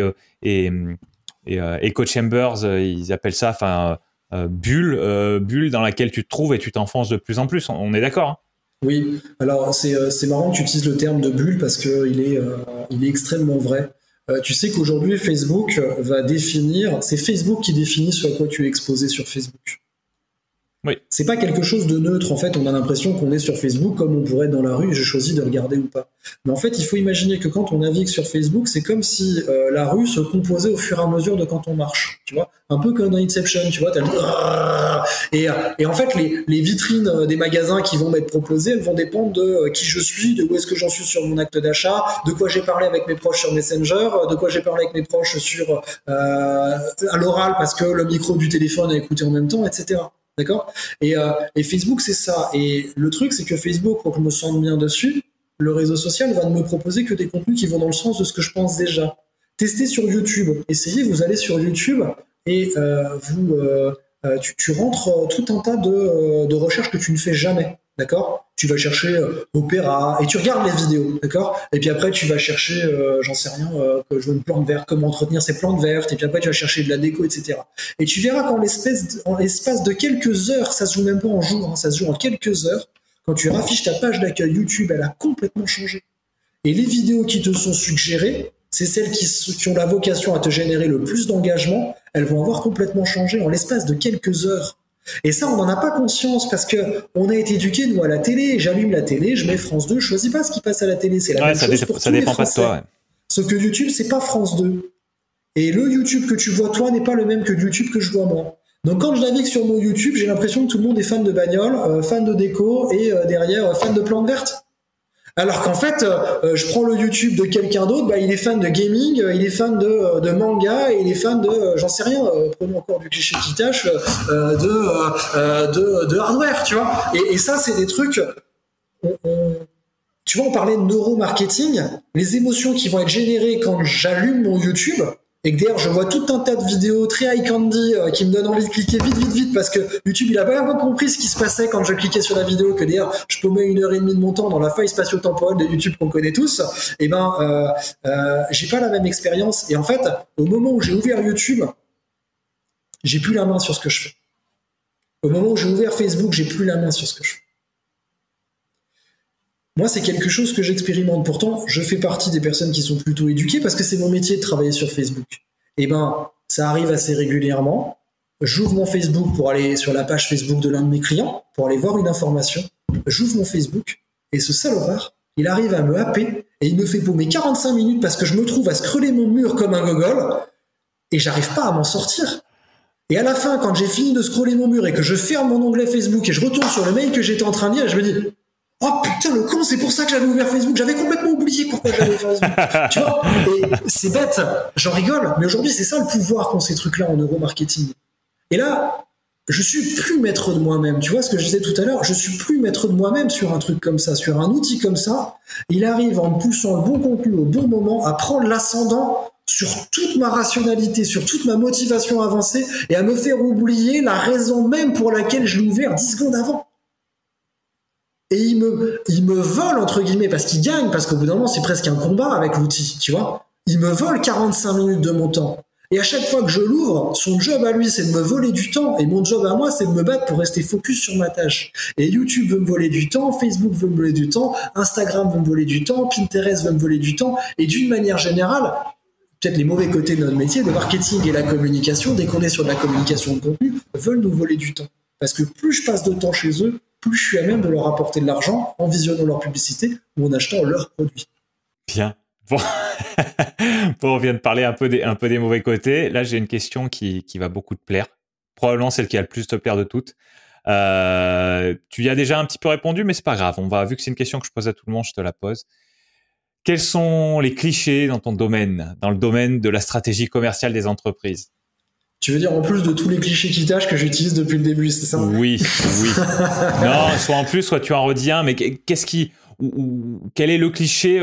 Echo Chambers, ils appellent ça, bulle dans laquelle tu te trouves et tu t'enfonces de plus en plus. On est d'accord, hein? Oui, alors c'est marrant que tu utilises le terme de bulle parce qu'il est extrêmement vrai. Tu sais qu'aujourd'hui, Facebook va définir, c'est Facebook qui définit ce à quoi tu es exposé sur Facebook. Oui. C'est pas quelque chose de neutre. En fait, on a l'impression qu'on est sur Facebook comme on pourrait être dans la rue et je choisis de regarder ou pas. Mais en fait, il faut imaginer que quand on navigue sur Facebook, c'est comme si la rue se composait au fur et à mesure de quand on marche. Tu vois, un peu comme dans Inception. Tu vois, et en fait, les vitrines des magasins qui vont m'être proposées, elles vont dépendre de qui je suis, de où est-ce que j'en suis sur mon acte d'achat, de quoi j'ai parlé avec mes proches sur Messenger, de quoi j'ai parlé avec mes proches sur à l'oral parce que le micro du téléphone a écouté en même temps, etc. D'accord ? Et Facebook, c'est ça. Et le truc, c'est que Facebook, pour que je me sente bien dessus, le réseau social va ne me proposer que des contenus qui vont dans le sens de ce que je pense déjà. Testez sur YouTube. Essayez, vous allez sur YouTube et tu rentres tout un tas de recherches que tu ne fais jamais. D'accord ? tu vas chercher opéra et tu regardes les vidéos, d'accord? Et puis après tu vas chercher, j'en sais rien, que je veux une plante verte, comment entretenir ces plantes vertes, et puis après tu vas chercher de la déco, etc. Et tu verras qu'en l'espace de quelques heures, ça se joue même pas en jours, hein, ça se joue en quelques heures, quand tu raffiches ta page d'accueil YouTube, elle a complètement changé. Et les vidéos qui te sont suggérées, c'est celles qui ont la vocation à te générer le plus d'engagement, elles vont avoir complètement changé en l'espace de quelques heures. Et ça, on n'en a pas conscience parce que on a été éduqués, nous, à la télé. J'allume la télé, je mets France 2, je choisis pas ce qui passe à la télé. C'est la même chose pour tous les Français. Ça dépend pas de toi, ouais. Sauf que YouTube, c'est pas France 2. Et le YouTube que tu vois, toi, n'est pas le même que le YouTube que je vois, moi. Donc quand je navigue sur mon YouTube, j'ai l'impression que tout le monde est fan de bagnole, fan de déco et derrière, fan de plantes vertes. Alors qu'en fait, je prends le YouTube de quelqu'un d'autre, bah, il est fan de gaming, il est fan de manga, et il est fan de, j'en sais rien, prenons encore du cliché qui tâche, de hardware, tu vois. Et ça, c'est des trucs, tu vois, on parlait de neuromarketing, les émotions qui vont être générées quand j'allume mon YouTube, et que d'ailleurs je vois tout un tas de vidéos très high candy qui me donnent envie de cliquer vite parce que YouTube il a pas compris ce qui se passait quand je cliquais sur la vidéo, que d'ailleurs je paumais 1h30 de mon temps dans la faille spatio-temporelle de YouTube qu'on connaît tous. Et j'ai pas la même expérience, et en fait au moment où j'ai ouvert YouTube, j'ai plus la main sur ce que je fais. Au moment où j'ai ouvert Facebook, j'ai plus la main sur ce que je fais. Moi, c'est quelque chose que j'expérimente. Pourtant, je fais partie des personnes qui sont plutôt éduquées parce que c'est mon métier de travailler sur Facebook. Et ça arrive assez régulièrement. J'ouvre mon Facebook pour aller sur la page Facebook de l'un de mes clients, pour aller voir une information. J'ouvre mon Facebook et ce salopard, il arrive à me happer et il me fait paumer 45 minutes parce que je me trouve à scroller mon mur comme un gogol et j'arrive pas à m'en sortir. Et à la fin, quand j'ai fini de scroller mon mur et que je ferme mon onglet Facebook et je retourne sur le mail que j'étais en train de lire, je me dis... Oh putain, le con, c'est pour ça que j'avais ouvert Facebook. J'avais complètement oublié pourquoi j'avais ouvert Facebook. Tu vois, et c'est bête, j'en rigole, mais aujourd'hui, c'est ça le pouvoir qu'ont ces trucs-là en neuromarketing. Et là, je suis plus maître de moi-même. Tu vois ce que je disais tout à l'heure, je suis plus maître de moi-même sur un truc comme ça, sur un outil comme ça. Il arrive en me poussant le bon contenu au bon moment à prendre l'ascendant sur toute ma rationalité, sur toute ma motivation avancée et à me faire oublier la raison même pour laquelle je l'ai ouvert 10 secondes avant. Et il me vole, entre guillemets, parce qu'il gagne, parce qu'au bout d'un moment, c'est presque un combat avec l'outil, tu vois. Il me vole 45 minutes de mon temps. Et à chaque fois que je l'ouvre, son job à lui, c'est de me voler du temps. Et mon job à moi, c'est de me battre pour rester focus sur ma tâche. Et YouTube veut me voler du temps, Facebook veut me voler du temps, Instagram veut me voler du temps, Pinterest veut me voler du temps. Et d'une manière générale, peut-être les mauvais côtés de notre métier, le marketing et la communication, dès qu'on est sur de la communication de contenu, veulent nous voler du temps. Parce que plus je passe de temps chez eux, plus je suis à même de leur apporter de l'argent en visionnant leur publicité ou en achetant leurs produits. Bien. Bon, on vient de parler un peu des mauvais côtés. Là, j'ai une question qui va beaucoup te plaire. Probablement celle qui a le plus te plaire de toutes. Tu y as déjà un petit peu répondu, mais c'est pas grave. Vu que c'est une question que je pose à tout le monde, je te la pose. Quels sont les clichés dans ton domaine, dans le domaine de la stratégie commerciale des entreprises ? Tu veux dire en plus de tous les clichés qui tâchent que j'utilise depuis le début, c'est ça ? Oui. Non, soit en plus, soit tu en redis un, mais quel est le cliché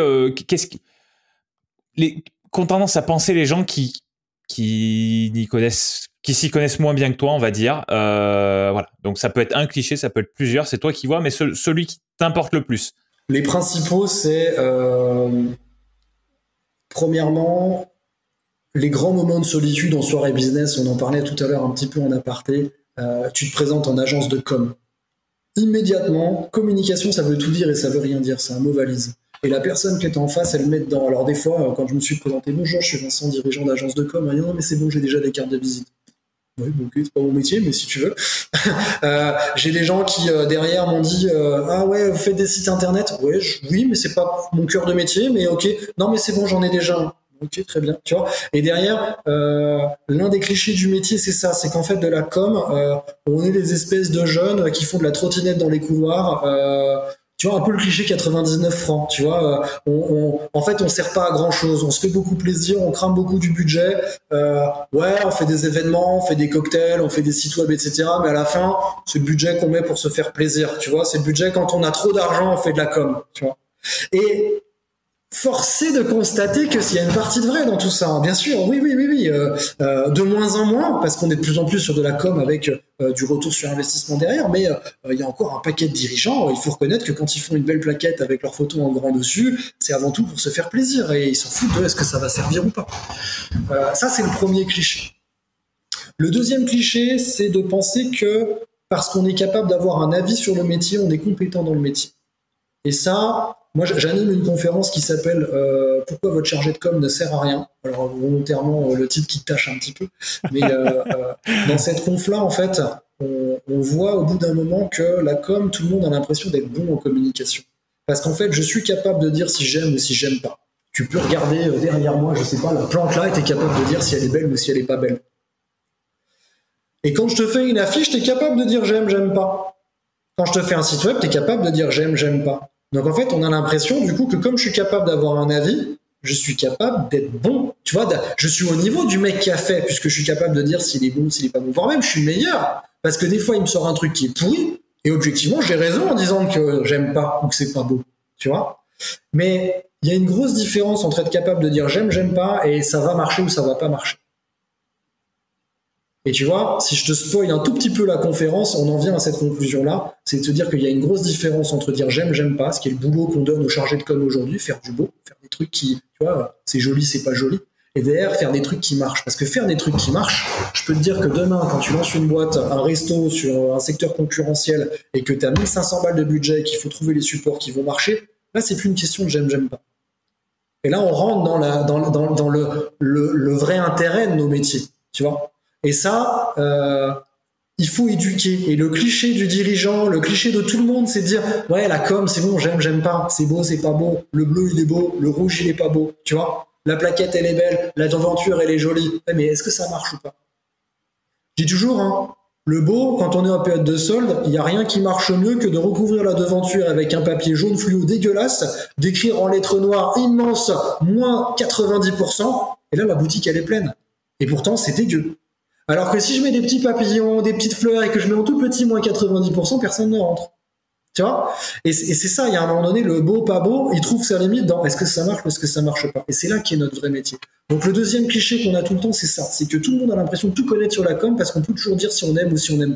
qu'ont tendance à penser les gens qui s'y connaissent moins bien que toi, on va dire. Voilà. Donc ça peut être un cliché, ça peut être plusieurs, c'est toi qui vois, mais celui qui t'importe le plus. Les principaux, c'est premièrement, les grands moments de solitude en soirée business, on en parlait tout à l'heure un petit peu en aparté, tu te présentes en agence de com. Immédiatement, communication, ça veut tout dire et ça veut rien dire, c'est un mot valise. Et la personne qui est en face, elle met dedans. Alors des fois, quand je me suis présenté, bonjour, je suis Vincent, dirigeant d'agence de com, non mais c'est bon, j'ai déjà des cartes de visite. Oui, bon, ok, c'est pas mon métier, mais si tu veux. J'ai des gens qui derrière m'ont dit ah ouais, vous faites des sites internet. Ouais, oui, mais c'est pas mon cœur de métier, mais ok. Non, mais c'est bon, j'en ai déjà un. Ok, très bien, tu vois. Et derrière, l'un des clichés du métier, c'est ça, c'est qu'en fait de la com, on est des espèces de jeunes qui font de la trottinette dans les couloirs. Tu vois, un peu le cliché 99 francs, tu vois. En fait, on sert pas à grand chose. On se fait beaucoup plaisir, on crame beaucoup du budget. Ouais, on fait des événements, on fait des cocktails, on fait des sites web, etc. Mais à la fin, c'est le budget qu'on met pour se faire plaisir, tu vois. C'est le budget quand on a trop d'argent, on fait de la com, tu vois. Et forcé de constater que s'il y a une partie de vrai dans tout ça, bien sûr, oui, de moins en moins, parce qu'on est de plus en plus sur de la com avec du retour sur investissement derrière, mais il y a encore un paquet de dirigeants, il faut reconnaître que quand ils font une belle plaquette avec leur photo en grand dessus, c'est avant tout pour se faire plaisir, et ils s'en foutent de est-ce que ça va servir ou pas. Ça, c'est le premier cliché. Le deuxième cliché, c'est de penser que parce qu'on est capable d'avoir un avis sur le métier, on est compétent dans le métier. Et ça, moi, j'anime une conférence qui s'appelle « Pourquoi votre chargé de com ne sert à rien ?» Alors, volontairement, le titre qui tâche un petit peu. Mais dans cette conf-là, en fait, on voit au bout d'un moment que la com, tout le monde a l'impression d'être bon en communication. Parce qu'en fait, je suis capable de dire si j'aime ou si j'aime pas. Tu peux regarder derrière moi, je sais pas, la plante là, et t'es capable de dire si elle est belle ou si elle est pas belle. Et quand je te fais une affiche, t'es capable de dire j'aime, j'aime pas. Quand je te fais un site web, t'es capable de dire j'aime, j'aime pas. Donc en fait, on a l'impression du coup que comme je suis capable d'avoir un avis, je suis capable d'être bon. Tu vois, je suis au niveau du mec qui a fait, puisque je suis capable de dire s'il est bon ou s'il est pas bon. Voire même, je suis meilleur. Parce que des fois, il me sort un truc qui est pourri, et objectivement, j'ai raison en disant que j'aime pas ou que c'est pas beau. Tu vois ? Mais il y a une grosse différence entre être capable de dire j'aime, j'aime pas, et ça va marcher ou ça va pas marcher. Et tu vois, si je te spoil un tout petit peu la conférence, on en vient à cette conclusion-là, c'est de se dire qu'il y a une grosse différence entre dire j'aime, j'aime pas, ce qui est le boulot qu'on donne aux chargés de com aujourd'hui, faire du beau, faire des trucs qui, tu vois, c'est joli, c'est pas joli, et derrière, faire des trucs qui marchent. Parce que faire des trucs qui marchent, je peux te dire que demain, quand tu lances une boîte, un resto sur un secteur concurrentiel, et que tu as 1500 balles de budget, et qu'il faut trouver les supports qui vont marcher, là, c'est plus une question de j'aime, j'aime pas. Et là, on rentre dans le vrai intérêt de nos métiers, tu vois. Et ça, il faut éduquer. Et le cliché du dirigeant, le cliché de tout le monde, c'est de dire ouais, la com, c'est bon, j'aime, j'aime pas, c'est beau, c'est pas beau, le bleu, il est beau, le rouge, il est pas beau, tu vois. La plaquette, elle est belle, la devanture, elle est jolie. Ouais, mais est-ce que ça marche ou pas? Je dis toujours, hein, le beau, quand on est en période de solde, il n'y a rien qui marche mieux que de recouvrir la devanture avec un papier jaune fluo dégueulasse, d'écrire en lettres noires immenses, moins 90%, et là, la boutique, elle est pleine. Et pourtant, c'est dégueu. Alors que si je mets des petits papillons, des petites fleurs et que je mets en tout petit moins 90%, personne ne rentre. Tu vois ? Et c'est ça, il y a un moment donné, le beau, pas beau, il trouve sa limite dans est-ce que ça marche ou est-ce que ça marche pas. Et c'est là qu'est notre vrai métier. Donc le deuxième cliché qu'on a tout le temps, c'est ça. C'est que tout le monde a l'impression de tout connaître sur la com parce qu'on peut toujours dire si on aime ou si on n'aime pas.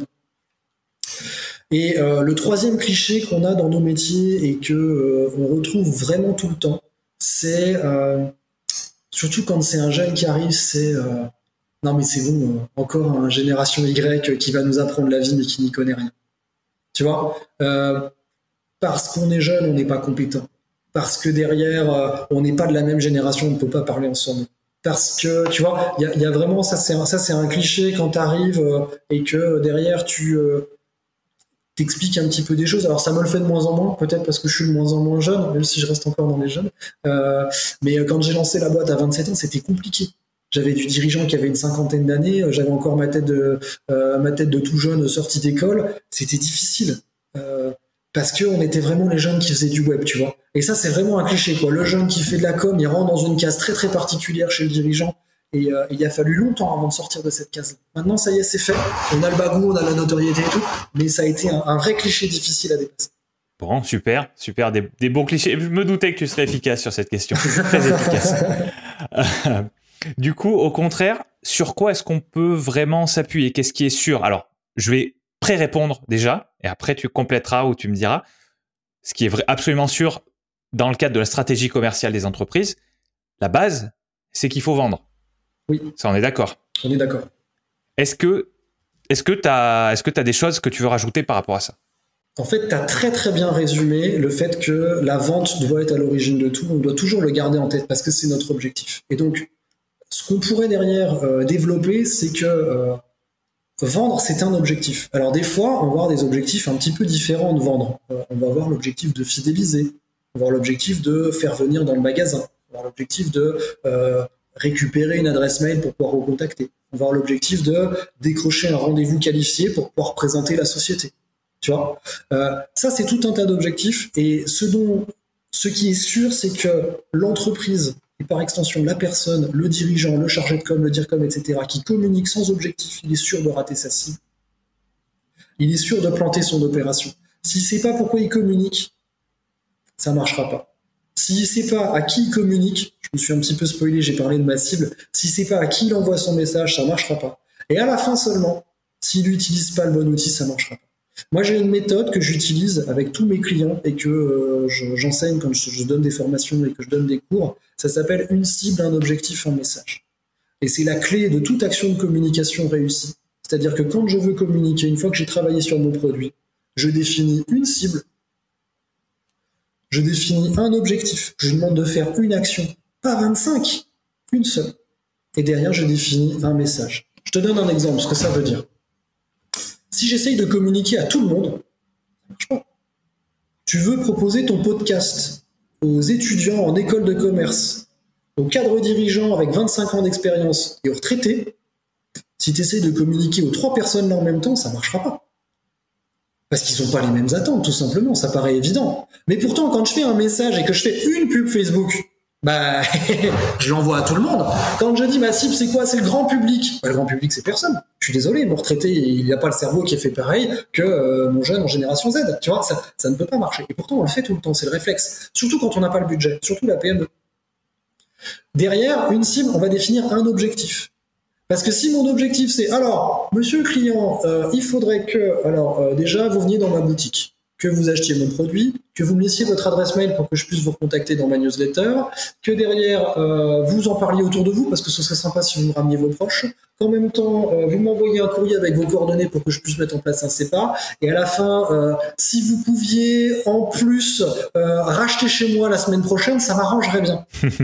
Et le troisième cliché qu'on a dans nos métiers et que on retrouve vraiment tout le temps, c'est surtout quand c'est un jeune qui arrive, c'est non mais c'est bon, encore une génération Y qui va nous apprendre la vie mais qui n'y connaît rien. Tu vois, parce qu'on est jeune, on n'est pas compétent. Parce que derrière, on n'est pas de la même génération, on ne peut pas parler ensemble. Parce que, tu vois, il y a vraiment, ça c'est un cliché quand tu arrives et que derrière tu t'expliques un petit peu des choses. Alors ça me le fait de moins en moins, peut-être parce que je suis de moins en moins jeune, même si je reste encore dans les jeunes. Mais quand j'ai lancé la boîte à 27 ans, c'était compliqué. J'avais du dirigeant qui avait une cinquantaine d'années, j'avais encore ma tête de tout jeune sorti d'école. C'était difficile parce qu'on était vraiment les jeunes qui faisaient du web, tu vois. Et ça, c'est vraiment un cliché, quoi. Le jeune qui fait de la com, il rentre dans une case très très particulière chez le dirigeant. Et il a fallu longtemps avant de sortir de cette case. Maintenant, ça y est, c'est fait. On a le bagou, on a la notoriété et tout, mais ça a été un vrai cliché difficile à dépasser. Bon, super, des bons clichés. Je me doutais que tu serais efficace sur cette question. Très efficace. Du coup, au contraire, sur quoi est-ce qu'on peut vraiment s'appuyer ? Qu'est-ce qui est sûr ? Alors, je vais pré-répondre déjà, et après tu compléteras ou tu me diras. Ce qui est absolument sûr dans le cadre de la stratégie commerciale des entreprises, la base, c'est qu'il faut vendre. Oui. Ça, on est d'accord. On est d'accord. Est-ce que tu as des choses que tu veux rajouter par rapport à ça ? En fait, tu as très très bien résumé le fait que la vente doit être à l'origine de tout. On doit toujours le garder en tête parce que c'est notre objectif. Et donc, ce qu'on pourrait derrière développer, c'est que vendre, c'est un objectif. Alors des fois, on va avoir des objectifs un petit peu différents de vendre. On va avoir l'objectif de fidéliser, on va avoir l'objectif de faire venir dans le magasin, on va avoir l'objectif de récupérer une adresse mail pour pouvoir recontacter, on va avoir l'objectif de décrocher un rendez-vous qualifié pour pouvoir présenter la société. Tu vois, ça c'est tout un tas d'objectifs et ce qui est sûr, c'est que l'entreprise et par extension la personne, le dirigeant, le chargé de com, le dircom, etc., qui communique sans objectif, il est sûr de rater sa cible. Il est sûr de planter son opération. S'il ne sait pas pourquoi il communique, ça ne marchera pas. s'il ne sait pas à qui il communique, je me suis un petit peu spoilé, j'ai parlé de ma cible, s'il ne sait pas à qui il envoie son message, ça ne marchera pas. Et à la fin seulement, s'il n'utilise pas le bon outil, ça ne marchera pas. Moi, j'ai une méthode que j'utilise avec tous mes clients et que j'enseigne quand je donne des formations et que je donne des cours. Ça s'appelle une cible, un objectif, un message. Et c'est la clé de toute action de communication réussie. C'est-à-dire que quand je veux communiquer, une fois que j'ai travaillé sur mon produit, je définis une cible, je définis un objectif, je demande de faire une action, pas 25, une seule. Et derrière, je définis un message. Je te donne un exemple, ce que ça veut dire. Si j'essaye de communiquer à tout le monde, ça marche pas. Tu veux proposer ton podcast aux étudiants en école de commerce, aux cadres dirigeants avec 25 ans d'expérience et aux retraités. Si tu essayes de communiquer aux 3 personnes là en même temps, ça marchera pas. Parce qu'ils n'ont pas les mêmes attentes, tout simplement, ça paraît évident. Mais pourtant, quand je fais un message et que je fais une pub Facebook, je l'envoie à tout le monde. Quand je dis ma cible, c'est quoi? C'est le grand public. Le grand public, c'est personne. Je suis désolé, mon retraité, il n'y a pas le cerveau qui est fait pareil que mon jeune en génération Z. Tu vois, ça ne peut pas marcher. Et pourtant, on le fait tout le temps, c'est le réflexe. Surtout quand on n'a pas le budget, surtout la PME. Derrière, une cible, on va définir un objectif. Parce que si mon objectif, c'est, alors, monsieur le client, il faudrait que, déjà, vous veniez dans ma boutique, que vous achetiez mon produit, que vous me laissiez votre adresse mail pour que je puisse vous recontacter dans ma newsletter, que derrière, vous en parliez autour de vous, parce que ce serait sympa si vous me rameniez vos proches, qu'en même temps, vous m'envoyez un courrier avec vos coordonnées pour que je puisse mettre en place un CEPA, et à la fin, si vous pouviez, en plus, racheter chez moi la semaine prochaine, ça m'arrangerait bien.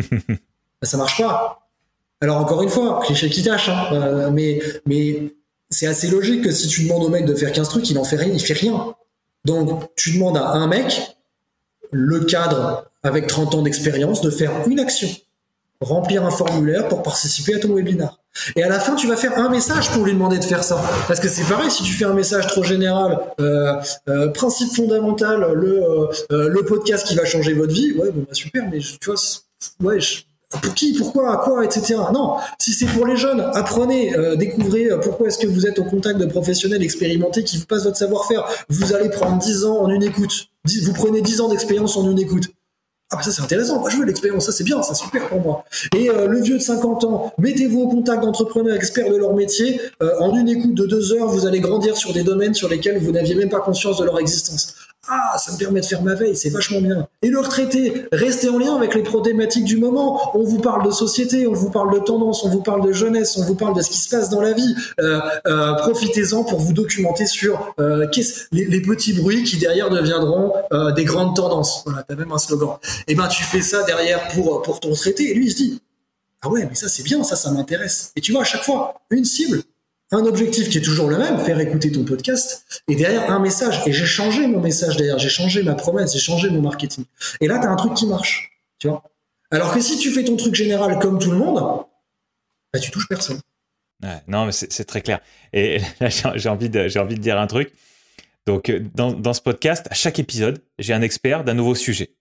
Ça marche pas. Alors encore une fois, cliché qui tâche, hein, mais c'est assez logique que si tu demandes au mec de faire 15 trucs, il fait rien. Donc tu demandes à un mec, le cadre avec 30 ans d'expérience, de faire une action, remplir un formulaire pour participer à ton webinar. Et à la fin, tu vas faire un message pour lui demander de faire ça. Parce que c'est pareil, si tu fais un message trop général, principe fondamental, le podcast qui va changer votre vie, ouais, bon, bah super, mais tu vois, ouais, pour qui, pourquoi, à quoi, etc. Non, si c'est pour les jeunes, apprenez, découvrez pourquoi est-ce que vous êtes au contact de professionnels expérimentés qui vous passent votre savoir-faire. Vous allez prendre 10 ans en une écoute. Vous prenez 10 ans d'expérience en une écoute. Ah bah ça c'est intéressant, moi je veux l'expérience, ça c'est bien, c'est super pour moi. Et le vieux de 50 ans, mettez-vous au contact d'entrepreneurs experts de leur métier. En une écoute de 2 heures, vous allez grandir sur des domaines sur lesquels vous n'aviez même pas conscience de leur existence. Ah, ça me permet de faire ma veille, c'est vachement bien. Et le retraité, restez en lien avec les problématiques du moment. On vous parle de société, on vous parle de tendance, on vous parle de jeunesse, on vous parle de ce qui se passe dans la vie. Profitez-en pour vous documenter sur les petits bruits qui derrière deviendront des grandes tendances. Voilà, t'as même un slogan. Et ben tu fais ça derrière pour ton retraité. Et lui il se dit, ah ouais, mais ça c'est bien, ça m'intéresse. Et tu vois, à chaque fois, une cible, un objectif qui est toujours le même, faire écouter ton podcast, et derrière un message. Et j'ai changé mon message derrière, j'ai changé ma promesse, j'ai changé mon marketing. Et là, tu as un truc qui marche, tu vois. Alors que si tu fais ton truc général comme tout le monde, bah, tu touches personne. Ouais, non, mais c'est très clair. Et là, j'ai envie de dire un truc. Donc, dans ce podcast, à chaque épisode, j'ai un expert d'un nouveau sujet.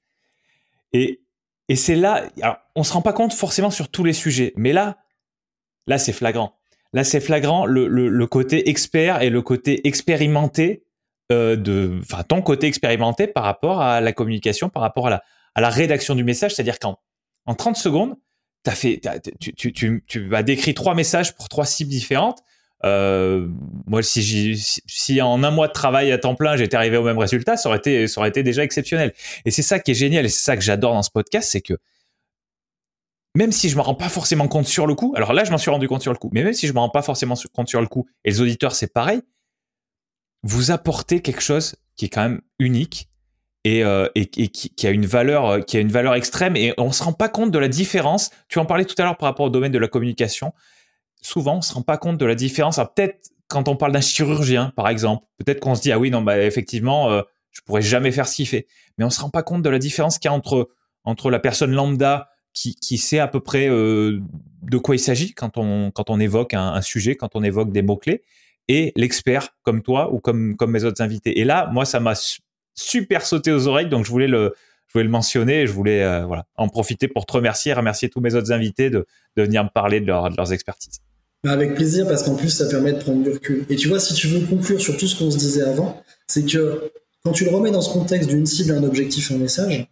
Et c'est là, alors, on ne se rend pas compte forcément sur tous les sujets, mais là, c'est flagrant. Là, c'est flagrant le côté expert et le côté expérimenté ton côté expérimenté par rapport à la communication, par rapport à la rédaction du message. C'est-à-dire qu'en 30 secondes, tu as décrit 3 messages pour 3 cibles différentes. Moi, si en un mois de travail à temps plein, j'étais arrivé au même résultat, ça aurait été déjà exceptionnel. Et c'est ça qui est génial et c'est ça que j'adore dans ce podcast, c'est que même si je me rends pas forcément compte sur le coup, alors là, je m'en suis rendu compte sur le coup, mais même si je me rends pas forcément compte sur le coup, et les auditeurs, c'est pareil, vous apportez quelque chose qui est quand même unique et qui a une valeur extrême, et on se rend pas compte de la différence. Tu en parlais tout à l'heure par rapport au domaine de la communication. Souvent, on se rend pas compte de la différence. Alors, peut-être quand on parle d'un chirurgien, par exemple, peut-être qu'on se dit, ah oui, non, bah, effectivement, je pourrais jamais faire ce qu'il fait. Mais on se rend pas compte de la différence qu'il y a entre la personne lambda qui sait à peu près de quoi il s'agit quand on évoque un sujet, quand on évoque des mots-clés, et l'expert comme toi ou comme mes autres invités. Et là, moi, ça m'a super sauté aux oreilles, donc je voulais le mentionner et je voulais en profiter pour te remercier tous mes autres invités de venir me parler de leurs expertises. Avec plaisir, parce qu'en plus, ça permet de prendre du recul. Et tu vois, si tu veux conclure sur tout ce qu'on se disait avant, c'est que quand tu le remets dans ce contexte d'une cible, un objectif, un message,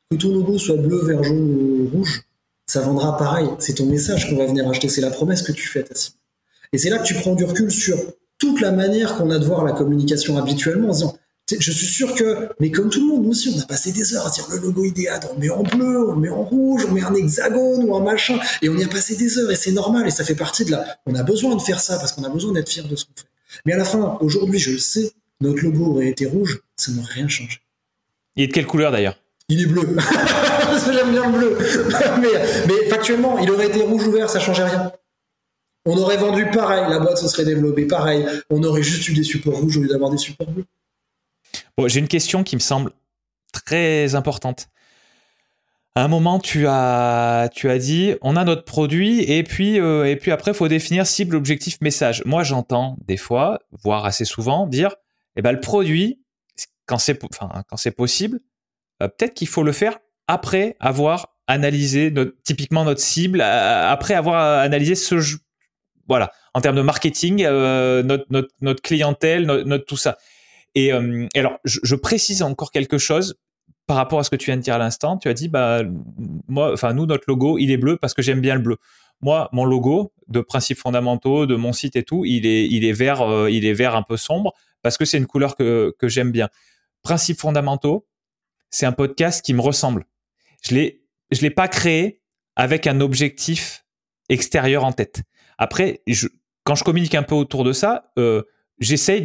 Que ton logo soit bleu, vert, jaune ou rouge, ça vendra pareil. C'est ton message qu'on va venir acheter. C'est la promesse que tu fais à ta cible. Et c'est là que tu prends du recul sur toute la manière qu'on a de voir la communication habituellement en se disant, je suis sûr que, mais comme tout le monde, nous aussi, on a passé des heures à dire le logo idéal, on le met en bleu, on le met en rouge, on met un hexagone ou un machin, et on y a passé des heures, et c'est normal, et ça fait partie de la... On a besoin de faire ça, parce qu'on a besoin d'être fier de ce qu'on fait. Mais à la fin, aujourd'hui, je le sais, notre logo aurait été rouge, ça n'aurait rien changé. Il est de quelle couleur d'ailleurs ? Il est bleu. Parce que j'aime bien le bleu. mais factuellement, il aurait été rouge ou vert, ça changeait rien. On aurait vendu pareil, la boîte se serait développée pareil, on aurait juste eu des supports rouges au lieu d'avoir des supports bleus. Bon, j'ai une question qui me semble très importante. À un moment, tu as dit, on a notre produit et puis après, il faut définir cible, objectif, message. Moi, j'entends des fois, voire assez souvent, dire, le produit, quand c'est possible, peut-être qu'il faut le faire après avoir analysé typiquement notre cible, après avoir analysé voilà, en termes de marketing, notre clientèle, notre tout ça. Et alors, je précise encore quelque chose par rapport à ce que tu viens de dire à l'instant. Tu as dit, nous, notre logo, il est bleu parce que j'aime bien le bleu. Moi, mon logo de principes fondamentaux, de mon site et tout, il est vert un peu sombre parce que c'est une couleur que j'aime bien. Principes fondamentaux, c'est un podcast qui me ressemble. Je l'ai pas créé avec un objectif extérieur en tête. Après, quand je communique un peu autour de ça, j'essaye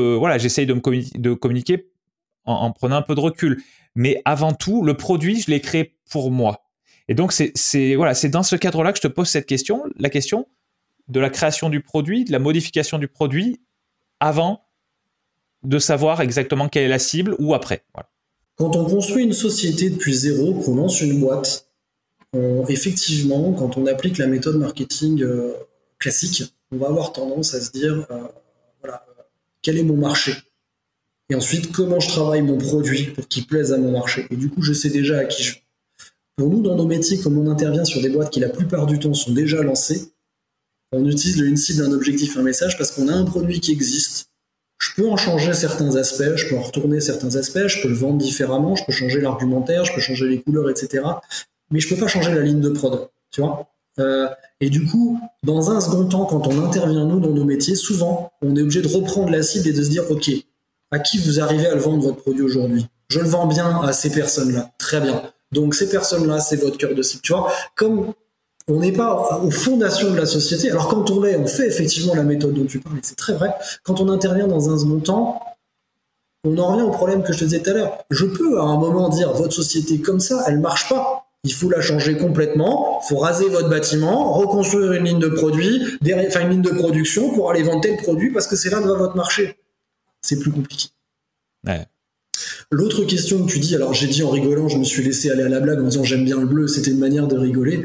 de communiquer en prenant un peu de recul. Mais avant tout, le produit, je l'ai créé pour moi. Et donc, c'est dans ce cadre-là que je te pose cette question, la question de la création du produit, de la modification du produit, avant de savoir exactement quelle est la cible ou après. Voilà. Quand on construit une société depuis zéro, qu'on lance une boîte, effectivement, quand on applique la méthode marketing classique, on va avoir tendance à se dire, quel est mon marché ? Et ensuite, comment je travaille mon produit pour qu'il plaise à mon marché ? Et du coup, je sais déjà à qui je vais. Pour nous, dans nos métiers, comme on intervient sur des boîtes qui, la plupart du temps, sont déjà lancées, on utilise une cible, un objectif, un message, parce qu'on a un produit qui existe. Je peux en changer certains aspects, je peux en retourner certains aspects, je peux le vendre différemment, je peux changer l'argumentaire, je peux changer les couleurs, etc. Mais je peux pas changer la ligne de prod, tu vois ? Et du coup, dans un second temps, quand on intervient, nous, dans nos métiers, souvent, on est obligé de reprendre la cible et de se dire, OK, à qui vous arrivez à le vendre votre produit aujourd'hui ? Je le vends bien à ces personnes-là. Très bien. Donc, ces personnes-là, c'est votre cœur de cible. Tu vois, comme on n'est pas aux fondations de la société, alors quand on l'est, on fait effectivement la méthode dont tu parles, et c'est très vrai. Quand on intervient dans un second temps, on en revient au problème que je te disais tout à l'heure. Je peux, à un moment, dire, votre société comme ça, elle marche pas. Il faut la changer complètement, il faut raser votre bâtiment, reconstruire une ligne de produit, une ligne de production pour aller vendre tel produit parce que c'est là que va votre marché. C'est plus compliqué. Ouais. L'autre question que tu dis, alors j'ai dit en rigolant, je me suis laissé aller à la blague en disant j'aime bien le bleu, c'était une manière de rigoler.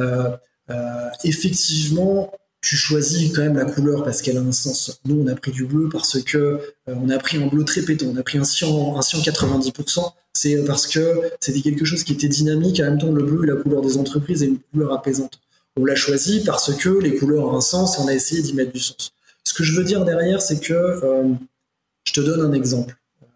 Effectivement, tu choisis quand même la couleur parce qu'elle a un sens. Nous, on a pris du bleu parce que on a pris un bleu très pétant, on a pris un cyan 90%. C'est parce que c'était quelque chose qui était dynamique. En même temps, le bleu est la couleur des entreprises et une couleur apaisante. On l'a choisi parce que les couleurs ont un sens et on a essayé d'y mettre du sens. Ce que je veux dire derrière, c'est que je te donne un exemple.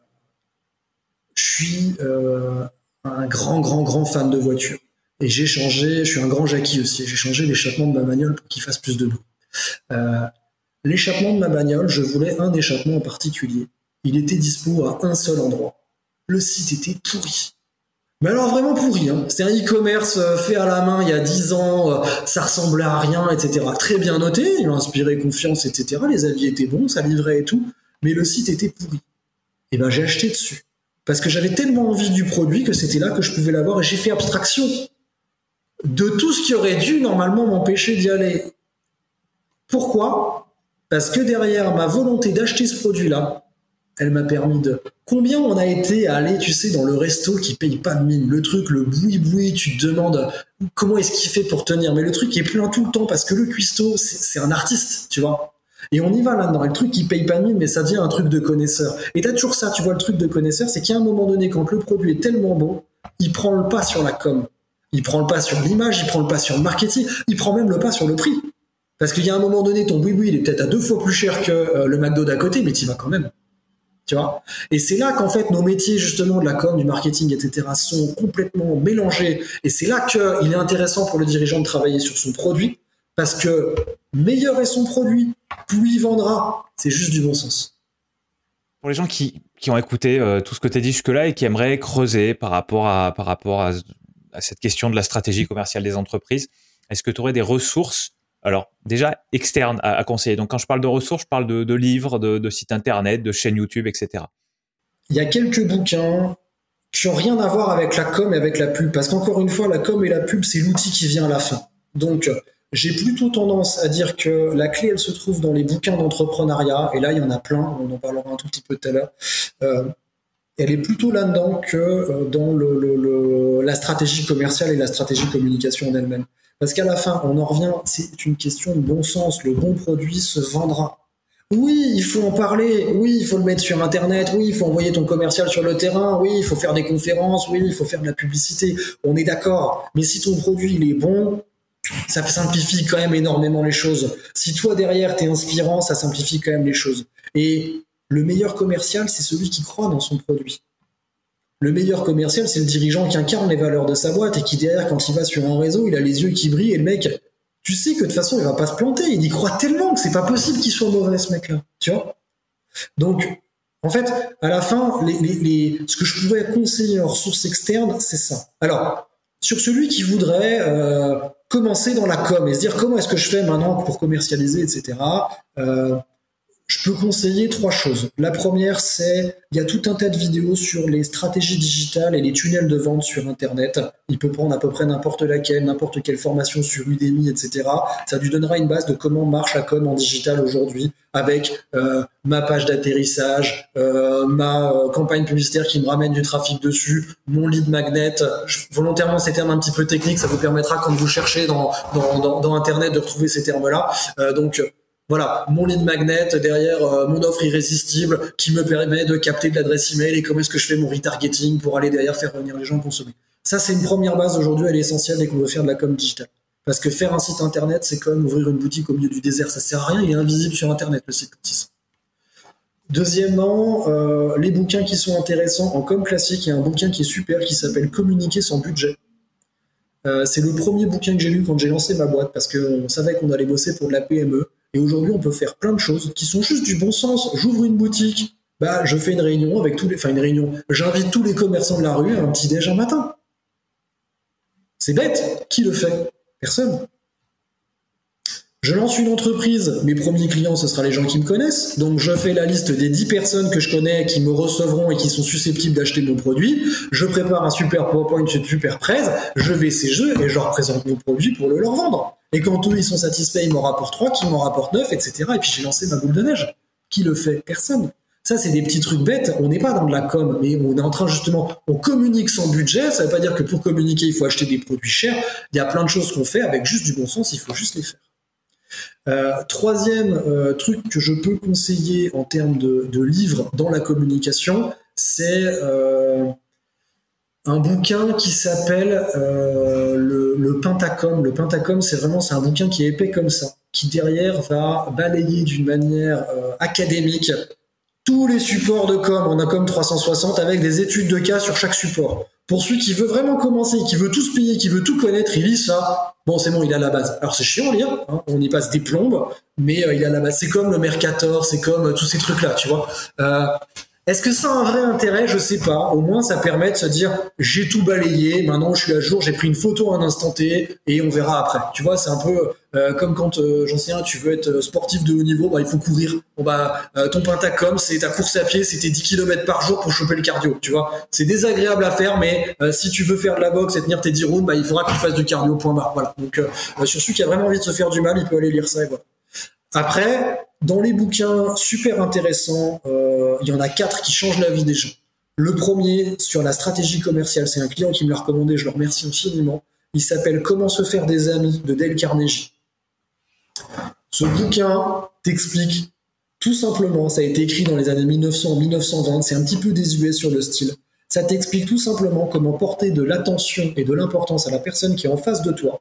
Je suis un grand fan de voitures. Et je suis un grand Jackie aussi, j'ai changé l'échappement de ma bagnole pour qu'il fasse plus de bruit. L'échappement de ma bagnole, je voulais un échappement en particulier. Il était dispo à un seul endroit. Le site était pourri. Mais alors vraiment pourri, hein. C'est un e-commerce fait à la main il y a 10 ans, ça ressemblait à rien, etc. Très bien noté, il m'a inspiré confiance, etc. Les avis étaient bons, ça livrait et tout, mais le site était pourri. Et ben j'ai acheté dessus. Parce que j'avais tellement envie du produit que c'était là que je pouvais l'avoir et j'ai fait abstraction de tout ce qui aurait dû normalement m'empêcher d'y aller. Pourquoi ? Parce que derrière ma volonté d'acheter ce produit-là, elle m'a permis de... Combien on a été à aller, tu sais, dans le resto qui paye pas de mine, le truc, le boui-boui, tu te demandes comment est-ce qu'il fait pour tenir, mais le truc est plein tout le temps parce que le cuistot, c'est un artiste, tu vois. Et on y va là-dedans, et le truc qui paye pas de mine, mais ça devient un truc de connaisseur. Et t'as toujours ça, tu vois, le truc de connaisseur, c'est qu'à un moment donné, quand le produit est tellement bon, il prend le pas sur la com. Il prend le pas sur l'image, il prend le pas sur le marketing, il prend même le pas sur le prix. Parce qu'il y a un moment donné, ton boui-boui, il est peut-être à 2 fois plus cher que le McDo d'à côté, mais t'y vas quand même. Tu vois. Et c'est là qu'en fait nos métiers justement de la com, du marketing, etc. sont complètement mélangés. Et c'est là qu'il est intéressant pour le dirigeant de travailler sur son produit, parce que meilleur est son produit, plus il vendra. C'est juste du bon sens. Pour les gens qui ont écouté tout ce que tu as dit jusque-là et qui aimeraient creuser par rapport à cette question de la stratégie commerciale des entreprises, est-ce que tu aurais des ressources, alors déjà externes à conseiller? Donc quand je parle de ressources, je parle de livres, de sites internet, de chaînes YouTube, etc. Il y a quelques bouquins qui n'ont rien à voir avec la com et avec la pub, parce qu'encore une fois, la com et la pub, c'est l'outil qui vient à la fin. Donc, j'ai plutôt tendance à dire que la clé, elle se trouve dans les bouquins d'entrepreneuriat, et là, il y en a plein, on en parlera un tout petit peu tout à l'heure. Elle est plutôt là-dedans que dans la stratégie commerciale et la stratégie communication en elle-même. Parce qu'à la fin, on en revient, c'est une question de bon sens. Le bon produit se vendra. Oui, il faut en parler. Oui, il faut le mettre sur Internet. Oui, il faut envoyer ton commercial sur le terrain. Oui, il faut faire des conférences. Oui, il faut faire de la publicité. On est d'accord. Mais si ton produit, il est bon, ça simplifie quand même énormément les choses. Si toi, derrière, t'es inspirant, ça simplifie quand même les choses. Et le meilleur commercial, c'est celui qui croit dans son produit. Le meilleur commercial, c'est le dirigeant qui incarne les valeurs de sa boîte et qui, derrière, quand il va sur un réseau, il a les yeux qui brillent et le mec, tu sais que de toute façon, il va pas se planter. Il y croit tellement que c'est pas possible qu'il soit mauvais, ce mec-là. Tu vois? Donc, en fait, à la fin, ce que je pouvais conseiller en ressources externes, c'est ça. Alors, sur celui qui voudrait commencer dans la com et se dire comment est-ce que je fais maintenant pour commercialiser, etc., je peux conseiller 3 choses. La première, c'est il y a tout un tas de vidéos sur les stratégies digitales et les tunnels de vente sur Internet. Il peut prendre à peu près n'importe quelle formation sur Udemy, etc. Ça lui donnera une base de comment marche la com en digital aujourd'hui, avec ma page d'atterrissage, ma campagne publicitaire qui me ramène du trafic dessus, mon lead magnet. Volontairement, ces termes un petit peu techniques, ça vous permettra quand vous cherchez dans Internet de retrouver ces termes-là. Voilà, mon lead magnet, derrière mon offre irrésistible qui me permet de capter de l'adresse email et comment est-ce que je fais mon retargeting pour aller derrière faire revenir les gens consommer. Ça, c'est une première base aujourd'hui, elle est essentielle dès qu'on veut faire de la com digitale. Parce que faire un site internet, c'est comme ouvrir une boutique au milieu du désert, ça sert à rien, il est invisible sur internet, le site comme ça. Deuxièmement, les bouquins qui sont intéressants en com classique, il y a un bouquin qui est super qui s'appelle Communiquer sans budget. C'est le premier bouquin que j'ai lu quand j'ai lancé ma boîte parce qu'on savait qu'on allait bosser pour de la PME. Et aujourd'hui, on peut faire plein de choses qui sont juste du bon sens. J'ouvre une boutique, je fais une réunion avec j'invite tous les commerçants de la rue à un petit déj un matin. C'est bête. Qui le fait? Personne. Je lance une entreprise, mes premiers clients, ce sera les gens qui me connaissent. Donc, je fais la liste des 10 personnes que je connais qui me recevront et qui sont susceptibles d'acheter mon produit. Je prépare un super PowerPoint, une super presse. Je vais ces jeux et je leur présente mon produit pour le leur vendre. Et quand eux, ils sont satisfaits, ils m'en rapportent 3, qui m'en rapportent 9, etc. Et puis, j'ai lancé ma boule de neige. Qui le fait? Personne. Ça, c'est des petits trucs bêtes. On n'est pas dans de la com, mais on est en train justement, on communique sans budget. Ça ne veut pas dire que pour communiquer, il faut acheter des produits chers. Il y a plein de choses qu'on fait avec juste du bon sens. Il faut juste les faire. Troisième truc que je peux conseiller en termes de livres dans la communication, c'est un bouquin qui s'appelle le Pentacom. Le Pentacom, c'est un bouquin qui est épais comme ça, qui derrière va balayer d'une manière académique tous les supports de com en com 360 avec des études de cas sur chaque support. Pour celui qui veut vraiment commencer, qui veut tout se payer, qui veut tout connaître, il lit ça. Bon, c'est bon, il a la base. Alors, c'est chiant à lire, hein, on y passe des plombes, mais il a la base. C'est comme le Mercator, c'est comme tous ces trucs-là, tu vois. Est-ce que ça a un vrai intérêt? Je sais pas. Au moins, ça permet de se dire, j'ai tout balayé, maintenant je suis à jour, j'ai pris une photo à un instant T, et on verra après. Tu vois, c'est un peu comme quand, j'en sais rien, tu veux être sportif de haut niveau, il faut courir. Ton Pentacom, c'est ta course à pied, c'est tes 10 km par jour pour choper le cardio, tu vois. C'est désagréable à faire, mais si tu veux faire de la boxe et tenir tes 10 rounds, il faudra que tu fasses du cardio, point barre. Voilà. Donc, sur celui qui a vraiment envie de se faire du mal, il peut aller lire ça, et voilà. Après, dans les bouquins super intéressants, il y en a 4 qui changent la vie des gens. Le premier, sur la stratégie commerciale, c'est un client qui me l'a recommandé, je le remercie infiniment. Il s'appelle Comment se faire des amis de Dale Carnegie. Ce bouquin t'explique tout simplement, ça a été écrit dans les années 1900-1920, c'est un petit peu désuet sur le style. Ça t'explique tout simplement comment porter de l'attention et de l'importance à la personne qui est en face de toi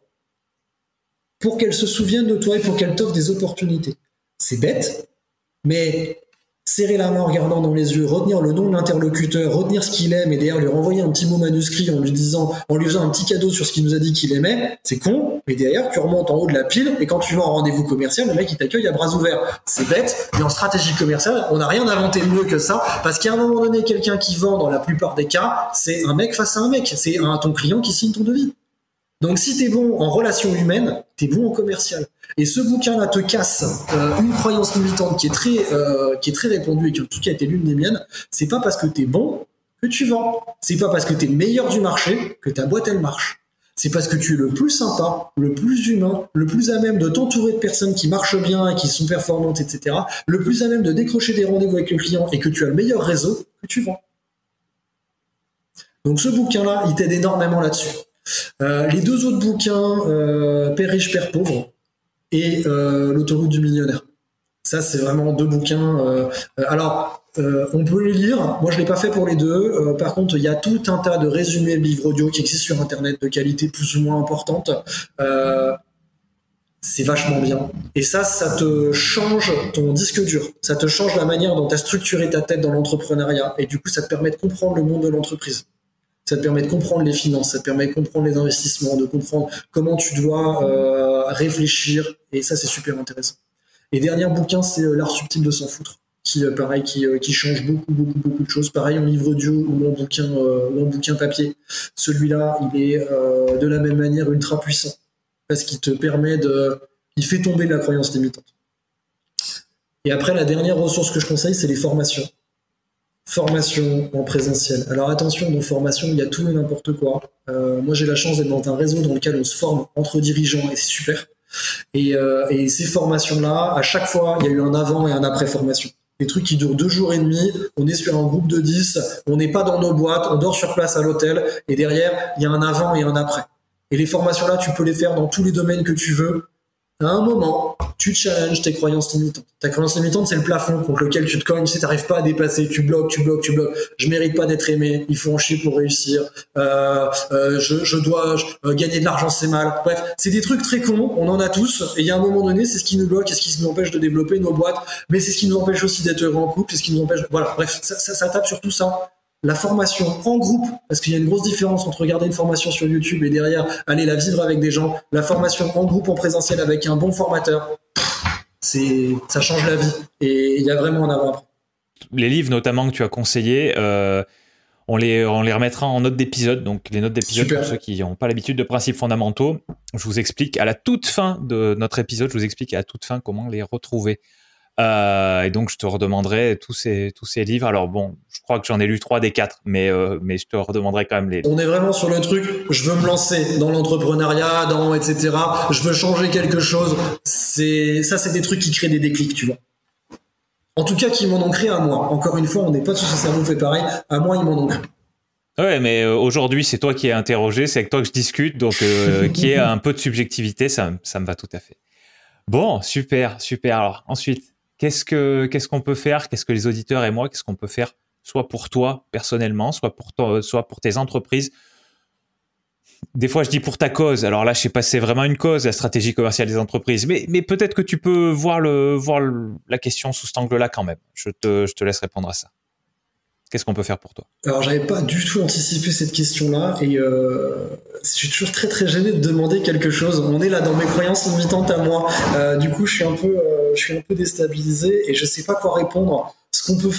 pour qu'elle se souvienne de toi et pour qu'elle t'offre des opportunités. C'est bête, mais serrer la main en regardant dans les yeux, retenir le nom de l'interlocuteur, retenir ce qu'il aime et derrière lui renvoyer un petit mot manuscrit en lui faisant un petit cadeau sur ce qu'il nous a dit qu'il aimait, c'est con, mais derrière tu remontes en haut de la pile et quand tu vas en rendez-vous commercial, le mec il t'accueille à bras ouverts. C'est bête, mais en stratégie commerciale, on n'a rien inventé de mieux que ça, parce qu'à un moment donné, quelqu'un qui vend, dans la plupart des cas, c'est un mec face à un mec, c'est ton client qui signe ton devis. Donc si t'es bon en relation humaine, t'es bon en commercial. Et ce bouquin-là te casse une croyance limitante qui est très répandue et qui en tout cas était l'une des miennes. C'est pas parce que t'es bon que tu vends. C'est pas parce que t'es le meilleur du marché que ta boîte elle marche. C'est parce que tu es le plus sympa, le plus humain, le plus à même de t'entourer de personnes qui marchent bien et qui sont performantes, etc. Le plus à même de décrocher des rendez-vous avec le client et que tu as le meilleur réseau que tu vends. Donc ce bouquin-là, il t'aide énormément là-dessus. Les deux autres bouquins, Père riche, Père pauvre et L'autoroute du millionnaire. Ça, c'est vraiment deux bouquins. On peut les lire. Moi, je l'ai pas fait pour les deux. Par contre, il y a tout un tas de résumés de livres audio qui existent sur Internet de qualité plus ou moins importante. C'est vachement bien. Et ça te change ton disque dur. Ça te change la manière dont tu as structuré ta tête dans l'entrepreneuriat. Et du coup, ça te permet de comprendre le monde de l'entreprise. Ça te permet de comprendre les finances, ça te permet de comprendre les investissements, de comprendre comment tu dois réfléchir. Et ça, c'est super intéressant. Et dernier bouquin, c'est L'art subtil de s'en foutre, qui change beaucoup de choses. Pareil en livre audio ou en bouquin papier. Celui-là, il est de la même manière ultra puissant parce qu'il te permet il fait tomber la croyance limitante. Et après, la dernière ressource que je conseille, c'est les formations. Formation en présentiel. Alors attention, dans formation, il y a tout et n'importe quoi. Moi, j'ai la chance d'être dans un réseau dans lequel on se forme entre dirigeants et c'est super. Et ces formations-là, à chaque fois, il y a eu un avant et un après formation. Des trucs qui durent 2 jours et demi, on est sur un groupe de 10, on n'est pas dans nos boîtes, on dort sur place à l'hôtel et derrière, il y a un avant et un après. Et les formations-là, tu peux les faire dans tous les domaines que tu veux. À un moment, tu challenges tes croyances limitantes. Ta croyance limitante, c'est le plafond contre lequel tu te cognes. Si tu n'arrives pas à dépasser, tu bloques. Je mérite pas d'être aimé. Il faut en chier pour réussir. Je dois gagner de l'argent, c'est mal. Bref, c'est des trucs très cons. On en a tous. Et il y a un moment donné, c'est ce qui nous bloque et ce qui nous empêche de développer nos boîtes. Mais c'est ce qui nous empêche aussi d'être heureux en couple. C'est ce qui nous empêche. Voilà. Bref, ça tape sur tout ça. La formation en groupe, parce qu'il y a une grosse différence entre regarder une formation sur YouTube et derrière aller la vivre avec des gens. La formation en groupe, en présentiel avec un bon formateur, ça change la vie. Et il y a vraiment un avant-après. Les livres notamment que tu as conseillés, on les remettra en notes d'épisode. Donc les notes d'épisode, pour ceux qui n'ont pas l'habitude de principes fondamentaux, je vous explique à la toute fin de notre épisode, comment les retrouver. Et donc je te redemanderai tous ces livres. Alors bon, je crois que j'en ai lu 3 des 4, mais je te redemanderai quand même les. On est vraiment sur le truc. Je veux me lancer dans l'entrepreneuriat, etc. Je veux changer quelque chose. C'est des trucs qui créent des déclics, tu vois. En tout cas, qui m'en ont créé à moi. Encore une fois, on n'est pas sur ce cerveau fait pareil. À moi, ils m'en ont créé. Ouais, mais aujourd'hui, c'est toi qui es interrogé, c'est avec toi que je discute, donc qui est un peu de subjectivité, ça me va tout à fait. Bon, super. Alors ensuite. Qu'est-ce qu'on peut faire? Qu'est-ce que les auditeurs et moi, qu'est-ce qu'on peut faire soit pour toi personnellement, soit pour tes entreprises? Des fois, je dis pour ta cause. Alors là, je sais pas si c'est vraiment une cause, la stratégie commerciale des entreprises, mais peut-être que tu peux voir la question sous cet angle-là quand même. Je te laisse répondre à ça. Qu'est-ce qu'on peut faire pour toi? Alors, j'avais pas du tout anticipé cette question-là et je suis toujours très très gêné de demander quelque chose. On est là dans mes croyances limitantes à moi. Du coup, je suis un peu déstabilisé et je sais pas quoi répondre. Ce qu'on peut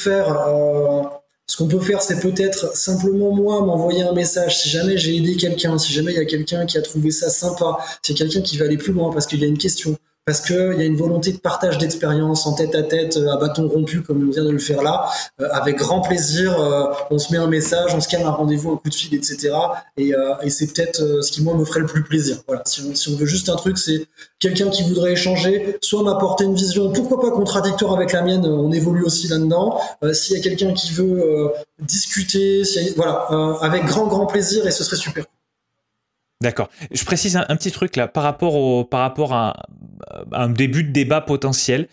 faire, c'est peut-être simplement moi m'envoyer un message. Si jamais j'ai aidé quelqu'un, si jamais il y a quelqu'un qui a trouvé ça sympa, si il y a quelqu'un qui va aller plus loin parce qu'il y a une question, parce qu'il y a une volonté de partage d'expérience en tête-à-tête, à bâton rompu, comme on vient de le faire là, avec grand plaisir, on se met un message, on se calme un rendez-vous, un coup de fil, etc. Et c'est peut-être ce qui, moi, me ferait le plus plaisir. Voilà. Si on veut juste un truc, c'est quelqu'un qui voudrait échanger, soit m'apporter une vision, pourquoi pas contradictoire avec la mienne, on évolue aussi là-dedans. S'il y a quelqu'un qui veut discuter, avec grand plaisir, et ce serait super. D'accord. Je précise un petit truc là par rapport à un début de débat potentiel.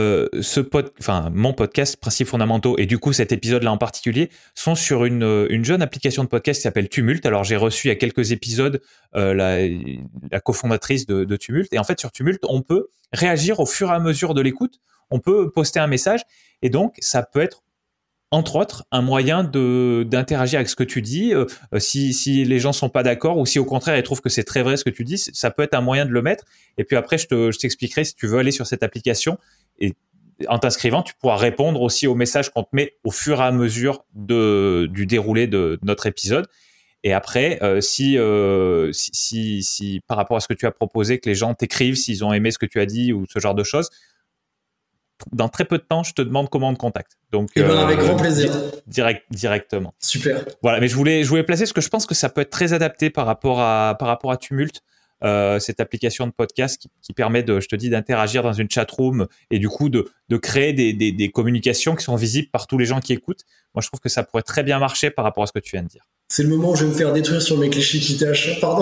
Mon podcast Principes fondamentaux et du coup cet épisode-là en particulier sont sur une jeune application de podcast qui s'appelle Tumult. Alors j'ai reçu il y a quelques épisodes la cofondatrice de Tumult et en fait sur Tumult on peut réagir au fur et à mesure de l'écoute. on peut poster un message. Et donc, ça peut être, entre autres, un moyen d'interagir avec ce que tu dis. Si les gens sont pas d'accord ou si au contraire ils trouvent que c'est très vrai ce que tu dis, ça peut être un moyen de le mettre. Et puis après, je t'expliquerai si tu veux aller sur cette application. Et en t'inscrivant, tu pourras répondre aussi aux messages qu'on te met au fur et à mesure du déroulé de notre épisode. Et après, si par rapport à ce que tu as proposé, que les gens t'écrivent s'ils ont aimé ce que tu as dit ou ce genre de choses, dans très peu de temps, je te demande comment on te contacte. Donc, avec grand plaisir. Directement. Super. Voilà, mais je voulais placer parce que je pense que ça peut être très adapté par rapport à Tumult, cette application de podcast qui permet je te dis, d'interagir dans une chatroom et du coup de créer des communications qui sont visibles par tous les gens qui écoutent. Moi, je trouve que ça pourrait très bien marcher par rapport à ce que tu viens de dire. C'est le moment où je vais me faire détruire sur mes clichés qui tâchent. Pardon.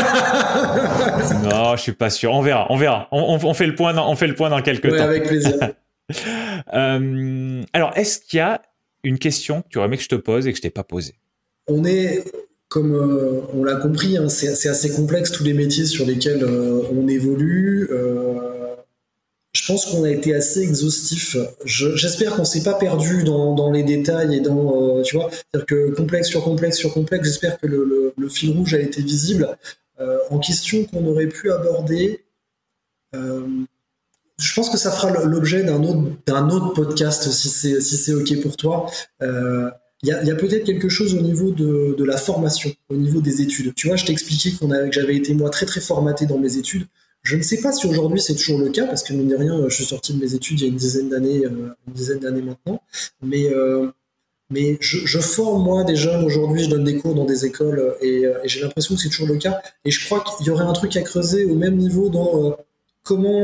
Non, je suis pas sûr. On verra. On fait le point dans quelques temps. Avec plaisir. Alors, est-ce qu'il y a une question que tu aurais aimé que je te pose et que je t'ai pas posée? On est, comme on l'a compris, hein, c'est assez complexe tous les métiers sur lesquels on évolue. Je pense qu'on a été assez exhaustif. J'espère qu'on s'est pas perdu dans les détails et dans, tu vois, c'est-à-dire que complexe sur complexe sur complexe. J'espère que le fil rouge a été visible. En question qu'on aurait pu aborder, je pense que ça fera l'objet d'un autre podcast si c'est ok pour toi. Il y a peut-être quelque chose au niveau de la formation, au niveau des études. Tu vois, je t'ai expliqué que j'avais été moi très très formaté dans mes études. Je ne sais pas si aujourd'hui c'est toujours le cas, parce que mine de rien, je suis sorti de mes études il y a une dizaine d'années maintenant. Mais je forme moi des jeunes aujourd'hui, je donne des cours dans des écoles et j'ai l'impression que c'est toujours le cas. Et je crois qu'il y aurait un truc à creuser au même niveau dans comment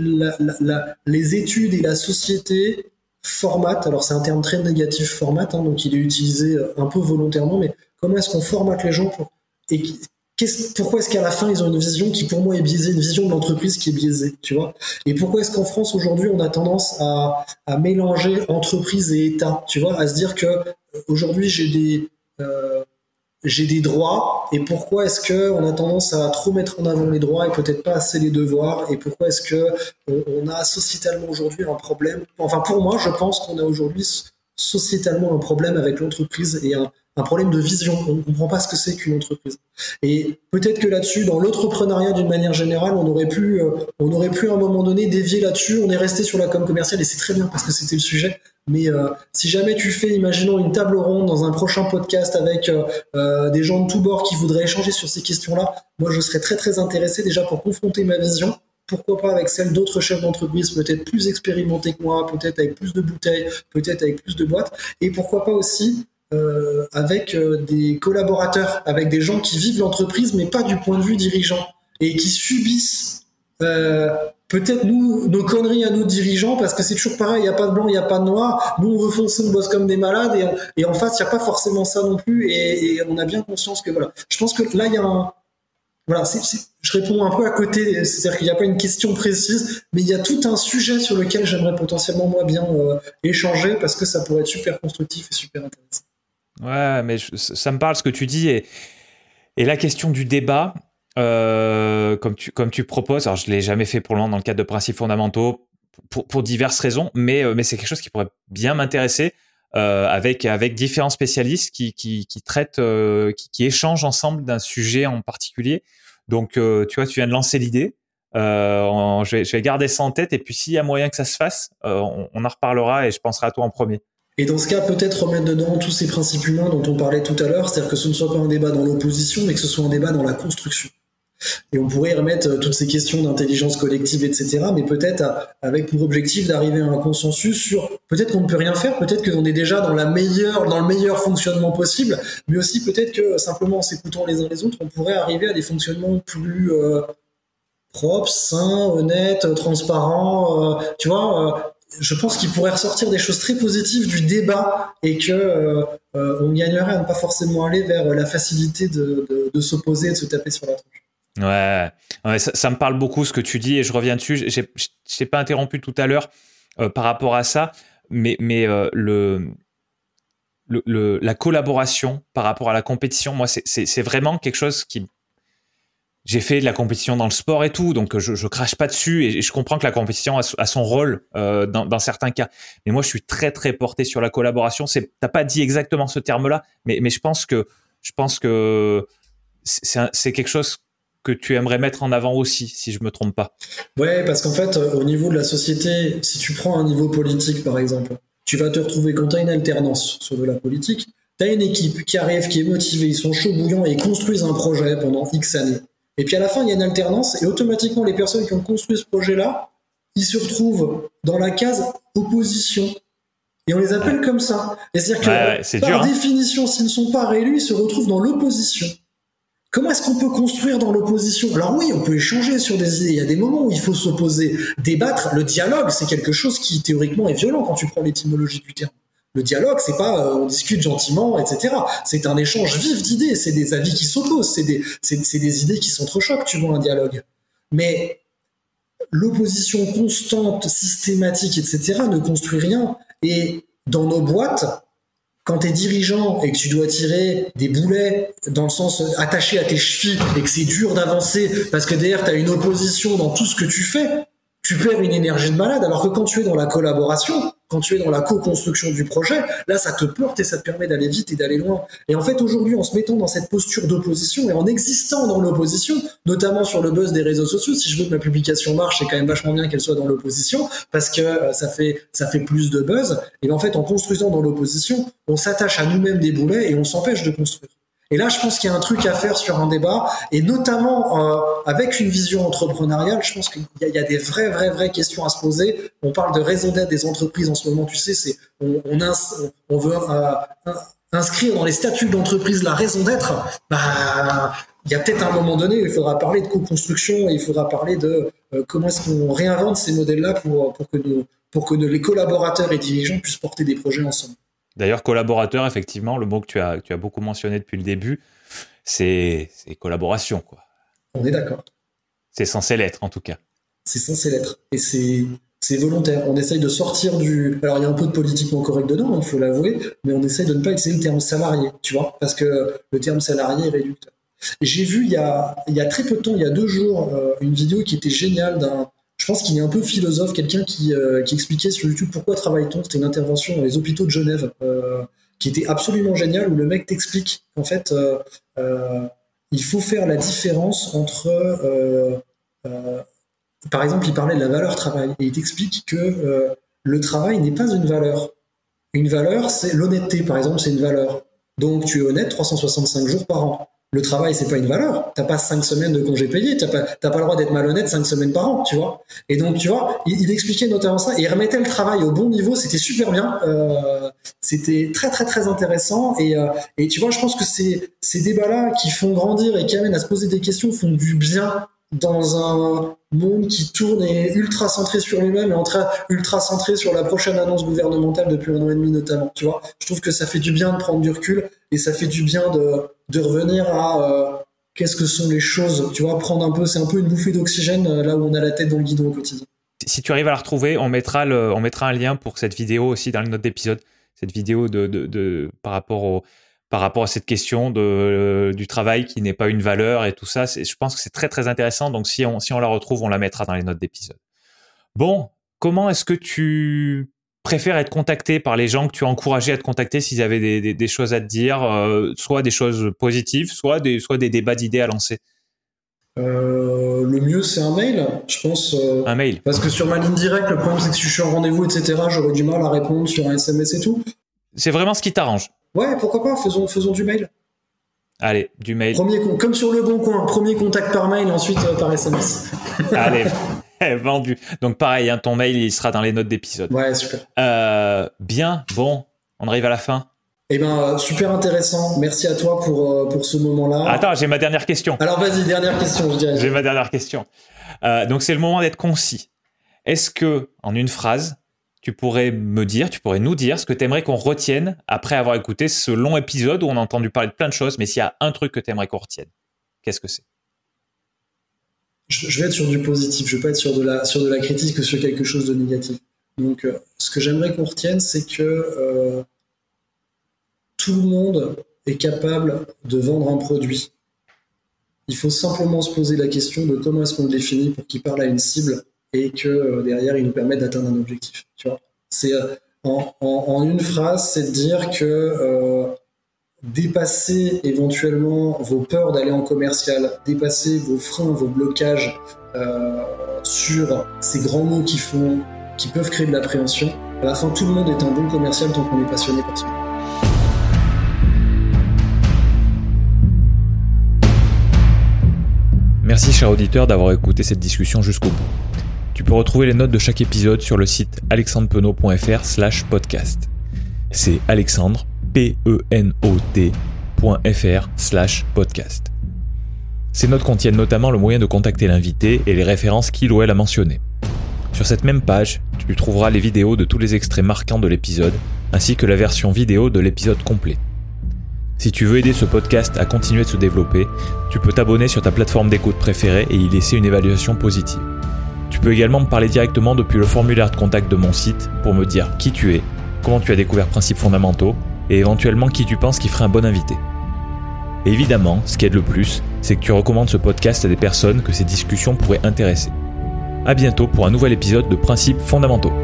les études et la société formatent. Alors c'est un terme très négatif, formate, hein, donc il est utilisé un peu volontairement, mais comment est-ce qu'on formate les gens pourquoi est-ce qu'à la fin ils ont une vision qui pour moi est biaisée, une vision de l'entreprise qui est biaisée, tu vois? Et pourquoi est-ce qu'en France aujourd'hui on a tendance à mélanger entreprise et État, tu vois, à se dire que aujourd'hui j'ai des droits et pourquoi est-ce que on a tendance à trop mettre en avant les droits et peut-être pas assez les devoirs, et pourquoi est-ce que on a sociétalement aujourd'hui un problème? Enfin pour moi je pense qu'on a aujourd'hui sociétalement un problème avec l'entreprise et un problème de vision. On ne comprend pas ce que c'est qu'une entreprise. Et peut-être que là-dessus, dans l'entrepreneuriat d'une manière générale, on aurait pu à un moment donné dévier là-dessus. On est resté sur la com commerciale et c'est très bien parce que c'était le sujet. Mais si jamais tu fais, imaginons une table ronde dans un prochain podcast avec des gens de tous bords qui voudraient échanger sur ces questions-là, moi je serais très très intéressé déjà pour confronter ma vision. Pourquoi pas avec celle d'autres chefs d'entreprise peut-être plus expérimentés que moi, peut-être avec plus de bouteilles, peut-être avec plus de boîtes, et pourquoi pas aussi avec des collaborateurs, avec des gens qui vivent l'entreprise mais pas du point de vue dirigeant et qui subissent peut-être nos conneries à nous dirigeants, parce que c'est toujours pareil, il n'y a pas de blanc, il n'y a pas de noir, nous on veut foncer, on bosse comme des malades et en face il n'y a pas forcément ça non plus, et on a bien conscience que voilà. Je pense que là il y a un... Voilà, je réponds un peu à côté, c'est-à-dire qu'il n'y a pas une question précise, mais il y a tout un sujet sur lequel j'aimerais potentiellement moi bien échanger, parce que ça pourrait être super constructif et super intéressant. Ouais, mais ça me parle ce que tu dis, et la question du débat, comme tu proposes, alors je l'ai jamais fait pour le moment dans le cadre de principes fondamentaux pour diverses raisons, mais c'est quelque chose qui pourrait bien m'intéresser, avec différents spécialistes qui traitent, qui échangent ensemble d'un sujet en particulier. Donc tu vois, tu viens de lancer l'idée. Je vais garder ça en tête, et puis s'il y a moyen que ça se fasse, on en reparlera et je penserai à toi en premier. Et dans ce cas, peut-être remettre dedans tous ces principes humains dont on parlait tout à l'heure, c'est-à-dire que ce ne soit pas un débat dans l'opposition, mais que ce soit un débat dans la construction. Et on pourrait remettre toutes ces questions d'intelligence collective, etc., mais peut-être avec pour objectif d'arriver à un consensus sur peut-être qu'on ne peut rien faire, peut-être qu'on est déjà dans le meilleur fonctionnement possible, mais aussi peut-être que simplement en s'écoutant les uns les autres, on pourrait arriver à des fonctionnements plus propres, sains, honnêtes, transparents, tu vois. Je pense qu'il pourrait ressortir des choses très positives du débat, et que on gagnerait à ne pas forcément aller vers la facilité de s'opposer et de se taper sur la tronche. Ouais, ça me parle beaucoup ce que tu dis, et je reviens dessus. Je t'ai pas interrompu tout à l'heure par rapport à ça, mais la collaboration par rapport à la compétition, moi c'est vraiment quelque chose j'ai fait de la compétition dans le sport et tout, donc je crache pas dessus et je comprends que la compétition a son rôle dans certains cas. Mais moi, je suis très très porté sur la collaboration. T'as pas dit exactement ce terme-là, mais je pense que c'est quelque chose que tu aimerais mettre en avant aussi, si je me trompe pas. Ouais, parce qu'en fait, au niveau de la société, si tu prends un niveau politique, par exemple, tu vas te retrouver quand tu as une alternance sur de la politique, tu as une équipe qui arrive, qui est motivée, ils sont chauds bouillants et ils construisent un projet pendant X années. Et puis à la fin, il y a une alternance et automatiquement, les personnes qui ont construit ce projet-là, ils se retrouvent dans la case opposition. Et on les appelle comme ça. Et c'est-à-dire que, par définition, s'ils ne sont pas réélus, ils se retrouvent dans l'opposition. Comment est-ce qu'on peut construire dans l'opposition? Alors oui, on peut échanger sur des idées. Il y a des moments où il faut s'opposer, débattre. Le dialogue, c'est quelque chose qui théoriquement est violent quand tu prends l'étymologie du terme. Le dialogue, c'est pas on discute gentiment, etc. C'est un échange vif d'idées. C'est des avis qui s'opposent. C'est des idées qui s'entrechoquent, tu vois, un dialogue. Mais l'opposition constante, systématique, etc. ne construit rien. Et dans nos boîtes, quand tu es dirigeant et que tu dois tirer des boulets dans le sens attaché à tes chevilles et que c'est dur d'avancer parce que derrière tu as une opposition dans tout ce que tu fais, tu perds une énergie de malade. Alors que quand tu es dans la collaboration, quand tu es dans la co-construction du projet, là ça te porte et ça te permet d'aller vite et d'aller loin. Et en fait aujourd'hui, en se mettant dans cette posture d'opposition et en existant dans l'opposition, notamment sur le buzz des réseaux sociaux, si je veux que ma publication marche, c'est quand même vachement bien qu'elle soit dans l'opposition parce que ça fait plus de buzz. Et en fait, en construisant dans l'opposition, on s'attache à nous-mêmes des boulets et on s'empêche de construire. Et là, je pense qu'il y a un truc à faire sur un débat, et notamment avec une vision entrepreneuriale, je pense qu'il y a des vraies questions à se poser. On parle de raison d'être des entreprises en ce moment, tu sais, on veut inscrire dans les statuts d'entreprise la raison d'être. Bah, il y a peut-être un moment donné où il faudra parler de co-construction et il faudra parler de comment est-ce qu'on réinvente ces modèles-là pour que les collaborateurs et dirigeants puissent porter des projets ensemble. D'ailleurs, collaborateur, effectivement, le mot que tu as beaucoup mentionné depuis le début, c'est collaboration, quoi. On est d'accord. C'est censé l'être, en tout cas. C'est censé l'être. Et c'est volontaire. On essaye de sortir du... Alors, il y a un peu de politiquement correct dedans, il faut l'avouer, mais on essaye de ne pas utiliser le terme salarié, tu vois, parce que le terme salarié est réducteur. Et j'ai vu il y a très peu de temps, il y a 2 jours, une vidéo qui était géniale je pense qu'il est un peu philosophe, quelqu'un qui expliquait sur YouTube pourquoi travaille-t-on. C'était une intervention dans les hôpitaux de Genève qui était absolument géniale, où le mec t'explique qu'en fait il faut faire la différence entre par exemple, il parlait de la valeur travail et il t'explique que le travail n'est pas une valeur. Une valeur, c'est l'honnêteté, par exemple, c'est une valeur. Donc tu es honnête 365 jours par an. Le travail, c'est pas une valeur. T'as pas 5 semaines de congés payés. T'as pas le droit d'être malhonnête 5 semaines par an, tu vois. Et donc, tu vois, il expliquait notamment ça et il remettait le travail au bon niveau. C'était super bien. C'était très, très, très intéressant. Et tu vois, je pense que ces débats-là qui font grandir et qui amènent à se poser des questions font du bien dans un monde qui tourne et est ultra centré sur lui-même et ultra centré sur la prochaine annonce gouvernementale depuis 1 an et demi notamment, tu vois. Je trouve que ça fait du bien de prendre du recul et ça fait du bien de revenir à qu'est-ce que sont les choses, tu vois, c'est un peu une bouffée d'oxygène là où on a la tête dans le guidon au quotidien. Si tu arrives à la retrouver, on mettra un lien pour cette vidéo aussi dans les notes d'épisode, cette vidéo par rapport à cette question du travail qui n'est pas une valeur et tout ça. Je pense que c'est très, très intéressant. Donc, si on la retrouve, on la mettra dans les notes d'épisode. Bon, comment est-ce que tu préfères être contacté par les gens que tu as encouragés à te contacter s'ils avaient des choses à te dire, soit des choses positives, soit des débats d'idées à lancer? Le mieux, c'est un mail, je pense. Un mail. Parce que sur ma ligne directe, le problème, c'est que si je suis en rendez-vous, etc., j'aurais du mal à répondre sur un SMS et tout. C'est vraiment ce qui t'arrange. Ouais, pourquoi pas, faisons du mail. Allez, du mail. Comme sur Le Bon Coin, premier contact par mail, ensuite par SMS. Allez, vendu. Donc pareil, hein, ton mail, il sera dans les notes d'épisode. Ouais, super. Bien, bon, on arrive à la fin. Eh ben, super intéressant. Merci à toi pour ce moment-là. Attends, j'ai ma dernière question. Alors vas-y, dernière question, je dirais. J'ai ma dernière question. Donc c'est le moment d'être concis. Est-ce que, en une phrase, tu pourrais nous dire ce que tu aimerais qu'on retienne après avoir écouté ce long épisode où on a entendu parler de plein de choses, mais s'il y a un truc que tu aimerais qu'on retienne, qu'est-ce que c'est? Je vais être sur du positif, je vais pas être sur de la critique ou sur quelque chose de négatif. Donc, ce que j'aimerais qu'on retienne, c'est que tout le monde est capable de vendre un produit. Il faut simplement se poser la question de comment est-ce qu'on le définit pour qu'il parle à une cible et que derrière, il nous permette d'atteindre un objectif. Tu vois, c'est en une phrase, c'est de dire que dépasser éventuellement vos peurs d'aller en commercial, dépasser vos freins, vos blocages sur ces grands mots qui peuvent créer de l'appréhension. À la fin, tout le monde est un bon commercial tant qu'on est passionné par ça. Merci cher auditeur d'avoir écouté cette discussion jusqu'au bout. Tu peux retrouver les notes de chaque épisode sur le site alexandrepenot.fr/podcast. C'est Alexandre, penot.fr/podcast. Ces notes contiennent notamment le moyen de contacter l'invité et les références qu'il ou elle a mentionnées. Sur cette même page, tu trouveras les vidéos de tous les extraits marquants de l'épisode, ainsi que la version vidéo de l'épisode complet. Si tu veux aider ce podcast à continuer de se développer, tu peux t'abonner sur ta plateforme d'écoute préférée et y laisser une évaluation positive. Tu peux également me parler directement depuis le formulaire de contact de mon site pour me dire qui tu es, comment tu as découvert Principes fondamentaux et éventuellement qui tu penses qui ferait un bon invité. Et évidemment, ce qui aide le plus, c'est que tu recommandes ce podcast à des personnes que ces discussions pourraient intéresser. À bientôt pour un nouvel épisode de Principes fondamentaux.